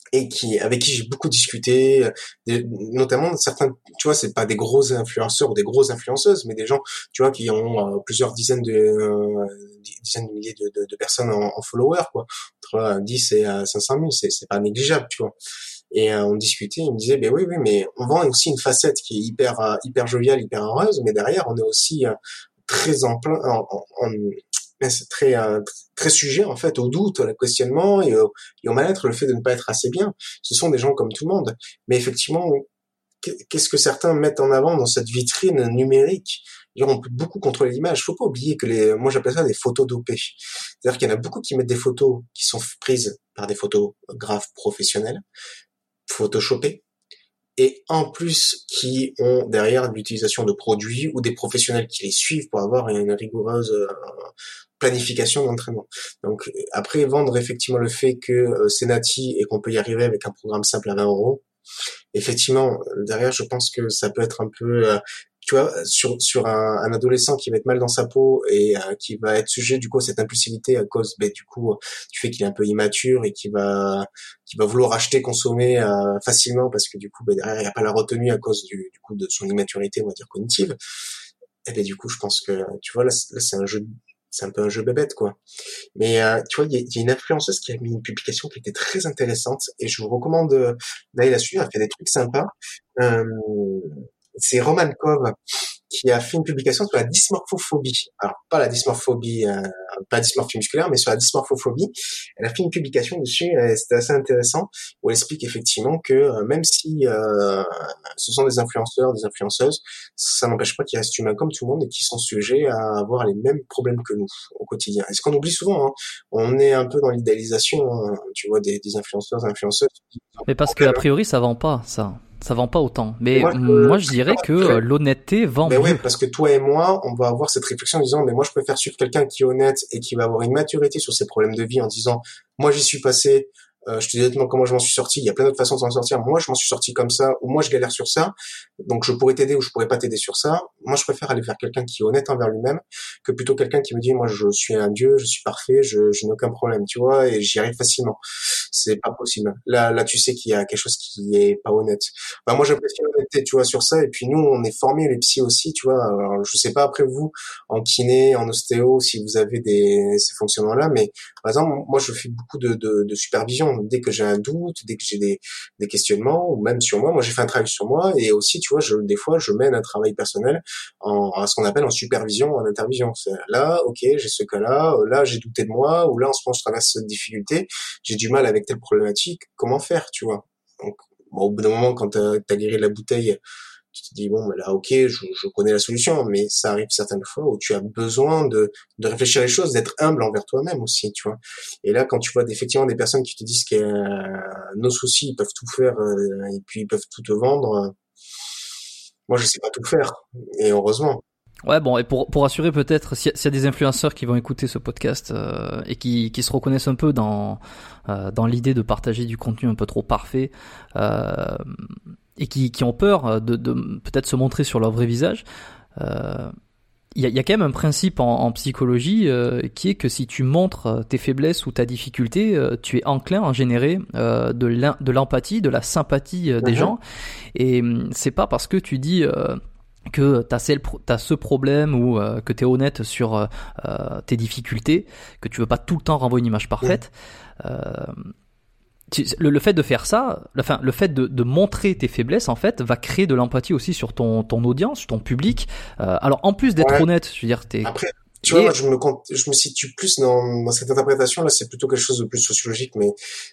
et qui avec qui j'ai beaucoup discuté, des, notamment certains, tu vois, c'est pas des gros influenceurs ou des grosses influenceuses, mais des gens, tu vois, qui ont euh, plusieurs dizaines de euh, dizaines de milliers de, de, de personnes en, en followers, quoi, entre dix et euh, cinq cent mille, c'est c'est pas négligeable, tu vois. Et euh, on discutait, il me disait, ben oui, oui, mais on vend aussi une facette qui est hyper euh, hyper joviale, hyper heureuse, mais derrière on est aussi euh, très en plein, en, en, en c'est très euh, très sujet en fait au doute, au questionnement et au, et au mal-être, le fait de ne pas être assez bien. Ce sont des gens comme tout le monde, mais effectivement, qu'est-ce que certains mettent en avant dans cette vitrine numérique? Genre, on peut beaucoup contrôler l'image. Faut pas oublier que les, moi j'appelle ça des photos dopées. C'est-à-dire qu'il y en a beaucoup qui mettent des photos qui sont prises par des photographes professionnels, photoshopées, et en plus qui ont derrière l'utilisation de produits ou des professionnels qui les suivent pour avoir une rigoureuse euh, planification d'entraînement. Donc après, vendre effectivement le fait que euh, c'est nati et qu'on peut y arriver avec un programme simple à vingt euros, effectivement, derrière, je pense que ça peut être un peu... Euh, tu vois, sur sur un, un adolescent qui va être mal dans sa peau et euh, qui va être sujet du coup à cette impulsivité à cause ben, du coup du fait qu'il est un peu immature et qui va qui va vouloir acheter, consommer euh, facilement parce que du coup ben, derrière il n'y a pas la retenue à cause du, du coup de son immaturité, on va dire cognitive. Et ben du coup je pense que tu vois là, là c'est un jeu, c'est un peu un jeu bébête quoi. Mais euh, tu vois il y a, y a une influenceuse qui a mis une publication qui était très intéressante et je vous recommande d'aller la suivre. Elle fait des trucs sympas. Euh, c'est Roman Kov qui a fait une publication sur la dysmorphophobie. Alors, pas la dysmorphobie, euh, pas la dysmorphie musculaire, mais sur la dysmorphophobie. Elle a fait une publication dessus, et c'était assez intéressant, où elle explique effectivement que euh, même si euh, ce sont des influenceurs, des influenceuses, ça n'empêche pas qu'ils restent humains comme tout le monde et qu'ils sont sujets à avoir les mêmes problèmes que nous au quotidien. Et ce qu'on oublie souvent, hein, on est un peu dans l'idéalisation, hein, tu vois, des, des influenceurs, des influenceuses. Mais parce que a priori, ça vend pas, ça. Ça vend pas autant. Mais moi, je, moi, je dirais que euh, l'honnêteté vend mais mieux. Ouais, parce que toi et moi, on va avoir cette réflexion en disant, mais moi, je préfère suivre quelqu'un qui est honnête et qui va avoir une maturité sur ses problèmes de vie en disant, moi, j'y suis passé, euh, je te dis honnêtement comment je m'en suis sorti, il y a plein d'autres façons de s'en sortir, moi, je m'en suis sorti comme ça, ou moi, je galère sur ça, donc je pourrais t'aider ou je pourrais pas t'aider sur ça. Moi, je préfère aller vers quelqu'un qui est honnête envers lui-même que plutôt quelqu'un qui me dit, moi, je suis un dieu, je suis parfait, je, je n'ai aucun problème, tu vois, et j'y arrive facilement. C'est pas possible. Là, là, tu sais qu'il y a quelque chose qui est pas honnête. Bah, moi, j'apprécie l'honnêteté, tu vois, sur ça. Et puis, nous, on est formés, les psys aussi, tu vois. Alors, je sais pas après vous, en kiné, en ostéo, si vous avez des, ces fonctionnements-là, mais, par exemple, moi, je fais beaucoup de, de, de supervision. Dès que j'ai un doute, dès que j'ai des, des questionnements, ou même sur moi, moi, j'ai fait un travail sur moi. Et aussi, tu vois, je, des fois, je mène un travail personnel en, à ce qu'on appelle en supervision, en intervision. C'est là, ok, j'ai ce cas-là, là, j'ai douté de moi, ou là, en ce moment, je traverse cette difficulté, j'ai du mal avec telle problématique, comment faire, tu vois. Donc, bon, au bout d'un moment, quand t'as, t'as guéri la bouteille, tu te dis, bon, ben là, ok, je, je connais la solution, mais ça arrive certaines fois où tu as besoin de, de réfléchir les choses, d'être humble envers toi-même aussi, tu vois. Et là, quand tu vois effectivement des personnes qui te disent que euh, nos soucis, ils peuvent tout faire, euh, et puis ils peuvent tout te vendre, euh, moi, je sais pas tout faire, et heureusement. Ouais, bon, et pour pour assurer peut-être s'il y, s'il y a des influenceurs qui vont écouter ce podcast euh, et qui qui se reconnaissent un peu dans euh, dans l'idée de partager du contenu un peu trop parfait euh, et qui qui ont peur de de peut-être se montrer sur leur vrai visage, euh, il y a il y a quand même un principe en, en psychologie euh, qui est que si tu montres tes faiblesses ou ta difficulté, euh, tu es enclin à générer euh, de l'in, de l'empathie, de la sympathie euh, des mm-hmm. gens, et c'est pas parce que tu dis euh, que t'as ce, t'as ce problème ou euh, que t'es honnête sur euh, tes difficultés, que tu veux pas tout le temps renvoyer une image parfaite. Mmh. Euh, tu, le, le fait de faire ça, enfin le fait de, de montrer tes faiblesses en fait va créer de l'empathie aussi sur ton ton audience, sur ton public. Euh, alors en plus d'être ouais. honnête, je veux dire, t'es. Après, tu vois, moi, je me compte, je me situe plus dans, dans cette interprétation là, c'est plutôt quelque chose de plus sociologique, mais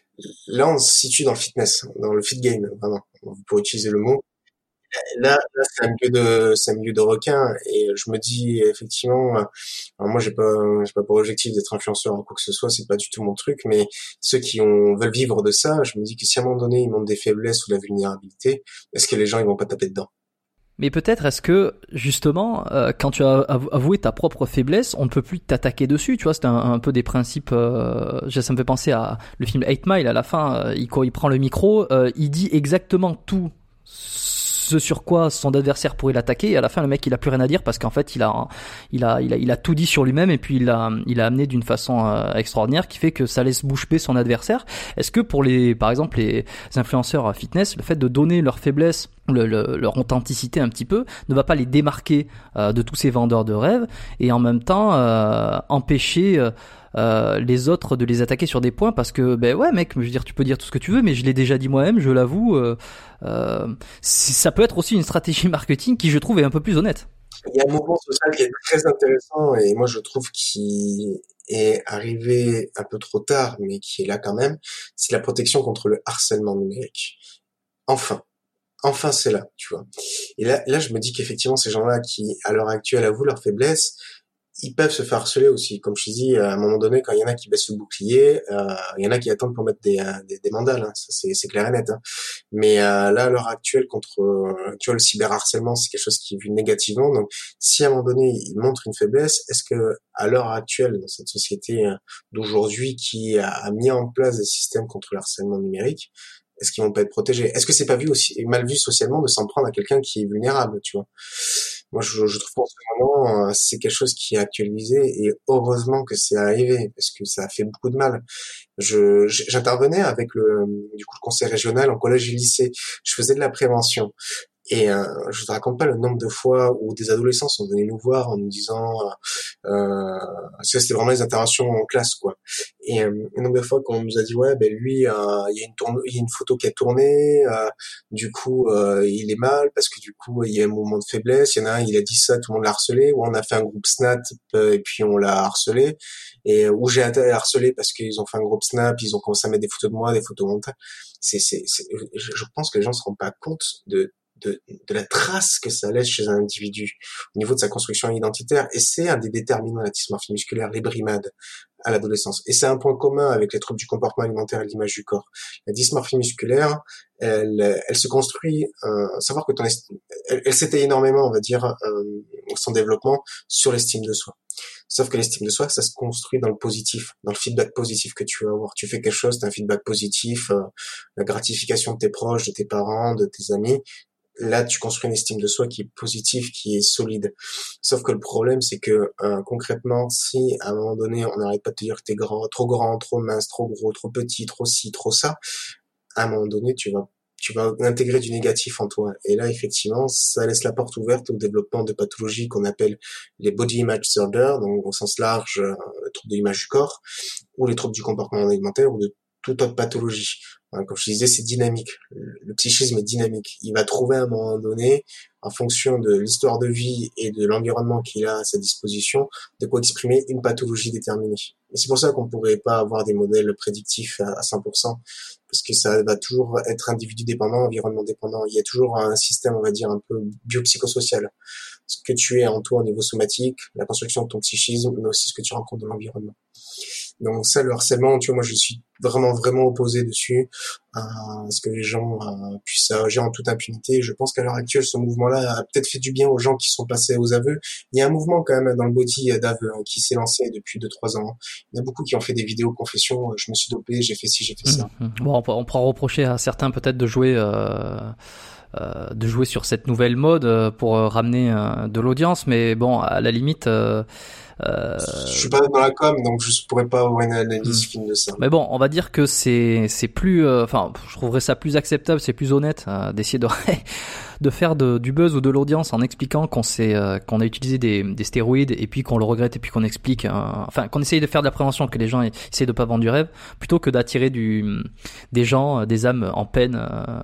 là on se situe dans le fitness, dans le fit game, vraiment. Pour utiliser le mot. Là, là c'est un milieu de, c'est un milieu de requins, et je me dis effectivement, alors moi j'ai pas, j'ai pas pour objectif d'être influenceur ou quoi que ce soit, c'est pas du tout mon truc, mais ceux qui ont veulent vivre de ça, je me dis que si à un moment donné ils montrent des faiblesses ou de la vulnérabilité, est-ce que les gens ils vont pas taper dedans? Mais peut-être est-ce que justement euh, quand tu as avoué ta propre faiblesse, on ne peut plus t'attaquer dessus, tu vois, c'est un, un peu des principes euh, ça me fait penser à le film Eight Mile, à la fin, euh, il, quand il prend le micro, euh, il dit exactement tout ce sur quoi son adversaire pourrait l'attaquer, et à la fin le mec il a plus rien à dire parce qu'en fait il a il a il a il a tout dit sur lui-même, et puis il a il a amené d'une façon euh, extraordinaire qui fait que ça laisse bouche bée son adversaire. Est-ce que pour les par exemple les influenceurs fitness, le fait de donner leur faiblesse, le, le, leur authenticité un petit peu, ne va pas les démarquer euh, de tous ces vendeurs de rêves, et en même temps euh, empêcher euh, Euh, les autres de les attaquer sur des points, parce que ben ouais mec, je veux dire, tu peux dire tout ce que tu veux, mais je l'ai déjà dit moi-même, je l'avoue, euh, euh, ça peut être aussi une stratégie marketing qui, je trouve, est un peu plus honnête. Il y a un mouvement social qui est très intéressant, et moi je trouve qu'il est arrivé un peu trop tard, mais qui est là quand même. C'est la protection contre le harcèlement numérique. Enfin. Enfin, c'est là, tu vois. Et là, là, je me dis qu'effectivement, ces gens-là qui, à l'heure actuelle, avouent leur faiblesse, ils peuvent se faire harceler aussi. Comme je te dis, à un moment donné, quand il y en a qui baissent le bouclier, euh, il y en a qui attendent pour mettre des, des, des mandales. Hein. Ça, c'est, c'est clair et net. Hein. Mais euh, là, à l'heure actuelle, contre, euh, tu vois, le cyberharcèlement, c'est quelque chose qui est vu négativement. Donc, si à un moment donné, ils montrent une faiblesse, est-ce que, à l'heure actuelle, dans cette société euh, d'aujourd'hui, qui a, a mis en place des systèmes contre le harcèlement numérique, est-ce qu'ils vont pas être protégés? Est-ce que c'est pas vu aussi, mal vu socialement de s'en prendre à quelqu'un qui est vulnérable, tu vois? Moi, je, je trouve qu'en ce moment, c'est quelque chose qui est actualisé, et heureusement que c'est arrivé, parce que ça a fait beaucoup de mal. Je, j'intervenais avec le, du coup, le conseil régional en collège et lycée. Je faisais de la prévention. Et euh, je te raconte pas le nombre de fois où des adolescents sont venus nous voir en nous disant, euh, ça c'était vraiment les interventions en classe, quoi. Et euh, le nombre de fois qu'on nous a dit, ouais, ben lui, euh, il y a une tourne, il y a une photo qui a tourné, euh, du coup, euh, il est mal parce que du coup, il y a un mouvement de faiblesse. Il y en a un, il a dit ça, tout le monde l'a harcelé. Ou on a fait un groupe Snap euh, et puis on l'a harcelé. Et où j'ai été harcelé parce qu'ils ont fait un groupe Snap, ils ont commencé à mettre des photos de moi, des photos montées. C'est, c'est, c'est, je pense que les gens se rendent pas compte de De, de la trace que ça laisse chez un individu au niveau de sa construction identitaire. Et c'est un des déterminants de la dysmorphie musculaire, les brimades à l'adolescence. Et c'est un point commun avec les troubles du comportement alimentaire et de l'image du corps. La dysmorphie musculaire, elle, elle se construit, euh, savoir que ton estime, elle, elle s'étaye énormément, on va dire, euh, son développement sur l'estime de soi. Sauf que l'estime de soi, ça se construit dans le positif, dans le feedback positif que tu vas avoir. Tu fais quelque chose, t'as un feedback positif, euh, la gratification de tes proches, de tes parents, de tes amis. Là, tu construis une estime de soi qui est positive, qui est solide. Sauf que le problème, c'est que euh, concrètement, si à un moment donné, on n'arrête pas de te dire que t'es grand, trop grand, trop mince, trop gros, trop petit, trop ci, trop ça, à un moment donné, tu vas tu vas intégrer du négatif en toi. Et là, effectivement, ça laisse la porte ouverte au développement de pathologies qu'on appelle les body image disorders, donc au sens large, euh, les troubles de l'image du corps, ou les troubles du comportement alimentaire, ou de toute autre pathologie. Comme je disais, c'est dynamique. Le psychisme est dynamique. Il va trouver à un moment donné, en fonction de l'histoire de vie et de l'environnement qu'il a à sa disposition, de quoi exprimer une pathologie déterminée. Et c'est pour ça qu'on pourrait pas avoir des modèles prédictifs à cent pour cent, parce que ça va toujours être individu dépendant, environnement dépendant. Il y a toujours un système, on va dire, un peu biopsychosocial. Ce que tu es en toi au niveau somatique, la construction de ton psychisme, mais aussi ce que tu rencontres dans l'environnement. Donc ça, le harcèlement, tu vois, moi je suis vraiment vraiment opposé dessus à ce que les gens euh, puissent agir en toute impunité. Je pense qu'à l'heure actuelle, ce mouvement-là a peut-être fait du bien aux gens qui sont passés aux aveux. Il y a un mouvement quand même dans le body d'aveux hein, qui s'est lancé depuis deux trois ans. Il y a beaucoup qui ont fait des vidéos confessions. Je me suis dopé, j'ai fait ci, j'ai fait ça. Mmh, mmh. Bon, on, on pourra reprocher à certains peut-être de jouer. Euh... Euh, de jouer sur cette nouvelle mode euh, pour euh, ramener euh, de l'audience, mais bon, à la limite euh, euh... je suis pas dans la com, donc je pourrais pas avoir une analyse hmm. fine de ça. Mais bon, on va dire que c'est c'est plus enfin euh, je trouverais ça plus acceptable, c'est plus honnête euh, d'essayer de de faire de, du buzz ou de l'audience en expliquant qu'on s'est euh, qu'on a utilisé des des stéroïdes et puis qu'on le regrette et puis qu'on explique euh, enfin qu'on essaye de faire de la prévention, que les gens essayent de pas vendre du rêve, plutôt que d'attirer du des gens, des âmes en peine euh,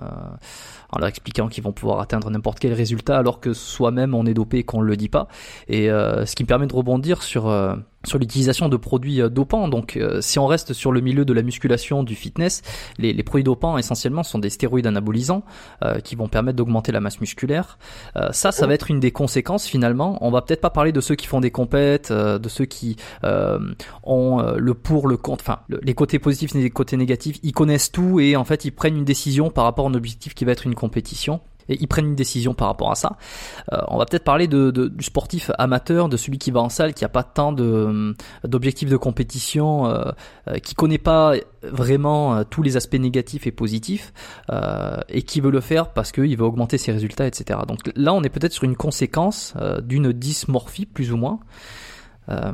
en leur expliquant qu'ils vont pouvoir atteindre n'importe quel résultat alors que soi-même on est dopé et qu'on le dit pas. Et euh, ce qui me permet de rebondir sur euh, sur l'utilisation de produits dopants. Donc euh, si on reste sur le milieu de la musculation, du fitness, les, les produits dopants essentiellement sont des stéroïdes anabolisants euh, qui vont permettre d'augmenter la masse musculaire. Euh, ça, ça va être une des conséquences finalement. On va peut-être pas parler de ceux qui font des compètes, euh, de ceux qui euh, ont euh, le pour, le contre, enfin le, les côtés positifs et les côtés négatifs. Ils connaissent tout et en fait ils prennent une décision par rapport à un objectif qui va être une compétition. et ils prennent une décision par rapport à ça. Euh, on va peut-être parler de, de, du sportif amateur, de celui qui va en salle, qui a pas tant de d'objectifs de compétition, euh, euh, qui connaît pas vraiment euh, tous les aspects négatifs et positifs, euh, et qui veut le faire parce qu'il veut augmenter ses résultats, et cetera. Donc là, on est peut-être sur une conséquence euh, d'une dysmorphie, plus ou moins. Euh,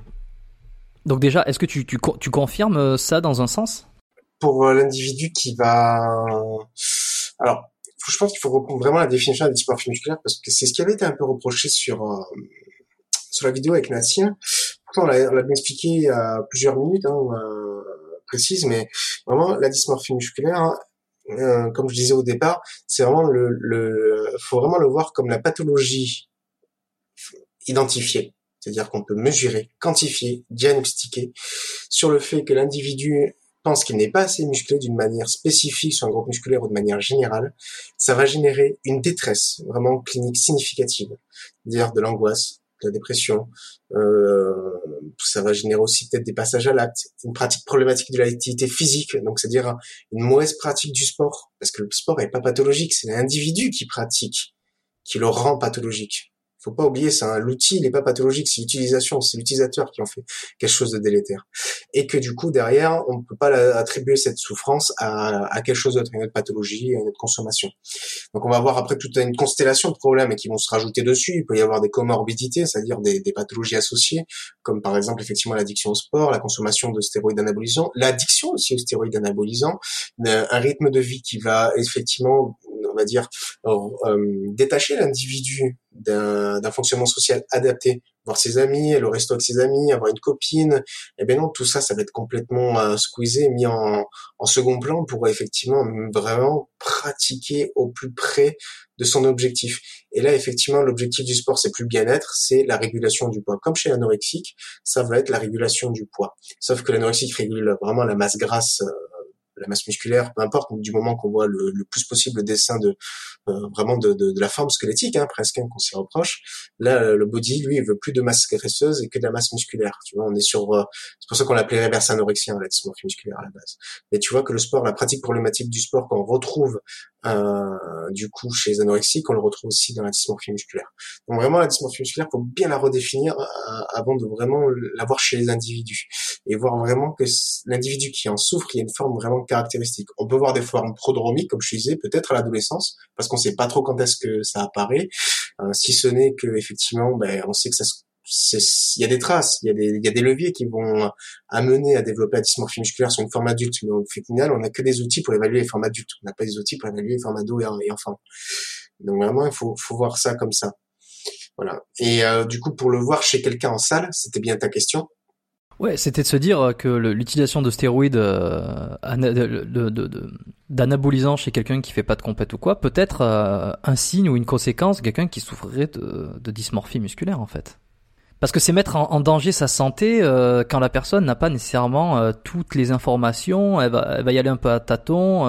donc déjà, est-ce que tu, tu, tu confirmes ça dans un sens ? Pour l'individu qui va... Alors, je pense qu'il faut reprendre vraiment la définition de la dysmorphie musculaire parce que c'est ce qui avait été un peu reproché sur euh, sur la vidéo avec Natien. Pourtant, on l'a, on l'a bien expliqué à plusieurs minutes hein, euh, précises, mais vraiment la dysmorphie musculaire, euh, comme je disais au départ, c'est vraiment le, le, faut vraiment le voir comme la pathologie identifiée, c'est-à-dire qu'on peut mesurer, quantifier, diagnostiquer sur le fait que l'individu pense qu'il n'est pas assez musclé d'une manière spécifique sur un groupe musculaire ou de manière générale, ça va générer une détresse vraiment clinique significative, c'est-à-dire de l'angoisse, de la dépression, euh, ça va générer aussi peut-être des passages à l'acte, une pratique problématique de l'activité physique, donc c'est-à-dire une mauvaise pratique du sport, parce que le sport est pas pathologique, c'est l'individu qui pratique, qui le rend pathologique. Faut pas oublier ça, hein. L'outil, il est pas pathologique, c'est l'utilisation, c'est l'utilisateur qui en fait quelque chose de délétère. Et que du coup, derrière, on ne peut pas attribuer cette souffrance à, à quelque chose d'autre, à une autre pathologie, à une autre consommation. Donc on va avoir après toute une constellation de problèmes qui vont se rajouter dessus. Il peut y avoir des comorbidités, c'est-à-dire des, des pathologies associées, comme par exemple effectivement l'addiction au sport, la consommation de stéroïdes anabolisants, l'addiction aussi aux stéroïdes anabolisants, un rythme de vie qui va effectivement, on va dire, euh, détacher l'individu d'un, d'un fonctionnement social adapté, voir ses amis, aller au resto avec ses amis, avoir une copine, eh bien non, tout ça, ça va être complètement euh, squeezé, mis en, en second plan pour effectivement vraiment pratiquer au plus près de son objectif. Et là, effectivement, l'objectif du sport, c'est plus le bien-être, c'est la régulation du poids. Comme chez l'anorexique, ça va être la régulation du poids. Sauf que l'anorexique régule vraiment la masse grasse, euh, la masse musculaire, peu importe, du moment qu'on voit le, le plus possible le dessin de euh, vraiment de, de, de la forme squelettique, hein, presque, hein, qu'on s'y reproche. Là, le body, lui, il veut plus de masse graisseuse et que de la masse musculaire. Tu vois, on est sur, euh, c'est pour ça qu'on l'appelait réverse anorexien, la dysmorphie musculaire à la base. Mais tu vois que le sport, la pratique problématique du sport qu'on retrouve euh, du coup chez les anorexiques, on le retrouve aussi dans la dysmorphie musculaire. Donc vraiment, la dysmorphie musculaire, faut bien la redéfinir euh, avant de vraiment l'avoir chez les individus et voir vraiment que l'individu qui en souffre, il y a une forme vraiment caractéristique. On peut voir des formes prodromiques, comme je disais, peut-être à l'adolescence, parce qu'on sait pas trop quand est-ce que ça apparaît, euh, si ce n'est que effectivement, ben, on sait que ça se c'est, il y a des traces, il y a des, il y a des leviers qui vont amener à développer la dysmorphie musculaire sur une forme adulte, mais au final, on n'a que des outils pour évaluer les formes adultes. On n'a pas des outils pour évaluer les formes ados et, et enfants. Donc vraiment, il faut, faut voir ça comme ça. Voilà. Et euh, du coup, pour le voir chez quelqu'un en salle, c'était bien ta question. Ouais, c'était de se dire que le, l'utilisation de stéroïdes, euh, ana, de, de, de, de, d'anabolisants chez quelqu'un qui fait pas de compète ou quoi, peut être euh, un signe ou une conséquence de quelqu'un qui souffrirait de, de dysmorphie musculaire, en fait. Parce que c'est mettre en, en danger sa santé euh, quand la personne n'a pas nécessairement euh, toutes les informations, elle va, elle va y aller un peu à tâtons, euh,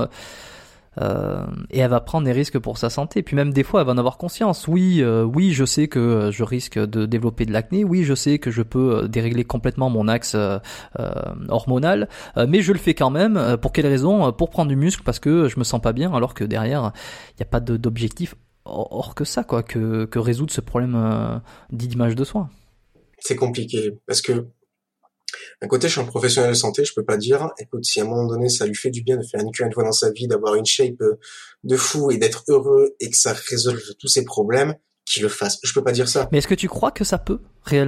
euh, et elle va prendre des risques pour sa santé. Puis même des fois, elle va en avoir conscience. Oui, euh, oui, je sais que je risque de développer de l'acné. Oui, je sais que je peux dérégler complètement mon axe euh, euh, hormonal, euh, mais je le fais quand même. Pour quelle raison ? Pour prendre du muscle, parce que je me sens pas bien, alors que derrière, il n'y a pas de, d'objectif hors que ça, quoi, que, que résoudre ce problème euh, d'image de soi. C'est compliqué parce que d'un côté, je suis un professionnel de santé, je peux pas dire, écoute, si à un moment donné, ça lui fait du bien de faire une cure une fois dans sa vie, d'avoir une shape de fou et d'être heureux et que ça résolve tous ses problèmes, qu'il le fasse. Je peux pas dire ça. Mais est-ce que tu crois que ça peut, réellement ?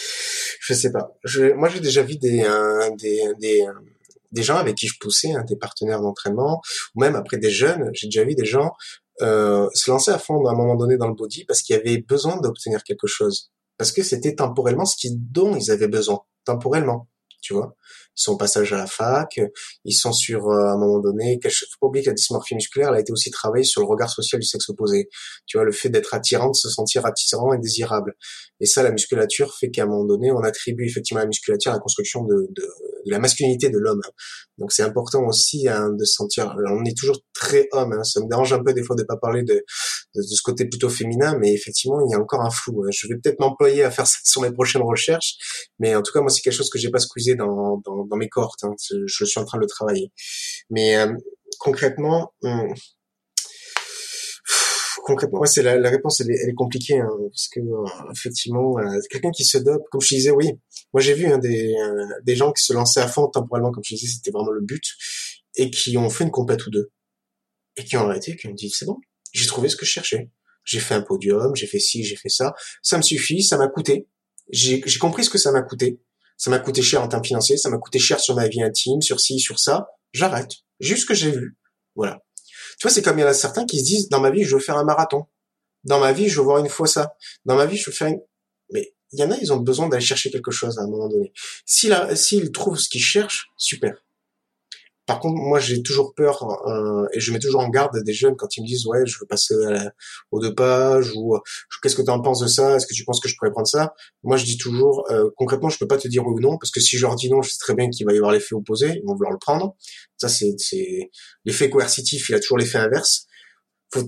Je sais pas. Je, moi, j'ai déjà vu des, euh, des, des, euh, des gens avec qui je poussais, hein, des partenaires d'entraînement, ou même après des jeunes, j'ai déjà vu des gens euh, se lancer à fond à un moment donné dans le body parce qu'ils avaient besoin d'obtenir quelque chose. Parce que c'était temporellement ce qui, dont ils avaient besoin, temporellement, tu vois. Ils sont au passage à la fac, ils sont sur, euh, à un moment donné, faut pas oublier que la dysmorphie musculaire, elle a été aussi travaillée sur le regard social du sexe opposé. Tu vois, le fait d'être attirant, de se sentir attirant et désirable. Et ça, la musculature fait qu'à un moment donné, on attribue effectivement à la musculature la construction de, de, de la masculinité de l'homme. Donc c'est important aussi hein, de se sentir, on est toujours très homme, hein. Ça me dérange un peu des fois de pas parler de, de, de ce côté plutôt féminin, mais effectivement, il y a encore un flou. Je vais peut-être m'employer à faire ça sur mes prochaines recherches, mais en tout cas, moi, c'est quelque chose que j'ai pas squeezé dans, dans, dans mes cohortes. Hein. Je suis en train de le travailler. Mais euh, concrètement, hum, concrètement, ouais, c'est la, la réponse, elle est, elle est compliquée, hein, parce que euh, effectivement, euh, quelqu'un qui se dope, comme je disais, oui, moi j'ai vu hein, des euh, des gens qui se lançaient à fond temporellement, comme je disais, c'était vraiment le but, et qui ont fait une compète ou deux, et qui ont arrêté, qui ont dit c'est bon, j'ai trouvé ce que je cherchais, j'ai fait un podium, j'ai fait ci, j'ai fait ça, ça me suffit, ça m'a coûté, j'ai j'ai compris ce que ça m'a coûté, ça m'a coûté cher en termes financiers, ça m'a coûté cher sur ma vie intime, sur ci, sur ça, j'arrête, juste ce que j'ai vu, voilà. Tu vois, c'est comme il y en a certains qui se disent, dans ma vie, je veux faire un marathon. Dans ma vie, je veux voir une fois ça. Dans ma vie, je veux faire une... Mais il y en a, ils ont besoin d'aller chercher quelque chose à un moment donné. S'ils, s'ils trouvent ce qu'ils cherchent, super. Par contre, moi, j'ai toujours peur, euh, et je mets toujours en garde des jeunes quand ils me disent, ouais, je veux passer à la, aux deux pages, ou euh, qu'est-ce que tu en penses de ça? Est-ce que tu penses que je pourrais prendre ça? Moi, je dis toujours, euh, concrètement, je peux pas te dire oui ou non, parce que si je leur dis non, je sais très bien qu'il va y avoir l'effet opposé, ils vont vouloir le prendre. Ça, c'est, c'est, l'effet coercitif, il a toujours l'effet inverse. Faut,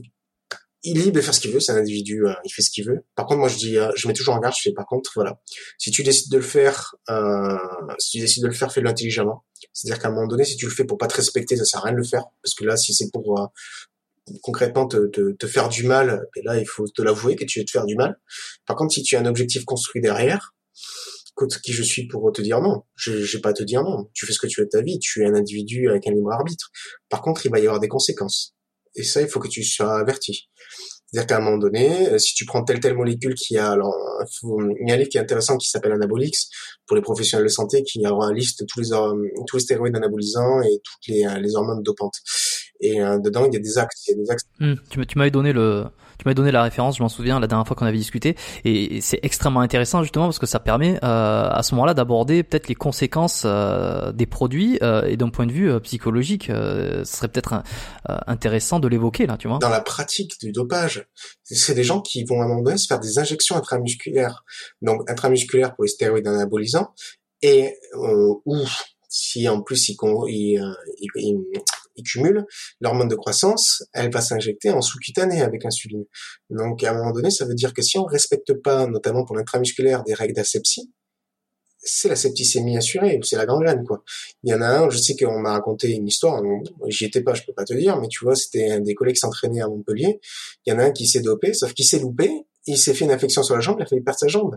il est libre de faire ce qu'il veut, c'est un individu, euh, il fait ce qu'il veut. Par contre, moi, je dis, euh, je mets toujours en garde, je fais par contre, voilà. Si tu décides de le faire, euh, si tu décides de le faire, fais-le intelligemment. C'est-à-dire qu'à un moment donné, si tu le fais pour pas te respecter, ça sert à rien de le faire. Parce que là, si c'est pour, euh, concrètement, te, te, te faire du mal, et là, il faut te l'avouer que tu veux te faire du mal. Par contre, si tu as un objectif construit derrière, écoute, qui je suis pour te dire non? Je, j'ai pas à te dire non. Tu fais ce que tu veux de ta vie, tu es un individu avec un libre arbitre. Par contre, il va y avoir des conséquences. Et ça, il faut que tu sois averti. C'est-à-dire qu'à un moment donné, si tu prends telle telle molécule qui a, alors, il y a un livre qui est intéressant qui s'appelle Anabolix pour les professionnels de santé, qui a une liste de tous les tous les stéroïdes anabolisants et toutes les les hormones dopantes. Et euh, dedans, il y a des axes, il y a des axes. Mmh, tu, tu m'avais donné le, tu m'avais donné la référence, je m'en souviens, la dernière fois qu'on avait discuté, et c'est extrêmement intéressant justement parce que ça permet euh, à ce moment-là d'aborder peut-être les conséquences euh, des produits euh, et d'un point de vue euh, psychologique, euh, ce serait peut-être euh, intéressant de l'évoquer là, tu vois. Dans la pratique du dopage, c'est des gens qui vont à un moment donné se faire des injections intramusculaires, donc intramusculaires pour les stéroïdes anabolisants, et euh, ou si en plus ils, ils, ils, ils, ils cumulent l'hormone de croissance, elle va s'injecter en sous-cutané avec l'insuline. Donc à un moment donné, ça veut dire que si on respecte pas, notamment pour l'intramusculaire, des règles d'asepsie, c'est la septicémie assurée, c'est la gangrène, quoi. Il y en a un, je sais qu'on m'a raconté une histoire, j'y étais pas, je peux pas te dire, mais tu vois, c'était un des collègues qui s'entraînait à Montpellier, il y en a un qui s'est dopé, sauf qu'il s'est loupé, il s'est fait une infection sur la jambe, il a failli perdre sa jambe.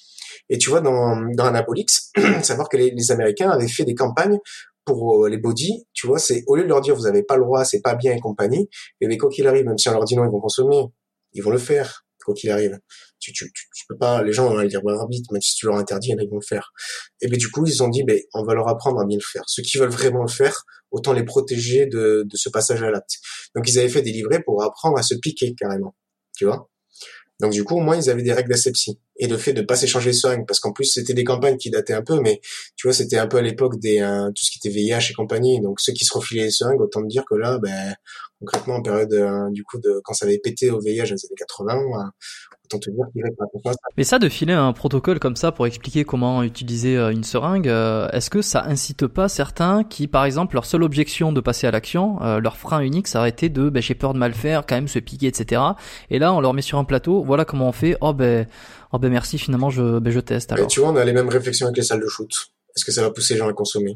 Et tu vois, dans, dans Anabolix, savoir que les, les Américains avaient fait des campagnes pour les body, tu vois, c'est, au lieu de leur dire, vous avez pas le droit, c'est pas bien et compagnie, et mais quoi qu'il arrive, même si on leur dit non, ils vont consommer, ils vont le faire, quoi qu'il arrive. Tu, tu, tu, tu peux pas, les gens vont aller dire, ouais, arbitre, même si tu leur interdis, ils vont le faire. Et ben, du coup, ils ont dit, ben, on va leur apprendre à bien le faire. Ceux qui veulent vraiment le faire, autant les protéger de, de ce passage à l'acte. Donc, ils avaient fait des livrets pour apprendre à se piquer, carrément. Tu vois? Donc du coup, au moins, ils avaient des règles d'asepsie. Et le fait de pas s'échanger les seringues, parce qu'en plus, c'était des campagnes qui dataient un peu, mais tu vois, c'était un peu à l'époque des euh, tout ce qui était V I H et compagnie. Donc ceux qui se refilaient les seringues, autant te dire que là, ben, concrètement, en période, euh, du coup, de quand ça avait pété au V I H dans les années quatre-vingts, euh, autant te dire qu'il y avait pas de... Mais ça, de filer un protocole comme ça pour expliquer comment utiliser une seringue, euh, est-ce que ça incite pas certains qui, par exemple, leur seule objection de passer à l'action, euh, leur frein unique, ça aurait été de, ben, j'ai peur de mal faire, quand même se piquer, et cetera. Et là, on leur met sur un plateau, voilà comment on fait, oh ben, oh ben merci, finalement, je, ben, je teste, alors. Et tu vois, on a les mêmes réflexions avec les salles de shoot. Est-ce que ça va pousser les gens à consommer?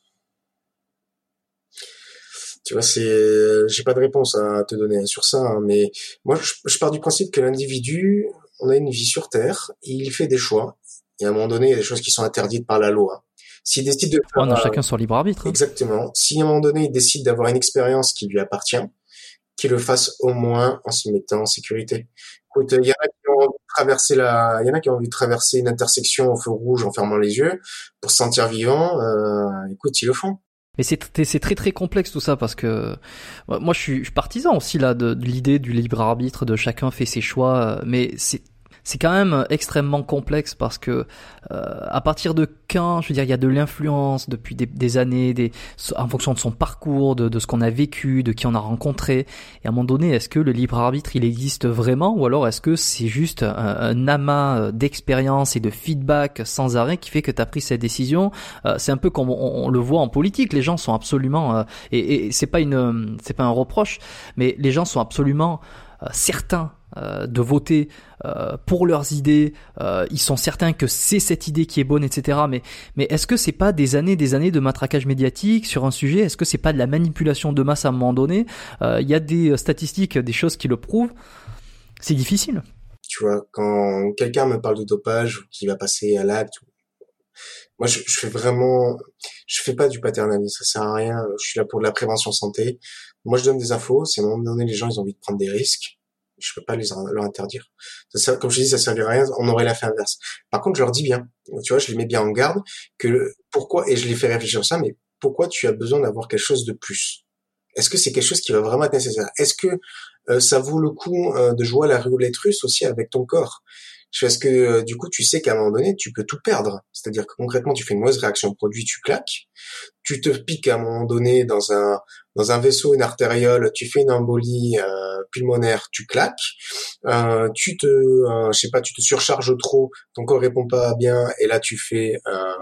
Tu vois, c'est, j'ai pas de réponse à te donner sur ça, hein, mais moi, je, je pars du principe que l'individu, on a une vie sur Terre, il fait des choix, et à un moment donné, il y a des choses qui sont interdites par la loi. S'il décide de faire, on a chacun son libre arbitre. Hein. Exactement. Si à un moment donné, il décide d'avoir une expérience qui lui appartient, qu'il le fasse au moins en se mettant en sécurité. Écoute, il y en a qui ont envie de traverser la, il y en a qui ont envie de traverser une intersection au feu rouge en fermant les yeux pour se sentir vivant. Euh, écoute, ils le font. Mais c'est, c'est très très complexe tout ça parce que moi je suis, je suis partisan aussi là de, de l'idée du libre arbitre, de chacun fait ses choix, mais c'est c'est quand même extrêmement complexe parce que euh, à partir de quand, je veux dire, il y a de l'influence depuis des, des années, des, en fonction de son parcours, de, de ce qu'on a vécu, de qui on a rencontré. Et à un moment donné, est-ce que le libre arbitre, il existe vraiment, ou alors est-ce que c'est juste un, un amas d'expérience et de feedback sans arrêt qui fait que tu as pris cette décision? euh, C'est un peu comme on, on le voit en politique. Les gens sont absolument, euh, et, et c'est pas une, c'est pas un reproche, mais les gens sont absolument euh, certains euh, de voter euh, pour leurs idées, euh, ils sont certains que c'est cette idée qui est bonne, et cetera. Mais mais est-ce que c'est pas des années, des années de matraquage médiatique sur un sujet? Est-ce que c'est pas de la manipulation de masse à un moment donné? Il euh, y a des statistiques, des choses qui le prouvent. C'est difficile. Tu vois, quand quelqu'un me parle de dopage ou qui va passer à l'acte, moi je, je fais vraiment, je fais pas du paternalisme, ça sert à rien. Je suis là pour de la prévention santé. Moi je donne des infos. Si à un moment donné les gens ils ont envie de prendre des risques, je peux pas les leur interdire. Ça sert, comme je dis, ça servirait à rien. On aurait l'effet inverse. Par contre, je leur dis bien. Tu vois, je les mets bien en garde que pourquoi, et je les fais réfléchir sur ça. Mais pourquoi tu as besoin d'avoir quelque chose de plus? Est-ce que c'est quelque chose qui va vraiment être nécessaire? Est-ce que euh, ça vaut le coup euh, de jouer à la roulette russe aussi avec ton corps? Parce que euh, du coup, tu sais qu'à un moment donné, tu peux tout perdre. C'est-à-dire que concrètement, tu fais une mauvaise réaction au produit, tu claques. Tu te piques à un moment donné dans un dans un vaisseau, une artériole, tu fais une embolie euh, pulmonaire, tu claques. Euh, tu te, euh, je sais pas, tu te surcharges trop, ton corps répond pas bien, et là tu fais,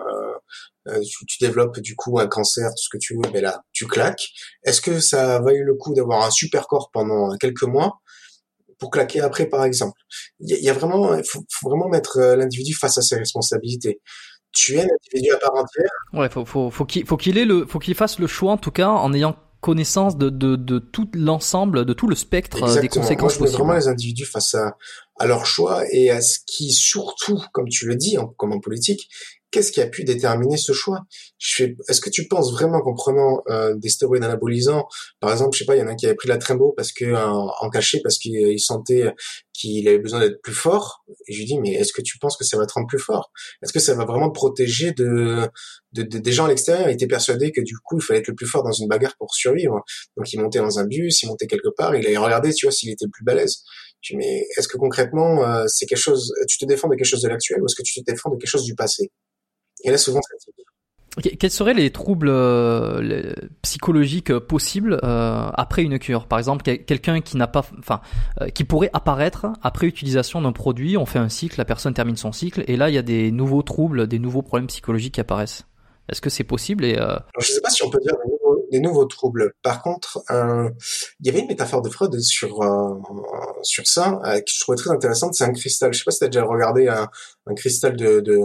euh, euh, tu, tu développes du coup un cancer, tout ce que tu veux, mais là tu claques. Est-ce que ça vaut le coup d'avoir un super corps pendant quelques mois pour claquer après, par exemple? Il y a, il y a vraiment, il faut, faut vraiment mettre l'individu face à ses responsabilités. Tu es un individu à part entière. Ouais, faut, faut, faut qu'il, faut qu'il ait le, faut qu'il fasse le choix, en tout cas, en ayant connaissance de, de, de tout l'ensemble, de tout le spectre Exactement. Des conséquences Moi, je mets possibles. vraiment les individus face à, à leur choix et à ce qui, surtout, comme tu le dis, en, comme en politique, qu'est-ce qui a pu déterminer ce choix? Je fais, est-ce que tu penses vraiment qu'en prenant euh, des stéroïdes anabolisants, par exemple, je sais pas, il y en a un qui avait pris la Trimbo parce que en, en cachet parce qu'il il sentait qu'il avait besoin d'être plus fort, et je lui dis mais est-ce que tu penses que ça va te rendre plus fort? Est-ce que ça va vraiment te protéger de, de, de des gens à l'extérieur? Il était persuadé que du coup il fallait être le plus fort dans une bagarre pour survivre, donc il montait dans un bus, il montait quelque part, il allait regarder, tu vois, s'il était le plus balèze. Je dis mais est-ce que concrètement euh, c'est quelque chose, tu te défends de quelque chose de l'actuel ou est-ce que tu te défends de quelque chose du passé? Et là, souvent, ça tire. Quels seraient les troubles euh, les psychologiques possibles euh, après une cure? Par exemple, quelqu'un qui n'a pas, enfin, euh, qui pourrait apparaître après utilisation d'un produit. On fait un cycle, la personne termine son cycle, et là, il y a des nouveaux troubles, des nouveaux problèmes psychologiques qui apparaissent. Est-ce que c'est possible? Et euh... Alors, je ne sais pas si on peut dire des nouveaux, des nouveaux troubles. Par contre, euh, il y avait une métaphore de Freud sur euh, sur ça euh, que je trouvais très intéressante. C'est un cristal. Je sais pas si tu as déjà regardé un, un cristal de de,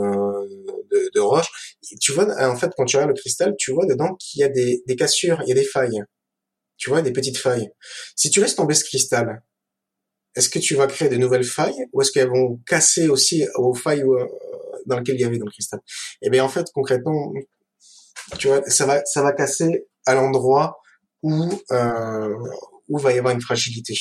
de de roche. Tu vois, en fait, quand tu regardes le cristal, tu vois dedans qu'il y a des des cassures, il y a des failles. Tu vois, des petites failles. Si tu laisses tomber ce cristal, est-ce que tu vas créer de nouvelles failles ou est-ce qu'elles vont casser aussi aux failles euh, dans lesquelles il y avait dans le cristal? Et bien en fait, concrètement, tu vois, ça va, ça va casser à l'endroit où euh, où va y avoir une fragilité.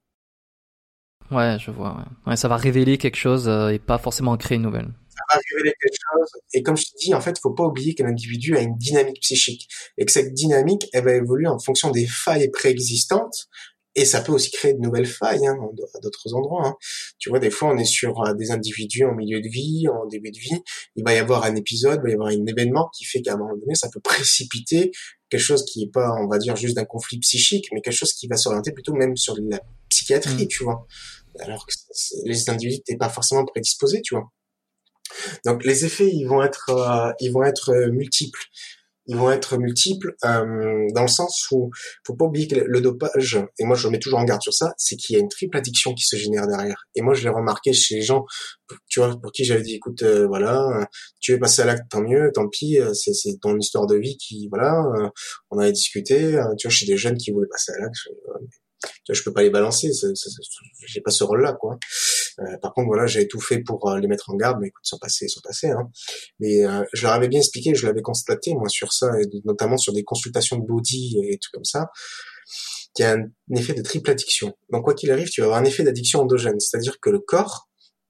Ouais, je vois. Ouais, ouais ça va révéler quelque chose euh, et pas forcément créer une nouvelle. Ça va révéler quelque chose. Et comme je te dis, en fait, faut pas oublier que l'individu a une dynamique psychique et que cette dynamique, elle va évoluer en fonction des failles préexistantes. Et ça peut aussi créer de nouvelles failles hein, à d'autres endroits. Hein. Tu vois, des fois, on est sur euh, des individus en milieu de vie, en début de vie. Il va y avoir un épisode, il va y avoir un événement qui fait qu'à un moment donné, ça peut précipiter quelque chose qui est pas, on va dire, juste d'un conflit psychique, mais quelque chose qui va s'orienter plutôt même sur la psychiatrie, mmh. tu vois. Alors que les individus n'étaient pas forcément prédisposés, tu vois. Donc, les effets, ils vont être, euh, ils vont être euh, multiples. Ils vont être multiples euh, dans le sens où faut pas oublier que le dopage, et moi je mets toujours en garde sur ça, c'est qu'il y a une triple addiction qui se génère derrière. Et moi je l'ai remarqué chez les gens, tu vois, pour qui j'avais dit écoute, euh, voilà, tu veux passer à l'acte, tant mieux, tant pis, c'est, c'est ton histoire de vie qui, voilà, euh, on avait discuté, euh, tu vois, chez des jeunes qui voulaient passer à l'acte, je, euh, tu vois, je peux pas les balancer, c'est, c'est, c'est, j'ai pas ce rôle-là, quoi. Euh, par contre, voilà, j'avais tout fait pour euh, les mettre en garde, mais écoute, ils sont passés, ils sont passés, hein. Mais euh, je leur avais bien expliqué, je l'avais constaté, moi, sur ça, et notamment sur des consultations de body et tout comme ça, qu'il y a un, un effet de triple addiction. Donc, quoi qu'il arrive, tu vas avoir un effet d'addiction endogène, c'est-à-dire que le corps,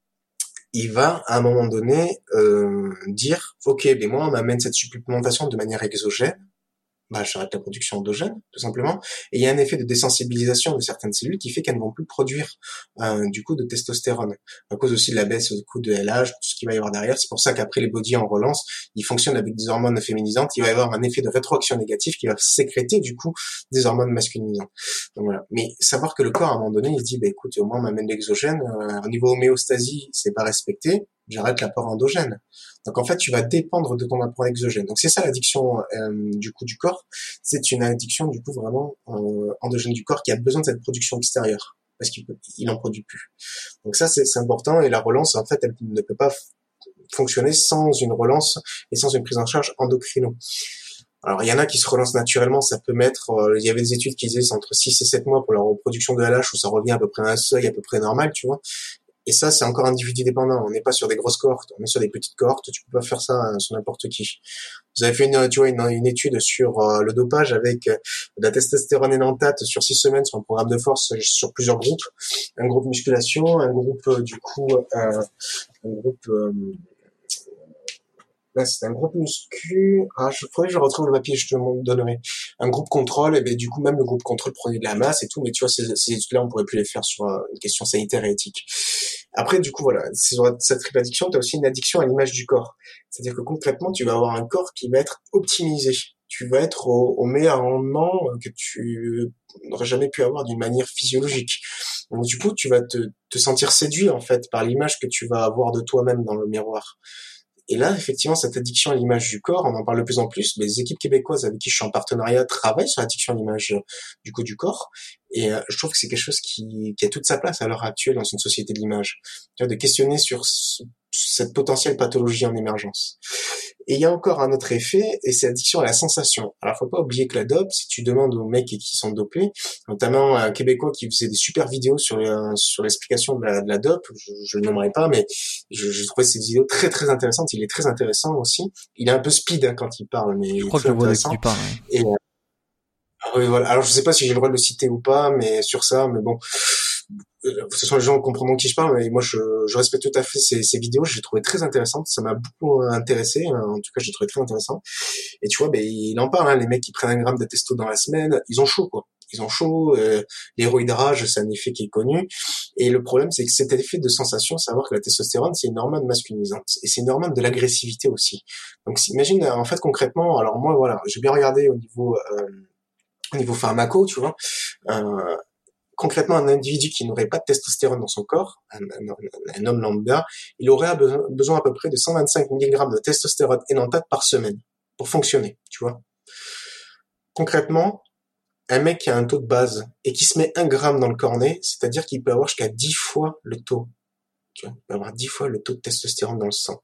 il va, à un moment donné, euh, dire, ok, mais moi, on m'amène cette supplémentation de manière exogène, bah, j'arrête la production endogène, tout simplement. Et il y a un effet de désensibilisation de certaines cellules qui fait qu'elles ne vont plus produire euh, du coup de testostérone, à cause aussi de la baisse du coup de L H, tout ce qu'il va y avoir derrière. C'est pour ça qu'après les body en relance, ils fonctionnent avec des hormones féminisantes. Il va y avoir un effet de rétroaction négatif qui va sécréter du coup des hormones masculinisantes. Donc voilà. Mais savoir que le corps à un moment donné, il se dit, bah écoute, moi on m'amène l'exogène, euh, au niveau homéostasie, c'est pas respecté, j'arrête l'apport endogène. Donc en fait, tu vas dépendre de ton apport exogène. Donc c'est ça l'addiction euh, du coup du corps. C'est une addiction du coup vraiment euh, endogène du corps qui a besoin de cette production extérieure. parce qu'il peut, il en produit plus. Donc ça, c'est, c'est important, et la relance, en fait, elle ne peut pas f- fonctionner sans une relance et sans une prise en charge endocrino. Alors, il y en a qui se relancent naturellement, ça peut mettre, euh, il y avait des études qui disaient c'est entre six et sept mois pour la reproduction de L H, où ça revient à peu près à un seuil à peu près normal, tu vois. Et ça, c'est encore individu dépendant. On n'est pas sur des grosses cohortes, on est sur des petites cohortes. Tu peux pas faire ça euh, sur n'importe qui. Vous avez fait une, tu vois, une, une étude sur euh, le dopage avec euh, de la testostérone énantate sur six semaines sur un programme de force euh, sur plusieurs groupes. Un groupe musculation, un groupe euh, du coup, euh, un groupe euh, là, c'est un groupe muscu. Ah, je faudrait que je retrouve le papier, je te le donnerai. Un groupe contrôle, et ben du coup même le groupe contrôle prenait de la masse et tout, mais tu vois, ces, ces études-là, on pourrait plus les faire sur euh, une question sanitaire et éthique. Après, du coup, voilà, sur cette triple addiction, tu as aussi une addiction à l'image du corps. C'est-à-dire que concrètement, tu vas avoir un corps qui va être optimisé. Tu vas être au, au meilleur rendement que tu n'aurais jamais pu avoir d'une manière physiologique. Donc du coup, tu vas te, te sentir séduit en fait par l'image que tu vas avoir de toi-même dans le miroir. Et là, effectivement, cette addiction à l'image du corps, on en parle de plus en plus. Les équipes québécoises avec qui je suis en partenariat travaillent sur l'addiction à l'image euh, du coup du corps. Et euh, je trouve que c'est quelque chose qui, qui a toute sa place à l'heure actuelle dans une société de l'image. Tu vois, de questionner sur ce, cette potentielle pathologie en émergence. Et il y a encore un autre effet, et c'est l'addiction à la sensation. Alors, faut pas oublier que la dope, si tu demandes aux mecs qui sont dopés, notamment un Québécois qui faisait des super vidéos sur les, sur l'explication de la, de la dope, je, je le nommerai pas, mais je, je trouvais ces vidéos très très intéressantes. Il est très intéressant aussi. Il est un peu speed hein, quand il parle, mais Je il est crois très que je vois de qui intéressant. tu parles. Ouais. Et euh, oui, voilà. Alors, je sais pas si j'ai le droit de le citer ou pas, mais sur ça, mais bon. De toute façon, les gens comprendront de qui je parle, mais moi, je, je respecte tout à fait ces, ces vidéos. Je les trouvais très intéressantes. Ça m'a beaucoup intéressé. En tout cas, je les trouvais très intéressants. Et tu vois, ben, il en parle, hein, les mecs qui prennent un gramme de testo dans la semaine, ils ont chaud, quoi. Ils ont chaud. Euh, l'héroïdrage, c'est un effet qui est connu. Et le problème, c'est que cet effet de sensation, savoir que la testostérone, c'est une hormone masculinisante. Et c'est une hormone de l'agressivité aussi. Donc, imagine, en fait, concrètement, alors moi, voilà, j'ai bien regardé au niveau, euh, au niveau pharmaco, tu vois, euh, concrètement, un individu qui n'aurait pas de testostérone dans son corps, un, un, un homme lambda, il aurait besoin, besoin à peu près de cent vingt-cinq milligrammes de testostérone énantate par semaine pour fonctionner, tu vois. Concrètement, un mec qui a un taux de base et qui se met un gramme dans le cornet, c'est-à-dire qu'il peut avoir jusqu'à dix fois le taux. Tu vois, il peut avoir dix fois le taux de testostérone dans le sang.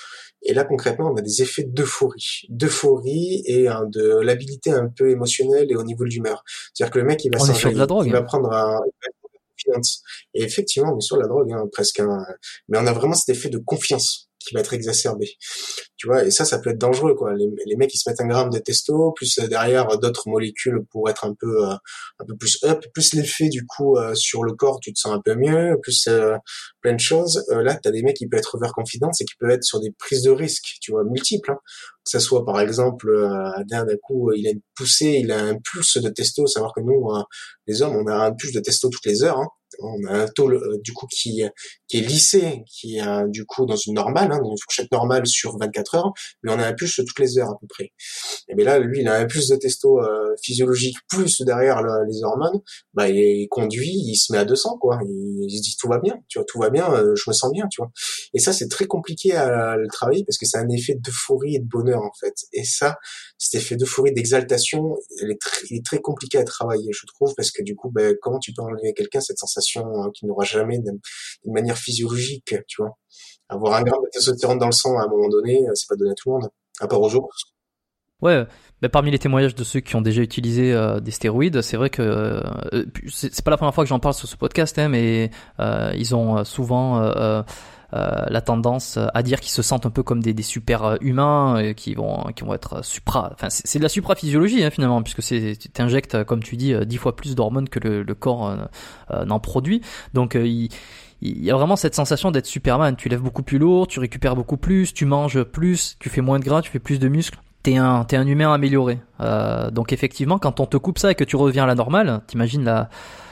Et là, concrètement, on a des effets d'euphorie. D'euphorie et hein, de l'habilité un peu émotionnelle et au niveau de l'humeur. C'est-à-dire que le mec, il va s'enjailler, il va prendre un... confiance. Et effectivement, on est sur la drogue, hein, presque un... Mais on a vraiment cet effet de confiance qui va être exacerbé. Tu vois, et ça, ça peut être dangereux, quoi. Les, les mecs, ils se mettent un gramme de testo, plus euh, derrière euh, d'autres molécules pour être un peu, euh, un peu plus up, plus l'effet, du coup, euh, sur le corps, tu te sens un peu mieux, plus euh, plein de choses. Euh, là, t'as des mecs qui peuvent être overconfidents et qui peuvent être sur des prises de risques, tu vois, multiples, hein. Que ça soit, par exemple, euh, d'un coup, il a une poussée, il a un pulse de testo, savoir que nous, euh, les hommes, on a un pulse de testo toutes les heures, hein. On a un taux euh, du coup qui qui est lissé, qui est euh, du coup dans une normale, hein, dans une fourchette normale sur vingt-quatre heures, mais on a un pulse toutes les heures à peu près. Et bien là, lui, il a un pulse de testo euh, physiologique plus derrière le, les hormones, bah il, est, il conduit, il se met à deux cents quoi. Il, il se dit tout va bien, tu vois, tout va bien, euh, je me sens bien, tu vois. Et ça, c'est très compliqué à, à le travailler parce que c'est un effet d'euphorie et de bonheur en fait. Et ça, cet effet d'euphorie, d'exaltation, il est, très, il est très compliqué à travailler, je trouve, parce que du coup, ben, comment tu peux enlever à quelqu'un cette sensation qu'il n'aura jamais d'une manière physiologique, tu vois. Avoir un gramme de testostérone dans le sang à un moment donné, c'est pas donné à tout le monde, à part aux ours. Ouais, bah parmi les témoignages de ceux qui ont déjà utilisé euh, des stéroïdes, c'est vrai que euh, c'est, c'est pas la première fois que j'en parle sur ce podcast, hein, mais euh, ils ont souvent euh, euh, la tendance à dire qu'ils se sentent un peu comme des, des super humains euh, qui vont qui vont être supra. Enfin, c'est, c'est de la supraphysiologie hein, finalement, puisque c'est tu t'injectes, comme tu dis, dix fois plus d'hormones que le, le corps euh, euh, n'en produit. Donc euh, il il y a vraiment cette sensation d'être Superman. Tu lèves beaucoup plus lourd, tu récupères beaucoup plus, tu manges plus, tu fais moins de gras, tu fais plus de muscles. T'es un, t'es un humain amélioré. Euh, donc effectivement, quand on te coupe ça et que tu reviens à la normale, t'imagines la,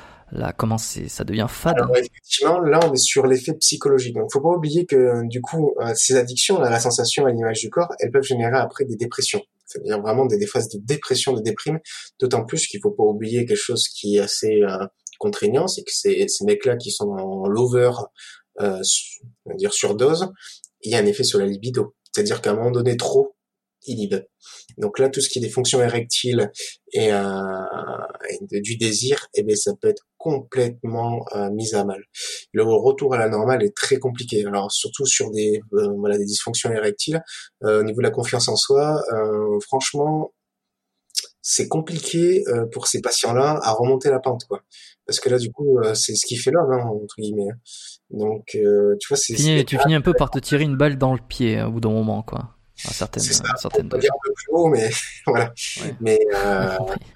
la comment c'est, ça devient fade. Alors, effectivement, là, on est sur l'effet psychologique. Donc, faut pas oublier que, du coup, euh, ces addictions, là, la sensation à l'image du corps, elles peuvent générer après des dépressions. C'est-à-dire vraiment des, des phases de dépression, de déprime. D'autant plus qu'il faut pas oublier quelque chose qui est assez euh, contraignant, c'est que ces, ces mecs-là qui sont en lover, euh, on va dire surdose, il y a un effet sur la libido. C'est-à-dire qu'à un moment donné, trop, inhibe. Donc là, tout ce qui est des fonctions érectiles et, euh, et du désir, eh bien, ça peut être complètement euh, mis à mal. Le retour à la normale est très compliqué. Alors surtout sur des euh, voilà des dysfonctions érectiles, euh, au niveau de la confiance en soi, euh, franchement, c'est compliqué euh, pour ces patients-là à remonter la pente, quoi. Parce que là, du coup, euh, c'est ce qui fait l'homme, hein, entre guillemets. Donc, euh, tu vois, c'est... Fini, c'est tu finis un peu par te tirer une balle dans le pied hein, au bout d'un moment, quoi. À certaines, c'est ça, à certaines on peut doses. dire un peu plus haut, mais voilà. Ouais. Mais, euh,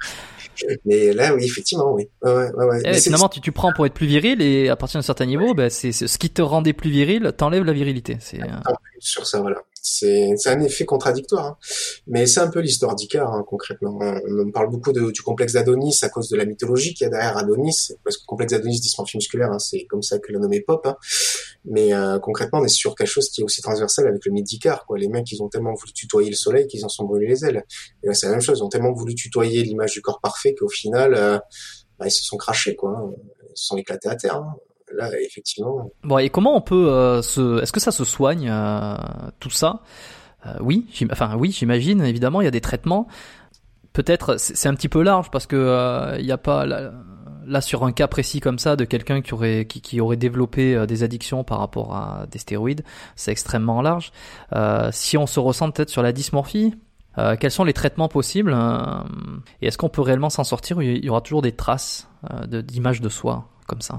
mais là, oui, effectivement, oui. Ouais, ouais, ouais. Et Mais finalement, tu, tu prends pour être plus viril et à partir d'un certain niveau, ben, c'est, c'est ce qui te rendait plus viril, t'enlève la virilité. C'est, euh... sur ça, voilà. C'est, c'est un effet contradictoire, hein. Mais c'est un peu l'histoire d'Icare, hein, concrètement. On, on parle beaucoup de, du complexe d'Adonis à cause de la mythologie qu'il y a derrière Adonis, parce que le complexe d'Adonis, dysmorphie musculaire, hein, c'est comme ça que l'a nommé Pop, hein. Mais euh, concrètement, on est sur quelque chose qui est aussi transversal avec le mythe d'Icare, quoi. Les mecs, ils ont tellement voulu tutoyer le soleil qu'ils en sont brûlés les ailes. Et là, c'est la même chose. Ils ont tellement voulu tutoyer l'image du corps parfait qu'au final, euh, bah, ils se sont crachés, quoi. Hein. Ils se sont éclatés à terre, hein. Là, effectivement. Bon, et comment on peut euh, se, est-ce que ça se soigne euh, tout ça? Euh, oui, j'im... enfin oui, j'imagine. Évidemment, il y a des traitements. Peut-être, c'est, c'est un petit peu large parce que il euh, y a pas là, là sur un cas précis comme ça de quelqu'un qui aurait qui, qui aurait développé euh, des addictions par rapport à des stéroïdes. C'est extrêmement large. Euh, si on se ressent peut-être sur la dysmorphie. Euh, quels sont les traitements possibles euh, et est-ce qu'on peut réellement s'en sortir ou il y aura toujours des traces euh, de, d'image de soi comme ça?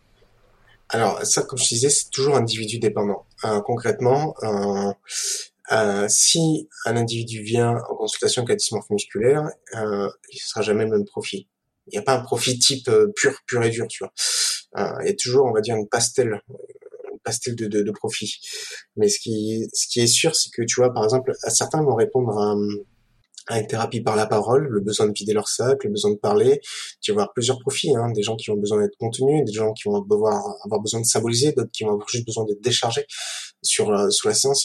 Alors ça, comme je disais, c'est toujours individu dépendant. Euh, concrètement, euh, euh, si un individu vient en consultation avec la dysmorphie musculaire, euh, il ne sera jamais le même profil. Il n'y a pas un profil type euh, pur, pur et dur, tu vois. Euh, il y a toujours, on va dire, une pastel, une pastel de, de, de profil. Mais ce qui, ce qui est sûr, c'est que, tu vois, par exemple, certains vont répondre à à une thérapie par la parole, le besoin de vider leur sac, le besoin de parler. Tu vas avoir plusieurs profils, hein, des gens qui ont besoin d'être contenus, des gens qui vont avoir, avoir besoin de symboliser, d'autres qui vont avoir juste besoin d'être déchargés sur, euh, sur la séance.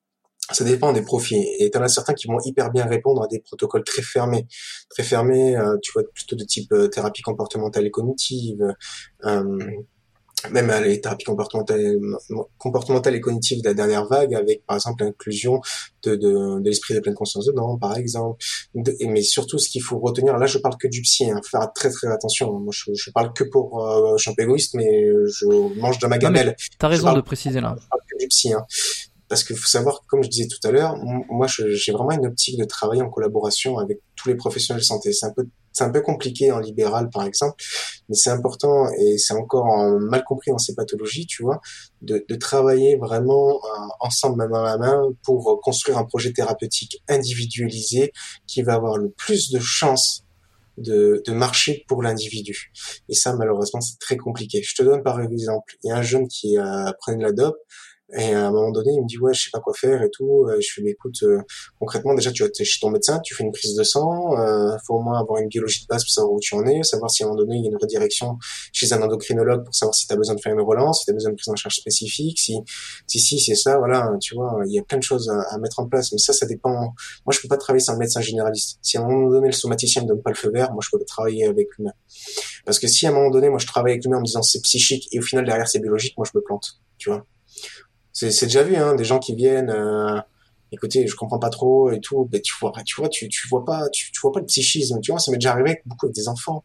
Ça dépend des profils. Et t'en as certains qui vont hyper bien répondre à des protocoles très fermés. Très fermés, euh, tu vois, plutôt de type euh, thérapie comportementale et cognitive, euh, même à les thérapies comportementales, comportementales et cognitives de la dernière vague, avec par exemple l'inclusion de, de, de l'esprit de pleine conscience dedans, par exemple. De, mais surtout, ce qu'il faut retenir, là, je parle que du psy, hein, faut faire très très attention. Moi, je, je parle que pour, euh, je suis un peu égoïste, mais je mange de ma gamelle. T'as raison parle, de préciser là. Je parle que du psy, hein. Parce qu'il faut savoir, comme je disais tout à l'heure, moi, je, j'ai vraiment une optique de travailler en collaboration avec tous les professionnels de santé. C'est un peu, c'est un peu compliqué en libéral, par exemple, mais c'est important et c'est encore mal compris dans ces pathologies, tu vois, de, de travailler vraiment euh, ensemble, main dans la main, pour construire un projet thérapeutique individualisé qui va avoir le plus de chances de, de marcher pour l'individu. Et ça, malheureusement, c'est très compliqué. Je te donne par exemple, il y a un jeune qui euh, prenait de la dope. Et à un moment donné, il me dit ouais, je sais pas quoi faire et tout. Je fais mais écoute, euh, concrètement déjà tu vas chez ton médecin, tu fais une prise de sang, euh, faut au moins avoir une biologie de base pour savoir où tu en es, savoir si à un moment donné il y a une redirection chez un endocrinologue pour savoir si tu as besoin de faire une relance, si tu as besoin de prise en charge spécifique, si si si c'est ça, voilà, tu vois, il y a plein de choses à, à mettre en place. Mais ça, ça dépend. Moi, je peux pas travailler sans un médecin généraliste. Si à un moment donné le somaticien me donne pas le feu vert, moi je peux pas travailler avec l'humain. Parce que si à un moment donné, moi je travaille avec l'humain en me disant c'est psychique et au final derrière c'est biologique, moi je me plante, tu vois. C'est, c'est déjà vu, hein, des gens qui viennent, euh, écoutez, je comprends pas trop et tout, mais tu vois, tu vois, tu, tu vois pas, tu, tu vois pas le psychisme, tu vois, ça m'est déjà arrivé avec beaucoup avec des enfants.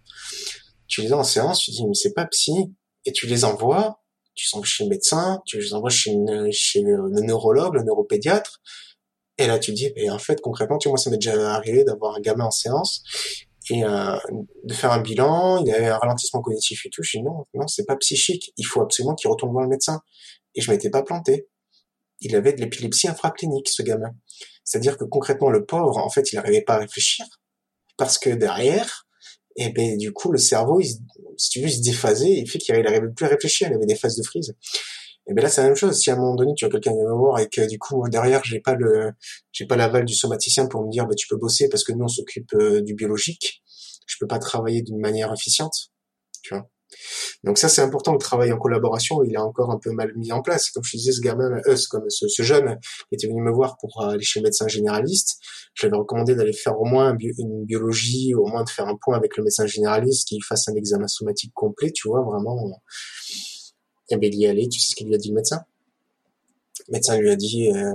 Tu les as en séance, tu dis, mais c'est pas psy, et tu les envoies, tu les envoies chez le médecin, tu les envoies chez, une, chez le, le neurologue, le neuropédiatre, et là tu dis, mais en fait, concrètement, tu vois, moi ça m'est déjà arrivé d'avoir un gamin en séance, et euh, de faire un bilan, il y avait un ralentissement cognitif et tout, je dis non, non, c'est pas psychique, il faut absolument qu'il retourne voir le médecin. Et je m'étais pas planté. Il avait de l'épilepsie infraclinique, ce gamin. C'est-à-dire que concrètement, le pauvre, en fait, il n'arrivait pas à réfléchir. Parce que derrière, et eh ben, du coup, le cerveau, il, si tu veux, il se déphasait, il fait qu'il n'arrivait plus à réfléchir, il avait des phases de freeze. Et ben là, c'est la même chose. Si à un moment donné, tu as quelqu'un qui vient me voir et que, du coup, derrière, j'ai pas le, j'ai pas l'aval du somaticien pour me dire, bah, tu peux bosser parce que nous, on s'occupe euh, du biologique. Je peux pas travailler d'une manière efficiente. Tu vois. Donc ça, c'est important, le travail en collaboration, il est encore un peu mal mis en place. Comme je disais, ce gamin, euh, comme ce, ce jeune qui était venu me voir pour aller chez le médecin généraliste, je lui avais recommandé d'aller faire au moins une biologie, au moins de faire un point avec le médecin généraliste, qu'il fasse un examen somatique complet, tu vois, vraiment. Et bien, il y est allé, tu sais ce qu'il lui a dit le médecin? Le médecin lui a dit, euh, c'est,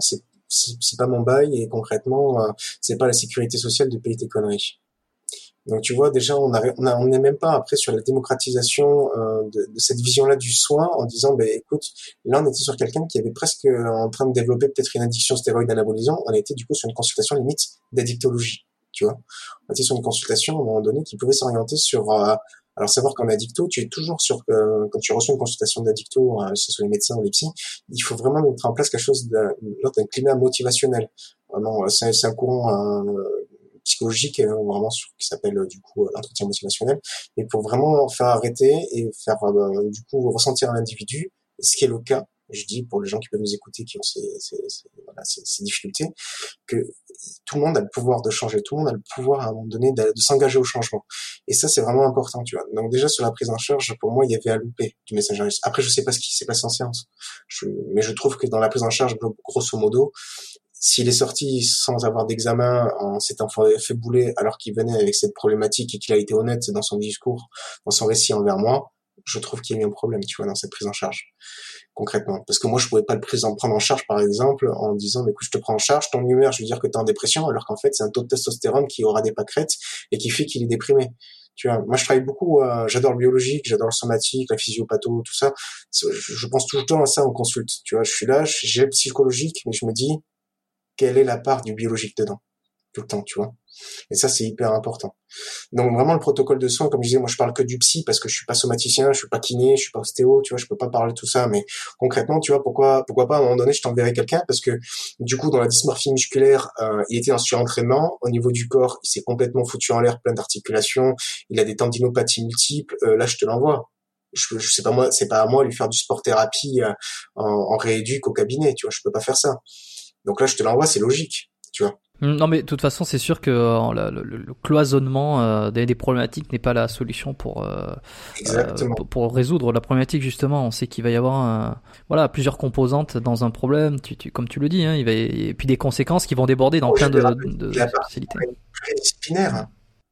c'est, c'est pas mon bail et concrètement, euh, c'est pas la sécurité sociale de payer tes conneries. Donc tu vois, déjà on a, on a, on n'est même pas après sur la démocratisation euh, de, de cette vision-là du soin en disant, ben écoute, là on était sur quelqu'un qui avait presque euh, en train de développer peut-être une addiction stéroïde anabolisant. On était du coup sur une consultation limite d'addictologie, tu vois. On était sur une consultation à un moment donné qui pouvait s'orienter sur, euh, alors savoir qu'en addicto, tu es toujours sur euh, quand tu reçois une consultation d'addicto, euh, que ce soit les médecins ou les psys, il faut vraiment mettre en place quelque chose d'un, d'un climat motivationnel. Vraiment, c'est, c'est un courant. Euh, psychologique euh, vraiment sur, qui s'appelle euh, du coup euh, l'entretien motivationnel, mais pour vraiment faire arrêter et faire euh, du coup ressentir à l'individu, ce qui est le cas, je dis pour les gens qui peuvent nous écouter qui ont ces, ces, ces, voilà, ces, ces difficultés, que tout le monde a le pouvoir de changer, tout le monde a le pouvoir à un moment donné de, de s'engager au changement, et ça c'est vraiment important, tu vois. Donc déjà sur la prise en charge, pour moi il y avait à louper du messagerie. Après je sais pas ce qui s'est passé en séance, je, mais je trouve que dans la prise en charge grosso modo, s'il est sorti sans avoir d'examen, en s'étant fait bouler alors qu'il venait avec cette problématique et qu'il a été honnête dans son discours, dans son récit envers moi, je trouve qu'il y a eu un problème, tu vois, dans cette prise en charge, concrètement. Parce que moi, je pouvais pas le prendre en charge, par exemple, en disant, mais écoute, je te prends en charge, ton humeur, je veux dire que t'es en dépression, alors qu'en fait, c'est un taux de testostérone qui aura des pâquerettes et qui fait qu'il est déprimé. Tu vois, moi, je travaille beaucoup, euh, j'adore le biologique, j'adore le somatique, la physiopatho, tout ça. Je, je pense tout le temps à ça en consulte. Tu vois, je suis là, j'ai le psychologique, mais je me dis, quelle est la part du biologique dedans, tout le temps, tu vois. Et ça, c'est hyper important. Donc vraiment, le protocole de soins, comme je disais, moi je parle que du psy parce que je suis pas somaticien, je suis pas kiné, je suis pas ostéo, tu vois, je peux pas parler de tout ça, mais concrètement, tu vois, pourquoi pourquoi pas à un moment donné, je t'enverrai quelqu'un parce que du coup, dans la dysmorphie musculaire, euh, il était en surentraînement, au niveau du corps, il s'est complètement foutu en l'air, plein d'articulations, il a des tendinopathies multiples, euh, là je te l'envoie. Je, je sais pas moi, c'est pas à moi de lui faire du sport thérapie euh, en, en rééduque au cabinet, tu vois, je peux pas faire ça. Donc là, je te l'envoie, c'est logique, tu vois. Non, mais de toute façon, c'est sûr que euh, le, le, le cloisonnement euh, des, des problématiques n'est pas la solution pour, euh, Exactement. Euh, pour pour résoudre la problématique. Justement, on sait qu'il va y avoir euh, voilà plusieurs composantes dans un problème. Tu, tu, comme tu le dis, hein, il va y, et puis des conséquences qui vont déborder dans oh, plein de, de, de spécialités. Disciplinaire.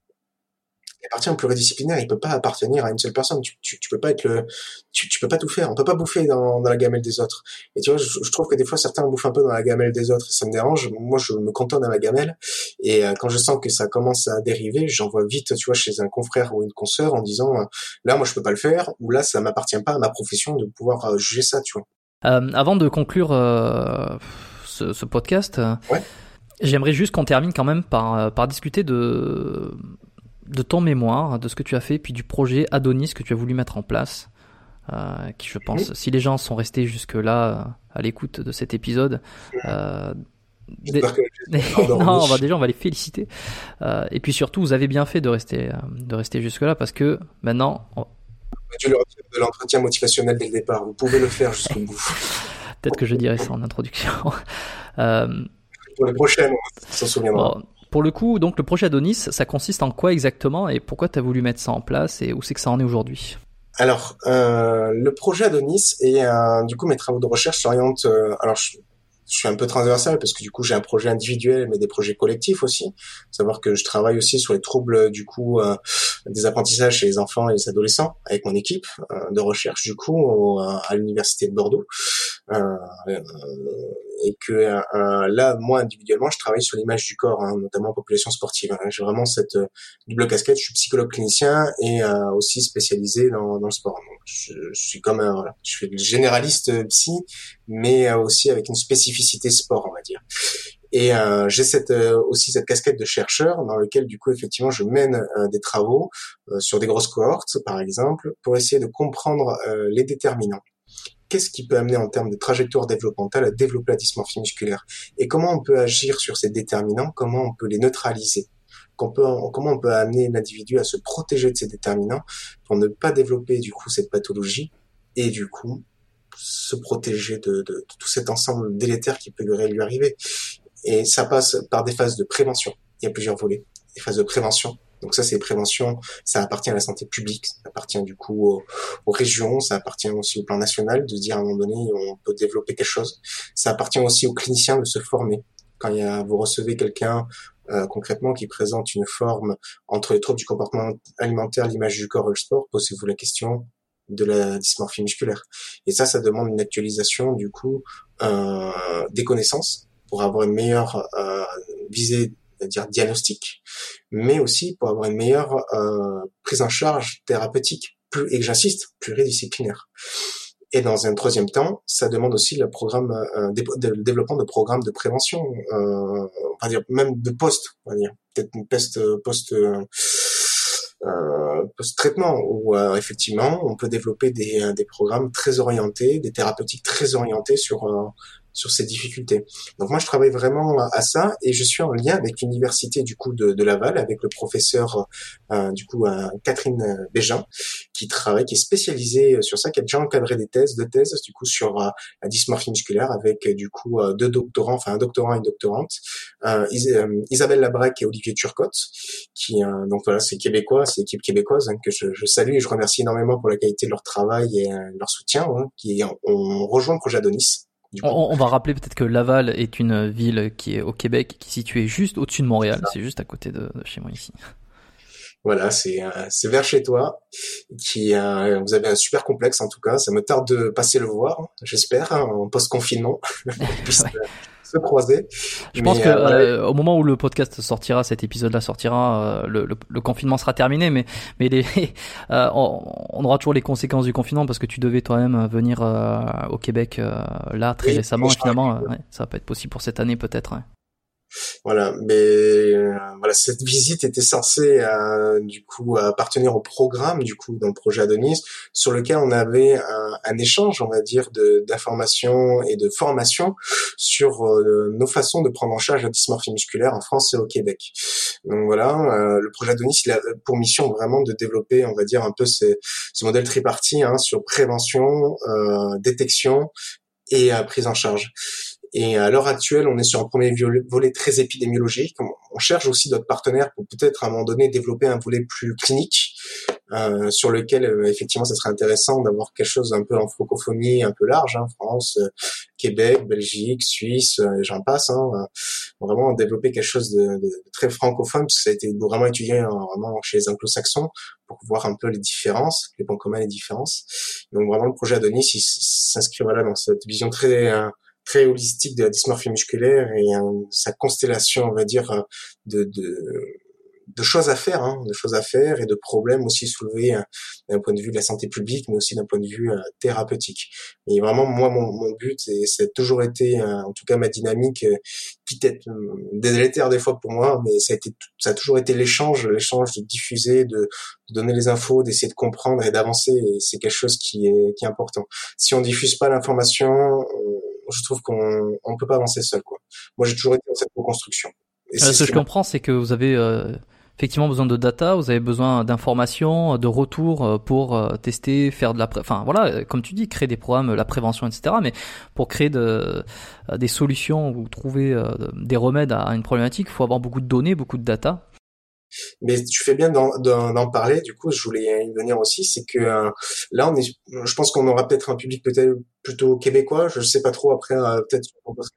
La partie pluridisciplinaire, il peut pas appartenir à une seule personne. Tu, tu, tu peux pas être le, tu, tu peux pas tout faire. On peut pas bouffer dans, dans la gamelle des autres. Et tu vois, je, je trouve que des fois certains bouffent un peu dans la gamelle des autres et ça me dérange. Moi, je me cantonne à ma gamelle. Et euh, quand je sens que ça commence à dériver, j'envoie vite, tu vois, chez un confrère ou une consoeur en disant, euh, là, moi, je peux pas le faire, ou là, ça m'appartient pas à ma profession de pouvoir euh, juger ça, tu vois. Euh, avant de conclure euh, ce, ce podcast, ouais. j'aimerais juste qu'on termine quand même par par discuter de de ton mémoire, de ce que tu as fait, puis du projet Adonis que tu as voulu mettre en place, euh, qui je pense, mmh. si les gens sont restés jusque-là euh, à l'écoute de cet épisode, euh, des... non, on va déjà on va les féliciter. Euh, et puis surtout, vous avez bien fait de rester euh, de rester jusque-là parce que maintenant. On... Tu le retires de l'entretien motivationnel dès le départ. Vous pouvez le faire jusqu'au bout. Peut-être que je dirais ça en introduction. euh... Pour les prochaines, on s'en souviendra. Bon. Pour le coup, donc le projet Adonis, ça consiste en quoi exactement et pourquoi tu as voulu mettre ça en place et où c'est que ça en est aujourd'hui ? Alors, euh, le projet Adonis et euh, du coup mes travaux de recherche s'orientent. Euh, alors, je, je suis un peu transversal parce que du coup j'ai un projet individuel mais des projets collectifs aussi. Savoir que je travaille aussi sur les troubles du coup euh, des apprentissages chez les enfants et les adolescents avec mon équipe euh, de recherche du coup au, à l'université de Bordeaux. Euh, euh, et que euh, là, moi individuellement, je travaille sur l'image du corps, hein, notamment en population sportive. Hein. J'ai vraiment cette euh, double casquette. Je suis psychologue clinicien et euh, aussi spécialisé dans, dans le sport. Donc, je, je suis comme un, voilà, je suis généraliste psy, mais euh, aussi avec une spécificité sport, on va dire. Et euh, j'ai cette euh, aussi cette casquette de chercheur dans lequel du coup effectivement je mène euh, des travaux euh, sur des grosses cohortes, par exemple, pour essayer de comprendre euh, les déterminants. Qu'est-ce qui peut amener en termes de trajectoire développementale à développer la dysmorphie musculaire et comment on peut agir sur ces déterminants, comment on peut les neutraliser, qu'on peut, comment on peut amener l'individu à se protéger de ces déterminants pour ne pas développer du coup cette pathologie et du coup se protéger de, de, de tout cet ensemble délétère qui peut lui arriver. Et ça passe par des phases de prévention. Il y a plusieurs volets, des phases de prévention. Donc ça, c'est prévention, ça appartient à la santé publique, ça appartient du coup aux, aux régions, ça appartient aussi au plan national de dire à un moment donné, on peut développer quelque chose. Ça appartient aussi aux cliniciens de se former. Quand il y a, vous recevez quelqu'un euh, concrètement qui présente une forme entre les troubles du comportement alimentaire, l'image du corps et le sport, posez-vous la question de la dysmorphie musculaire. Et ça, ça demande une actualisation du coup euh, des connaissances pour avoir une meilleure euh, visée, c'est-à-dire diagnostic, mais aussi pour avoir une meilleure euh, prise en charge thérapeutique, plus, et j'insiste, pluridisciplinaire. Et dans un troisième temps, ça demande aussi le programme, euh, le développement de programmes de prévention, euh, on va dire même de post, on va dire peut-être une post post euh, post-traitement où euh, effectivement on peut développer des des programmes très orientés, des thérapeutiques très orientées sur euh, sur ces difficultés. Donc moi je travaille vraiment à, à ça et je suis en lien avec l'université du coup de, de Laval, avec le professeur euh, du coup euh, Catherine Bégin, qui travaille, qui est spécialisée sur ça, qui a déjà encadré des thèses, deux thèses du coup sur euh, la dysmorphie musculaire avec euh, du coup euh, deux doctorants, enfin un doctorant et une doctorante, euh, Is- euh, Isabelle Labrec et Olivier Turcotte, qui euh, donc voilà c'est québécois, c'est équipe québécoise hein, que je, je salue et je remercie énormément pour la qualité de leur travail et euh, leur soutien, hein, qui ont rejoint le projet Adonis. On, on va rappeler peut-être que Laval est une ville qui est au Québec, qui est située juste au-dessus de Montréal. C'est, c'est juste à côté de, de chez moi ici. Voilà, c'est euh, c'est vers chez toi. Qui euh, vous avez un super complexe en tout cas. Ça me tarde de passer le voir, j'espère, hein, en post-confinement, qu'on puisse euh, se croiser. Je Mais, pense que euh, voilà. euh, au moment où le podcast sortira, cet épisode-là sortira, euh, le, le, le confinement sera terminé, mais mais les, euh, on, on aura toujours les conséquences du confinement parce que tu devais toi-même venir euh, au Québec euh, là très Oui, récemment et finalement, oui. euh, ouais, ça va pas être possible pour cette année peut-être. Ouais. Voilà, mais euh, voilà, cette visite était censée euh, du coup appartenir au programme du coup dans le projet Adonis, sur lequel on avait un, un échange, on va dire, de d'informations et de formation sur euh, nos façons de prendre en charge la dysmorphie musculaire en France et au Québec. Donc voilà, euh, le projet Adonis, il a pour mission vraiment de développer, on va dire, un peu ce, ce modèle tripartite hein, sur prévention, euh, détection et euh, prise en charge. Et à l'heure actuelle, on est sur un premier volet très épidémiologique. On cherche aussi d'autres partenaires pour peut-être à un moment donné développer un volet plus clinique, euh, sur lequel euh, effectivement ça serait intéressant d'avoir quelque chose un peu en francophonie, un peu large, hein, France, euh, Québec, Belgique, Suisse, euh, j'en passe. Hein, euh, vraiment développer quelque chose de, de, de très francophone, parce que ça a été vraiment étudié hein, vraiment chez les anglo-saxons pour voir un peu les différences, les points communs et les différences. Donc vraiment le projet Adonis, il s'inscrit voilà dans cette vision très euh, très holistique de la dysmorphie musculaire et euh, sa constellation, on va dire, de, de, de choses à faire, hein, de choses à faire et de problèmes aussi soulevés euh, d'un point de vue de la santé publique, mais aussi d'un point de vue euh, thérapeutique. Et vraiment, moi, mon, mon but, et ça a toujours été, euh, en tout cas, ma dynamique, euh, qui peut-être euh, délétère des fois pour moi, mais ça a été, ça a toujours été l'échange, l'échange de diffuser, de, de donner les infos, d'essayer de comprendre et d'avancer. Et c'est quelque chose qui est, qui est important. Si on diffuse pas l'information, on, je trouve qu'on on peut pas avancer seul quoi. Moi j'ai toujours été dans cette co-construction. Et euh, ce que je comprends c'est que vous avez euh, effectivement besoin de data, vous avez besoin d'informations, de retours pour euh, tester, faire de la pré- enfin voilà, comme tu dis, créer des programmes, la prévention et cetera. Mais pour créer de, euh, des solutions ou trouver euh, des remèdes à une problématique, il faut avoir beaucoup de données, beaucoup de data. Mais tu fais bien d'en, d'en, d'en parler. Du coup, je voulais y venir aussi, c'est que euh, là, on est, je pense qu'on aura peut-être un public peut-être plutôt québécois. Je sais pas trop après, euh, peut-être.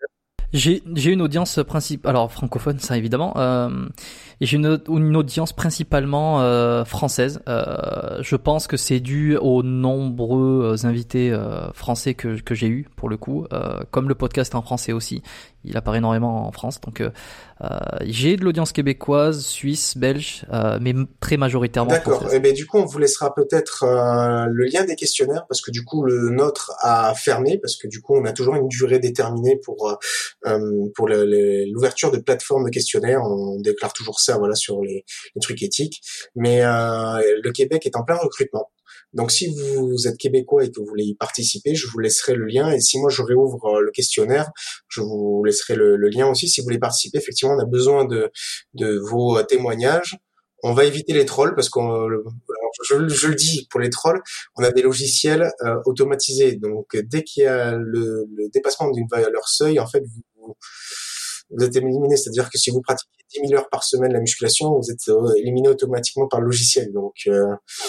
J'ai j'ai une audience principale, alors francophone, ça évidemment. Euh, et j'ai une, une audience principalement euh, française. Euh, je pense que c'est dû aux nombreux invités euh, français que que j'ai eu pour le coup. Euh, comme le podcast est en français aussi, il apparaît énormément en France. Donc euh, j'ai de l'audience québécoise, suisse, belge, euh, mais très majoritairement D'accord. française. Et ben du coup, on vous laissera peut-être euh, le lien des questionnaires parce que du coup le nôtre a fermé parce que du coup on a toujours une durée déterminée pour euh, pour le, le, l'ouverture de plateformes de questionnaires. On déclare toujours ça voilà sur les, les trucs éthiques. Mais euh, le Québec est en plein recrutement. Donc si vous êtes québécois et que vous voulez y participer, je vous laisserai le lien. Et si moi je réouvre le questionnaire, je vous laisserai le, le lien aussi. Si vous voulez participer, effectivement, on a besoin de, de vos témoignages. On va éviter les trolls parce qu'on, je, je le dis pour les trolls, on a des logiciels euh, automatisés. Donc dès qu'il y a le, le dépassement d'une valeur seuil, en fait, vous, vous êtes éliminé. C'est-à-dire que si vous pratiquez dix mille heures par semaine la musculation, vous êtes éliminé automatiquement par le logiciel. Donc euh,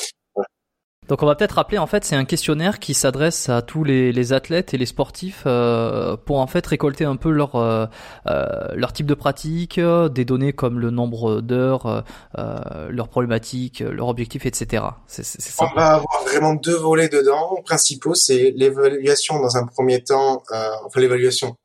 Donc on va peut-être rappeler, en fait, c'est un questionnaire qui s'adresse à tous les, les athlètes et les sportifs euh, pour en fait récolter un peu leur euh, leur type de pratique, euh, des données comme le nombre d'heures, euh, leurs problématiques, leurs objectifs, et cetera. C'est, c'est, c'est ça. On va avoir vraiment deux volets dedans. Principaux, c'est l'évaluation dans un premier temps, euh, enfin l'évaluation,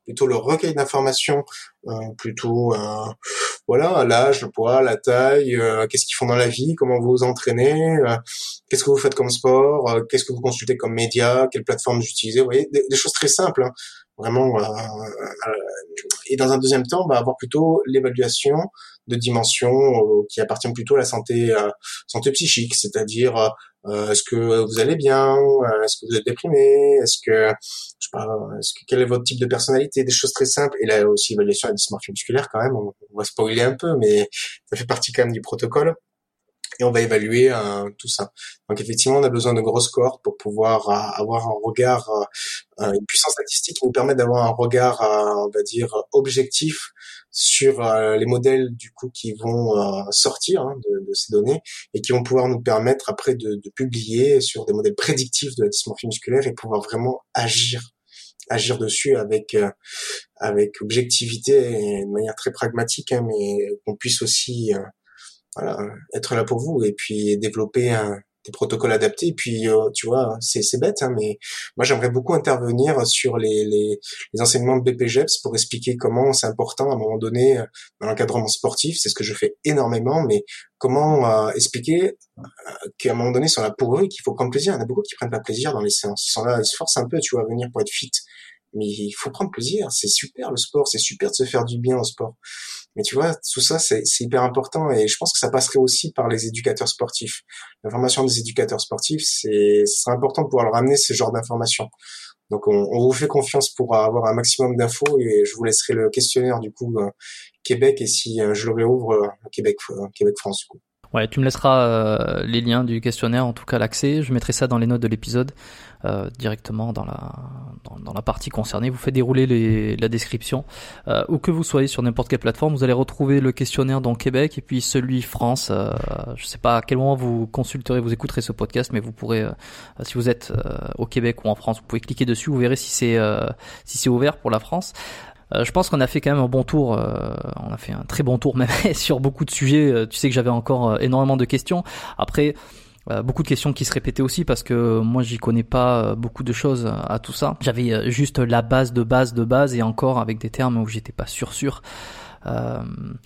plutôt le recueil d'informations, euh, plutôt euh, voilà, l'âge, le poids, la taille, euh, qu'est-ce qu'ils font dans la vie, comment vous vous entraînez, euh, qu'est-ce que vous faites comme sport, euh, qu'est-ce que vous consultez comme médias, quelle plateforme vous utilisez, vous voyez, des, des choses très simples, hein, vraiment. Euh, euh, et dans un deuxième temps, on va avoir plutôt l'évaluation de dimensions euh, qui appartiennent plutôt à la santé euh, santé psychique, c'est-à-dire euh, est-ce que vous allez bien, euh, est-ce que vous êtes déprimé, est-ce que je sais pas, est-ce que quel est votre type de personnalité, des choses très simples. Et là aussi évaluation de la dysmorphie musculaire quand même, on, on va spoiler un peu, mais ça fait partie quand même du protocole. Et on va évaluer euh, tout ça. Donc effectivement, on a besoin de grosses cohortes pour pouvoir euh, avoir un regard, euh, une puissance statistique qui nous permet d'avoir un regard, euh, on va dire, objectif sur euh, les modèles du coup qui vont euh, sortir hein, de, de ces données et qui vont pouvoir nous permettre après de, de publier sur des modèles prédictifs de la dysmorphie musculaire et pouvoir vraiment agir agir dessus avec euh, avec objectivité et de manière très pragmatique, hein, mais qu'on puisse aussi euh, voilà, être là pour vous et puis développer un, des protocoles adaptés. Et puis, euh, tu vois, c'est, c'est bête, hein, mais moi, j'aimerais beaucoup intervenir sur les, les, les enseignements de B P G E P S pour expliquer comment c'est important à un moment donné dans l'encadrement sportif. C'est ce que je fais énormément, mais comment euh, expliquer euh, qu'à un moment donné, ils sont là pour eux et qu'il faut prendre plaisir. Il y en a beaucoup qui prennent pas plaisir dans les séances. Ils sont là, ils se forcent un peu, tu vois, à venir pour être fit. Mais il faut prendre plaisir. C'est super le sport, c'est super de se faire du bien au sport. Mais tu vois, tout ça, c'est, c'est hyper important et je pense que ça passerait aussi par les éducateurs sportifs. L'information des éducateurs sportifs, c'est, c'est important de pouvoir leur amener ce genre d'informations. Donc, on, on vous fait confiance pour avoir un maximum d'infos et je vous laisserai le questionnaire, du coup, euh, Québec et si euh, je le réouvre, euh, Québec, euh, Québec-France, du coup. Ouais, tu me laisseras euh, les liens du questionnaire, en tout cas l'accès. Je mettrai ça dans les notes de l'épisode, euh, directement dans la dans, dans la partie concernée. Vous faites dérouler les, la description. Euh, où que vous soyez sur n'importe quelle plateforme, vous allez retrouver le questionnaire dans Québec et puis celui France. Euh, je sais pas à quel moment vous consulterez, vous écouterez ce podcast, mais vous pourrez, euh, si vous êtes euh, au Québec ou en France, vous pouvez cliquer dessus. Vous verrez si c'est euh, si c'est ouvert pour la France. Euh, je pense qu'on a fait quand même un bon tour, euh, on a fait un très bon tour même sur beaucoup de sujets. Euh, tu sais que j'avais encore euh, énormément de questions. Après, euh, beaucoup de questions qui se répétaient aussi parce que moi j'y connais pas euh, beaucoup de choses à, à tout ça. J'avais euh, juste la base de base de base et encore avec des termes où j'étais pas sûr sûr. Euh,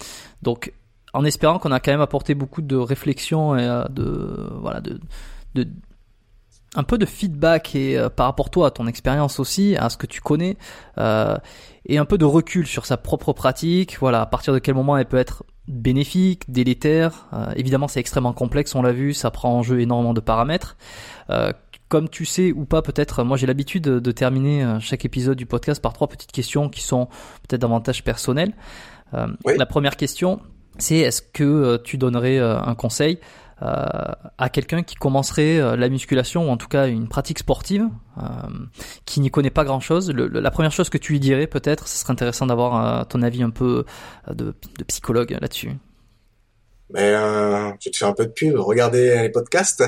donc en espérant qu'on a quand même apporté beaucoup de réflexion et euh, de voilà de de un peu de feedback et euh, par rapport toi à ton expérience aussi, à ce que tu connais, euh, et un peu de recul sur sa propre pratique. Voilà, à partir de quel moment elle peut être bénéfique, délétère. Euh, évidemment, c'est extrêmement complexe, on l'a vu, ça prend en jeu énormément de paramètres. Euh, comme tu sais ou pas, peut-être, moi j'ai l'habitude de, de terminer chaque épisode du podcast par trois petites questions qui sont peut-être davantage personnelles. Euh, oui. La première question, c'est est-ce que euh, tu donnerais euh, un conseil Euh, à quelqu'un qui commencerait euh, la musculation ou en tout cas une pratique sportive, euh, qui n'y connaît pas grand-chose. Le, le, la première chose que tu lui dirais, peut-être, ce serait intéressant d'avoir euh, ton avis un peu euh, de, de psychologue là-dessus. Mais euh, je vais te faire un peu de pub. Regardez les podcasts,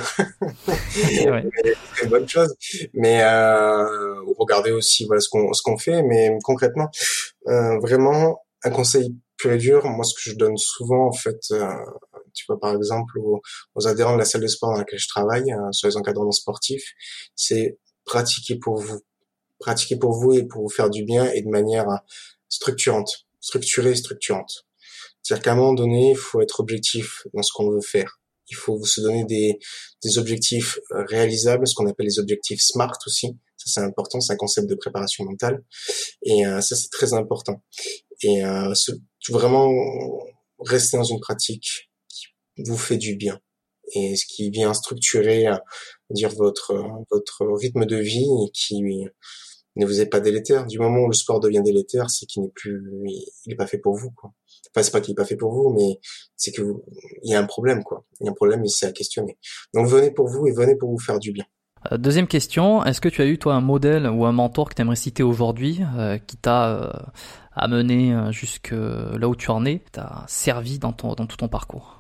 ouais. C'est une bonne chose. Mais euh, regardez aussi voilà ce qu'on ce qu'on fait. Mais concrètement, euh, vraiment un conseil pur et dur. Moi, ce que je donne souvent, en fait. Euh, Tu vois, par exemple, aux, aux adhérents de la salle de sport dans laquelle je travaille, euh, sur les encadrements sportifs, c'est pratiquer pour vous. Pratiquer pour vous et pour vous faire du bien et de manière structurante. Structurée et structurante. C'est-à-dire qu'à un moment donné, il faut être objectif dans ce qu'on veut faire. Il faut se donner des, des objectifs réalisables, ce qu'on appelle les objectifs SMART aussi. Ça, c'est important, c'est un concept de préparation mentale. Et euh, ça, c'est très important. Et euh, ce, vraiment rester dans une pratique vous fait du bien et ce qui vient structurer euh, dire votre votre rythme de vie et qui ne vous est pas délétère. Du moment où le sport devient délétère, c'est qu'il n'est plus il est pas fait pour vous quoi. Enfin c'est pas qu'il est pas fait pour vous, mais c'est que vous, il y a un problème quoi. Il y a un problème et c'est à questionner. Donc venez pour vous et venez pour vous faire du bien. Euh, deuxième question, est-ce que tu as eu toi un modèle ou un mentor que tu aimerais citer aujourd'hui, euh, qui t'a euh, amené jusque là où tu en es, t'a servi dans ton dans tout ton parcours?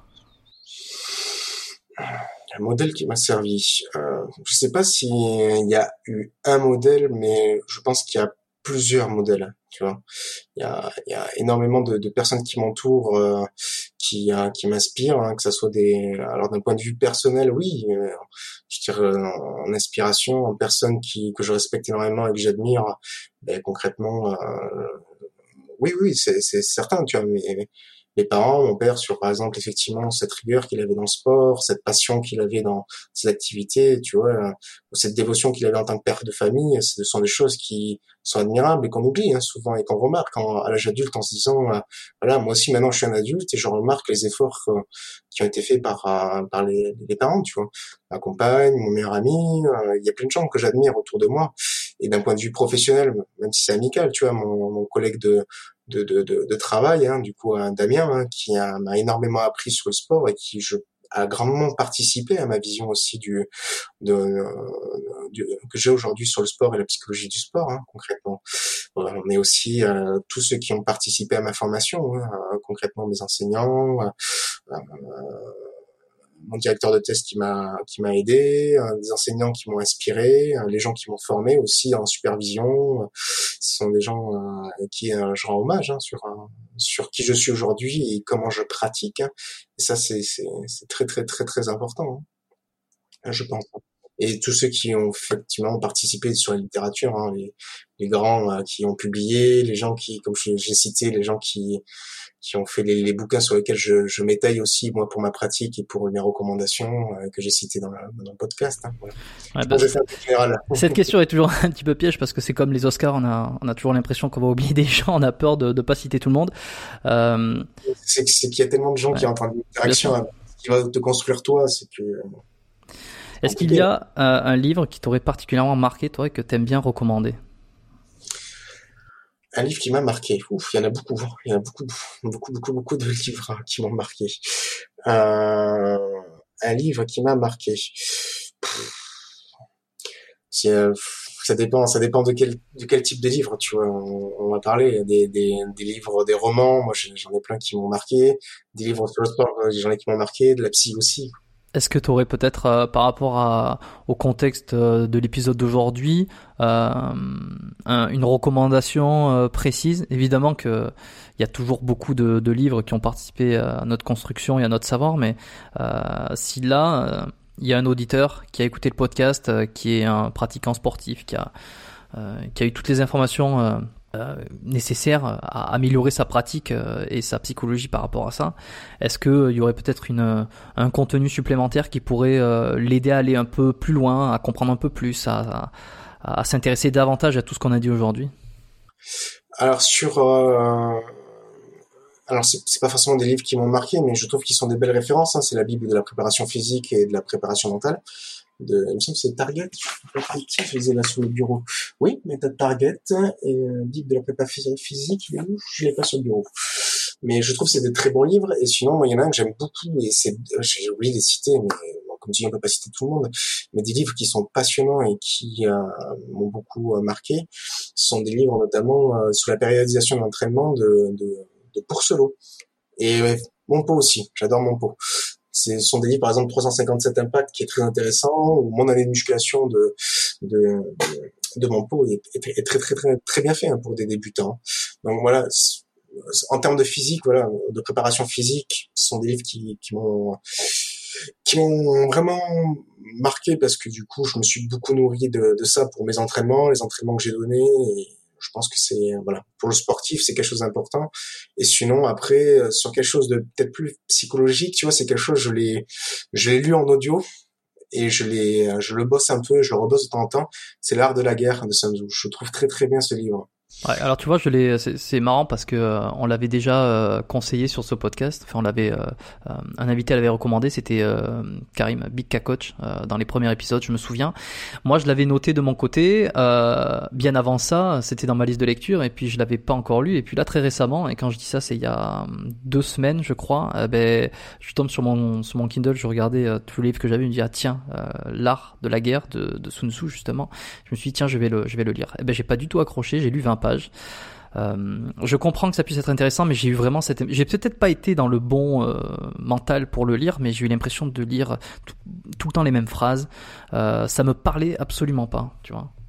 Un modèle qui m'a servi. Euh, je sais pas s'il y a eu un modèle, mais je pense qu'il y a plusieurs modèles, tu vois. Il y a, il y a énormément de, de personnes qui m'entourent, euh, qui, euh, qui m'inspirent, hein, que ça soit des, alors d'un point de vue personnel, oui, euh, je dirais en, en inspiration, en personnes qui que je respecte énormément et que j'admire, ben, concrètement, euh, oui, oui, c'est, c'est certain, tu vois. Mais mes parents, mon père, sur par exemple effectivement cette rigueur qu'il avait dans le sport, cette passion qu'il avait dans ses activités, tu vois, euh, cette dévotion qu'il avait en tant que père de famille, ce sont des choses qui sont admirables et qu'on oublie hein, souvent et qu'on remarque en, à l'âge adulte en se disant, euh, voilà, moi aussi maintenant je suis un adulte et je remarque les efforts euh, qui ont été faits par euh, par les, les parents, tu vois, ma compagne, mon meilleur ami, euh, il y a plein de gens que j'admire autour de moi et d'un point de vue professionnel, même si c'est amical, tu vois, mon, mon collègue de De, de, de, de travail, hein, du coup, un Damien, hein, qui a, m'a énormément appris sur le sport et qui je, a grandement participé à ma vision aussi du, de, du que j'ai aujourd'hui sur le sport et la psychologie du sport, hein, concrètement. Voilà, on est aussi euh, tous ceux qui ont participé à ma formation, hein, euh, concrètement mes enseignants, euh, mon directeur de test qui m'a qui m'a aidé, euh, des enseignants qui m'ont inspiré, euh, les gens qui m'ont formé aussi en supervision. Euh, ce sont des gens euh, qui euh, je rends hommage hein, sur euh, sur qui je suis aujourd'hui et comment je pratique. Hein. Et ça c'est c'est c'est très très très très important, hein, je pense. Et tous ceux qui ont effectivement participé sur la littérature, hein, les les grands euh, qui ont publié, les gens qui, comme j'ai, j'ai cité, les gens qui qui ont fait les, les bouquins sur lesquels je, je m'étaye aussi moi pour ma pratique et pour mes recommandations euh, que j'ai citées dans, la, dans le podcast. Hein, voilà. Ouais, bah, général. Cette question est toujours un petit peu piège parce que c'est comme les Oscars, on a on a toujours l'impression qu'on va oublier des gens, on a peur de de pas citer tout le monde. Euh... C'est, c'est qu'il y a tellement de gens ouais. qui ont en train d'interaction hein, qui va te construire toi, c'est que. Est-ce qu'il y a euh, un livre qui t'aurait particulièrement marqué, toi, et que t'aimes bien recommander? Un livre qui m'a marqué. Ouf, il y en a beaucoup. Il y en a beaucoup, beaucoup, beaucoup, beaucoup de livres hein, qui m'ont marqué. Euh, un livre qui m'a marqué. C'est, euh, ça dépend, ça dépend de quel, de quel type de livre, tu vois. On, on va parler des, des, des livres, des romans. Moi, j'en ai plein qui m'ont marqué. Des livres sur le sport, j'en ai qui m'ont marqué. De la psy aussi. Est-ce que tu aurais peut-être, euh, par rapport à, au contexte euh, de l'épisode d'aujourd'hui, euh, un, une recommandation euh, précise? Évidemment que il y a toujours beaucoup de, de livres qui ont participé à notre construction et à notre savoir, mais euh, si là, il euh, y a un auditeur qui a écouté le podcast, euh, qui est un pratiquant sportif, qui a, euh, qui a eu toutes les informations euh, Euh, nécessaire à améliorer sa pratique euh, et sa psychologie par rapport à ça. Est-ce que il y aurait peut-être une un contenu supplémentaire qui pourrait euh, l'aider à aller un peu plus loin, à comprendre un peu plus, à, à, à s'intéresser davantage à tout ce qu'on a dit aujourd'hui? Alors sur euh... alors c'est, c'est pas forcément des livres qui m'ont marqué, mais je trouve qu'ils sont des belles références. Hein. C'est la Bible de la préparation physique et de la préparation mentale. De, il me semble que c'est Target, je les ai là sur le bureau. Oui, méthode Target et euh, Bible de la prépa physique, il est où? Je l'ai pas sur le bureau. Mais je trouve que c'est des très bons livres, et sinon, moi, il y en a un que j'aime beaucoup, et c'est, j'ai oublié de les citer, mais bon, comme tu dis, on peut pas citer tout le monde, mais des livres qui sont passionnants et qui euh, m'ont beaucoup euh, marqué, ce sont des livres notamment euh, sur la périodisation de l'entraînement de, de, de Pourcelot. Et euh, Monpo aussi, j'adore Monpo. Ce sont des livres, par exemple, trois cent cinquante-sept Impact, qui est très intéressant, ou Mon année de musculation de, de, de, de Monpo est, est, est très, très, très, très bien fait, hein, pour des débutants. Donc voilà, en termes de physique, voilà, de préparation physique, ce sont des livres qui, qui m'ont, qui m'ont vraiment marqué parce que du coup, je me suis beaucoup nourri de, de ça pour mes entraînements, les entraînements que j'ai donnés, et je pense que c'est, voilà, pour le sportif, c'est quelque chose d'important. Et sinon, après, sur quelque chose de peut-être plus psychologique, tu vois, c'est quelque chose, je l'ai, je l'ai lu en audio et je l'ai, je le bosse un peu, je le rebosse de temps en temps. C'est L'art de la guerre de Sun Tzu. Je trouve très très bien ce livre. Ouais, alors tu vois, je l'ai, c'est, c'est marrant parce que euh, on l'avait déjà euh, conseillé sur ce podcast. Enfin, on l'avait, euh, euh, un invité l'avait recommandé, c'était euh, Karim, Big K Coach, euh, dans les premiers épisodes, je me souviens. Moi, je l'avais noté de mon côté. Euh, bien avant ça, c'était dans ma liste de lecture, et puis je l'avais pas encore lu. Et puis là, très récemment, et quand je dis ça, c'est il y a deux semaines, je crois. Euh, ben, je tombe sur mon sur mon Kindle, je regardais euh, tous les livres que j'avais, je me dis ah tiens, euh, l'art de la guerre de, de Sun Tzu justement. Je me suis dit tiens, je vais le je vais le lire. Et ben, j'ai pas du tout accroché, j'ai lu vingt pages. Euh, je comprends que ça puisse être intéressant, mais j'ai eu vraiment cette, j'ai peut-être pas été dans le bon euh, mental pour le lire, mais j'ai eu l'impression de lire tout, tout le temps les mêmes phrases. Euh, ça me parlait absolument pas, tu vois.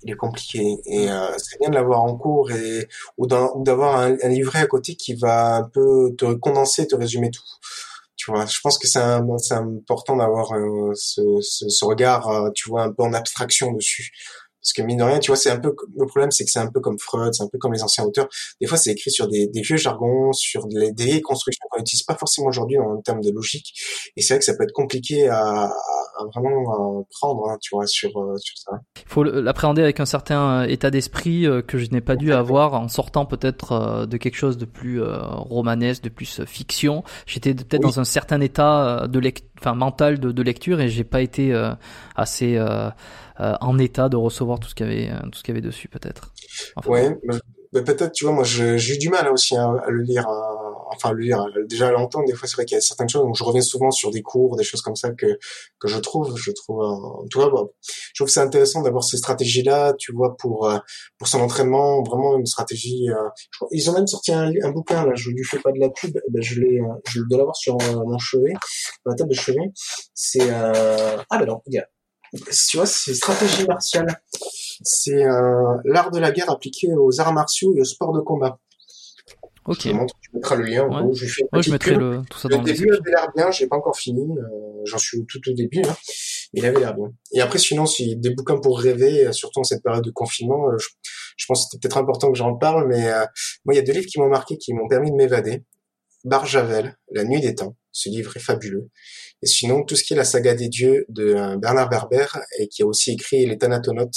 il est compliqué. Et euh, c'est bien de l'avoir en cours et ou, ou d'avoir un, un livret à côté qui va un peu te condenser, te résumer tout. Tu vois, je pense que c'est, un, c'est important d'avoir euh, ce, ce, ce regard, euh, tu vois, un peu en abstraction dessus. Parce que mine de rien, tu vois, c'est un peu le problème, c'est que c'est un peu comme Freud, c'est un peu comme les anciens auteurs. Des fois, c'est écrit sur des, des vieux jargons, sur des, des vieilles constructions qu'on n'utilise pas forcément aujourd'hui en termes de logique. Et c'est vrai que ça peut être compliqué à, à, à vraiment à prendre, hein, tu vois, sur euh, sur ça. Il faut l'appréhender avec un certain état d'esprit euh, que je n'ai pas dû avoir en sortant peut-être euh, de quelque chose de plus euh, romanesque, de plus euh, fiction. J'étais peut-être oui. dans un certain état de lect- enfin mental de, de lecture et j'ai pas été euh, assez euh, Euh, en état de recevoir tout ce qu'il y avait, tout ce qu'il y avait dessus, peut-être. Enfin, ouais, bah, bah, peut-être, tu vois, moi, je, j'ai eu du mal hein, aussi hein, à le lire, hein, enfin, à le lire, déjà à l'entendre. Des fois, c'est vrai qu'il y a certaines choses, donc je reviens souvent sur des cours, des choses comme ça que que je trouve, je trouve, euh, tu vois, bah, je trouve que c'est intéressant d'avoir ces stratégies-là, tu vois, pour euh, pour son entraînement, vraiment une stratégie. Euh, je crois, ils ont même sorti un, un bouquin là, je lui fais pas de la pub, ben je l'ai, je dois l'avoir sur euh, mon chevet, ma table de chevet. C'est euh... ah ben non, regarde. Tu vois, c'est stratégie martiale. C'est euh, l'art de la guerre appliqué aux arts martiaux et aux sports de combat. Ok. Je te montre, tu mettras le lien. Ouais. Je, fais ouais, je mettrai le, tout ça dans le début. Le début avait l'air bien, j'ai pas encore fini. Euh, j'en suis tout au début, hein, mais il avait l'air bien. Et après, sinon, si des bouquins pour rêver, surtout en cette période de confinement, euh, je, je pense que c'était peut-être important que j'en parle, mais euh, moi, il y a deux livres qui m'ont marqué, qui m'ont permis de m'évader. Barjavel, La Nuit des Temps. Ce livre est fabuleux. Et sinon, tout ce qui est la saga des dieux de Bernard Werber et qui a aussi écrit Les Thanatonautes,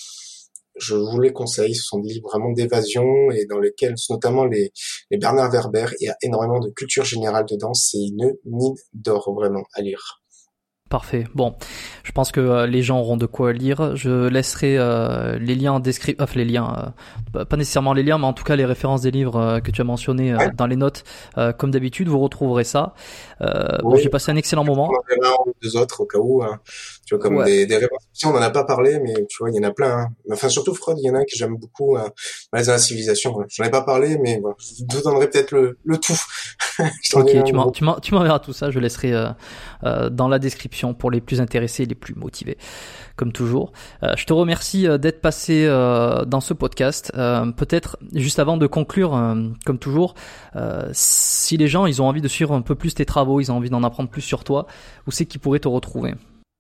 je vous les conseille. Ce sont des livres vraiment d'évasion et dans lesquels, notamment les, les Bernard Werber, il y a énormément de culture générale dedans. C'est une mine d'or vraiment à lire. Parfait. Bon, je pense que euh, les gens auront de quoi lire. Je laisserai euh, les liens en description, enfin les liens, euh, pas nécessairement les liens, mais en tout cas les références des livres euh, que tu as mentionnés euh, ouais. dans les notes. Euh, comme d'habitude, vous retrouverez ça. Euh, oui. Bon, j'ai passé un excellent moment. On en a un ou deux autres au cas où. Hein. Tu vois, comme ouais. des, des réponses. On n'en a pas parlé, mais tu vois, il y en a plein. Hein. Enfin, surtout Freud, il y en a un que j'aime beaucoup. Hein. Les dans la civilisation. Ouais. J'en ai pas parlé, mais bon, je vous donnerai peut-être le, le tout. Ok, tu, m'en, tu, m'en, tu m'enverras tout ça. Je laisserai euh, euh, dans la description pour les plus intéressés et les plus motivés, comme toujours. Euh, je te remercie euh, d'être passé euh, dans ce podcast. Euh, peut-être, juste avant de conclure, euh, comme toujours, euh, si les gens ils ont envie de suivre un peu plus tes travaux, ils ont envie d'en apprendre plus sur toi, où c'est qu'ils pourraient te retrouver?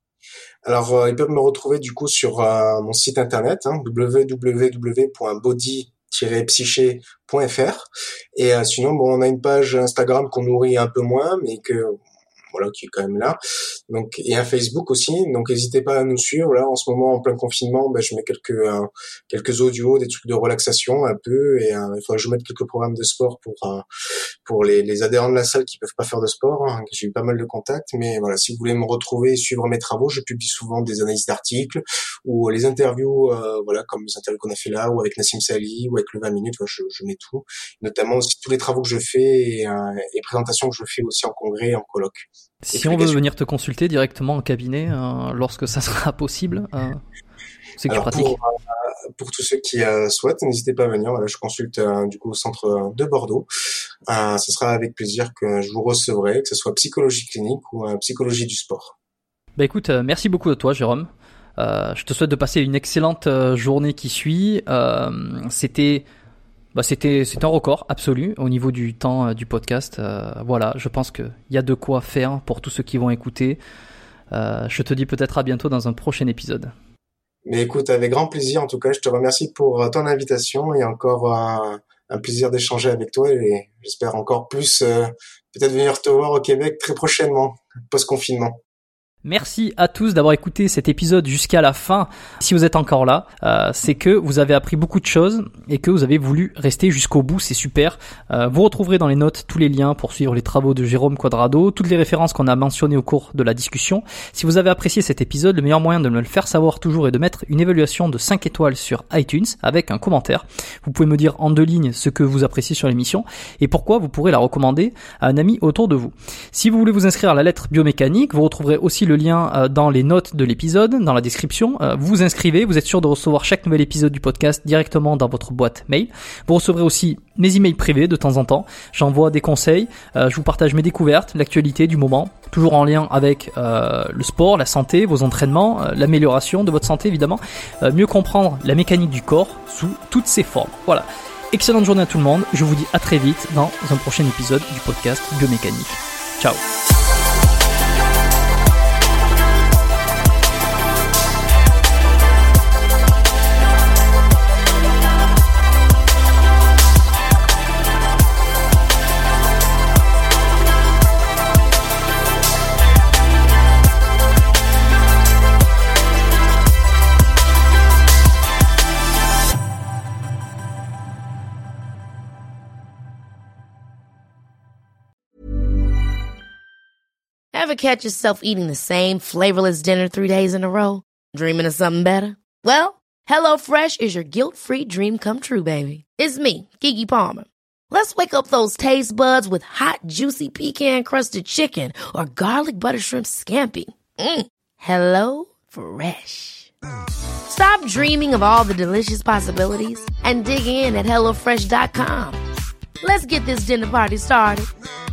Alors, euh, ils peuvent me retrouver du coup sur euh, mon site internet, hein, w w w point body tiret psyché point f r et euh, sinon, bon, on a une page Instagram qu'on nourrit un peu moins, mais que voilà, qui est quand même là. Donc, et un Facebook aussi. Donc, n'hésitez pas à nous suivre. Là, en ce moment, en plein confinement, ben, je mets quelques, euh, quelques audios, des trucs de relaxation un peu. Et, euh, il faudra que je mette quelques programmes de sport pour, euh, pour les, les adhérents de la salle qui peuvent pas faire de sport. Hein. J'ai eu pas mal de contacts. Mais voilà, si vous voulez me retrouver et suivre mes travaux, je publie souvent des analyses d'articles ou les interviews, euh, voilà, comme les interviews qu'on a fait là, ou avec Nassim Sali, ou avec le vingt minutes. Voilà, je, je mets tout. Notamment aussi tous les travaux que je fais et, euh, et présentations que je fais aussi en congrès et en colloque. Si on veut venir te consulter directement en cabinet, euh, lorsque ça sera possible, euh, c'est que Alors, tu pratiques. Pour, euh, pour tous ceux qui euh, souhaitent, n'hésitez pas à venir. Voilà, je consulte euh, du coup au centre de Bordeaux. Euh, ce sera avec plaisir que je vous recevrai, que ce soit psychologie clinique ou euh, psychologie du sport. Bah écoute, euh, merci beaucoup de toi, Jérôme. Euh, je te souhaite de passer une excellente euh, journée qui suit. Euh, c'était Bah c'était c'est un record absolu au niveau du temps euh, du podcast. Euh, voilà, je pense que il y a de quoi faire pour tous ceux qui vont écouter. Euh, je te dis peut-être à bientôt dans un prochain épisode. Mais écoute, avec grand plaisir. En tout cas, je te remercie pour ton invitation et encore un, un plaisir d'échanger avec toi et j'espère encore plus euh, peut-être venir te voir au Québec très prochainement, post-confinement. Merci à tous d'avoir écouté cet épisode jusqu'à la fin. Si vous êtes encore là, euh, c'est que vous avez appris beaucoup de choses et que vous avez voulu rester jusqu'au bout, c'est super. Euh, vous retrouverez dans les notes tous les liens pour suivre les travaux de Jérôme Quadrado, toutes les références qu'on a mentionnées au cours de la discussion. Si vous avez apprécié cet épisode, le meilleur moyen de me le faire savoir toujours est de mettre une évaluation de cinq étoiles sur iTunes avec un commentaire. Vous pouvez me dire en deux lignes ce que vous appréciez sur l'émission et pourquoi vous pourrez la recommander à un ami autour de vous. Si vous voulez vous inscrire à la lettre biomécanique, vous retrouverez aussi le lien euh, dans les notes de l'épisode, dans la description. Euh, vous vous inscrivez, vous êtes sûr de recevoir chaque nouvel épisode du podcast directement dans votre boîte mail. Vous recevrez aussi mes emails privés de temps en temps. J'envoie des conseils, euh, je vous partage mes découvertes, l'actualité du moment, toujours en lien avec euh, le sport, la santé, vos entraînements, euh, l'amélioration de votre santé évidemment, euh, mieux comprendre la mécanique du corps sous toutes ses formes. Voilà. Excellente journée à tout le monde. Je vous dis à très vite dans un prochain épisode du podcast Biomécanique. Ciao. Ever catch yourself eating the same flavorless dinner three days in a row? Dreaming of something better? Well, HelloFresh is your guilt-free dream come true, baby. It's me, Keke Palmer. Let's wake up those taste buds with hot, juicy pecan-crusted chicken or garlic butter shrimp scampi. Mm. Hello Fresh. Stop dreaming of all the delicious possibilities and dig in at hello fresh dot com. Let's get this dinner party started.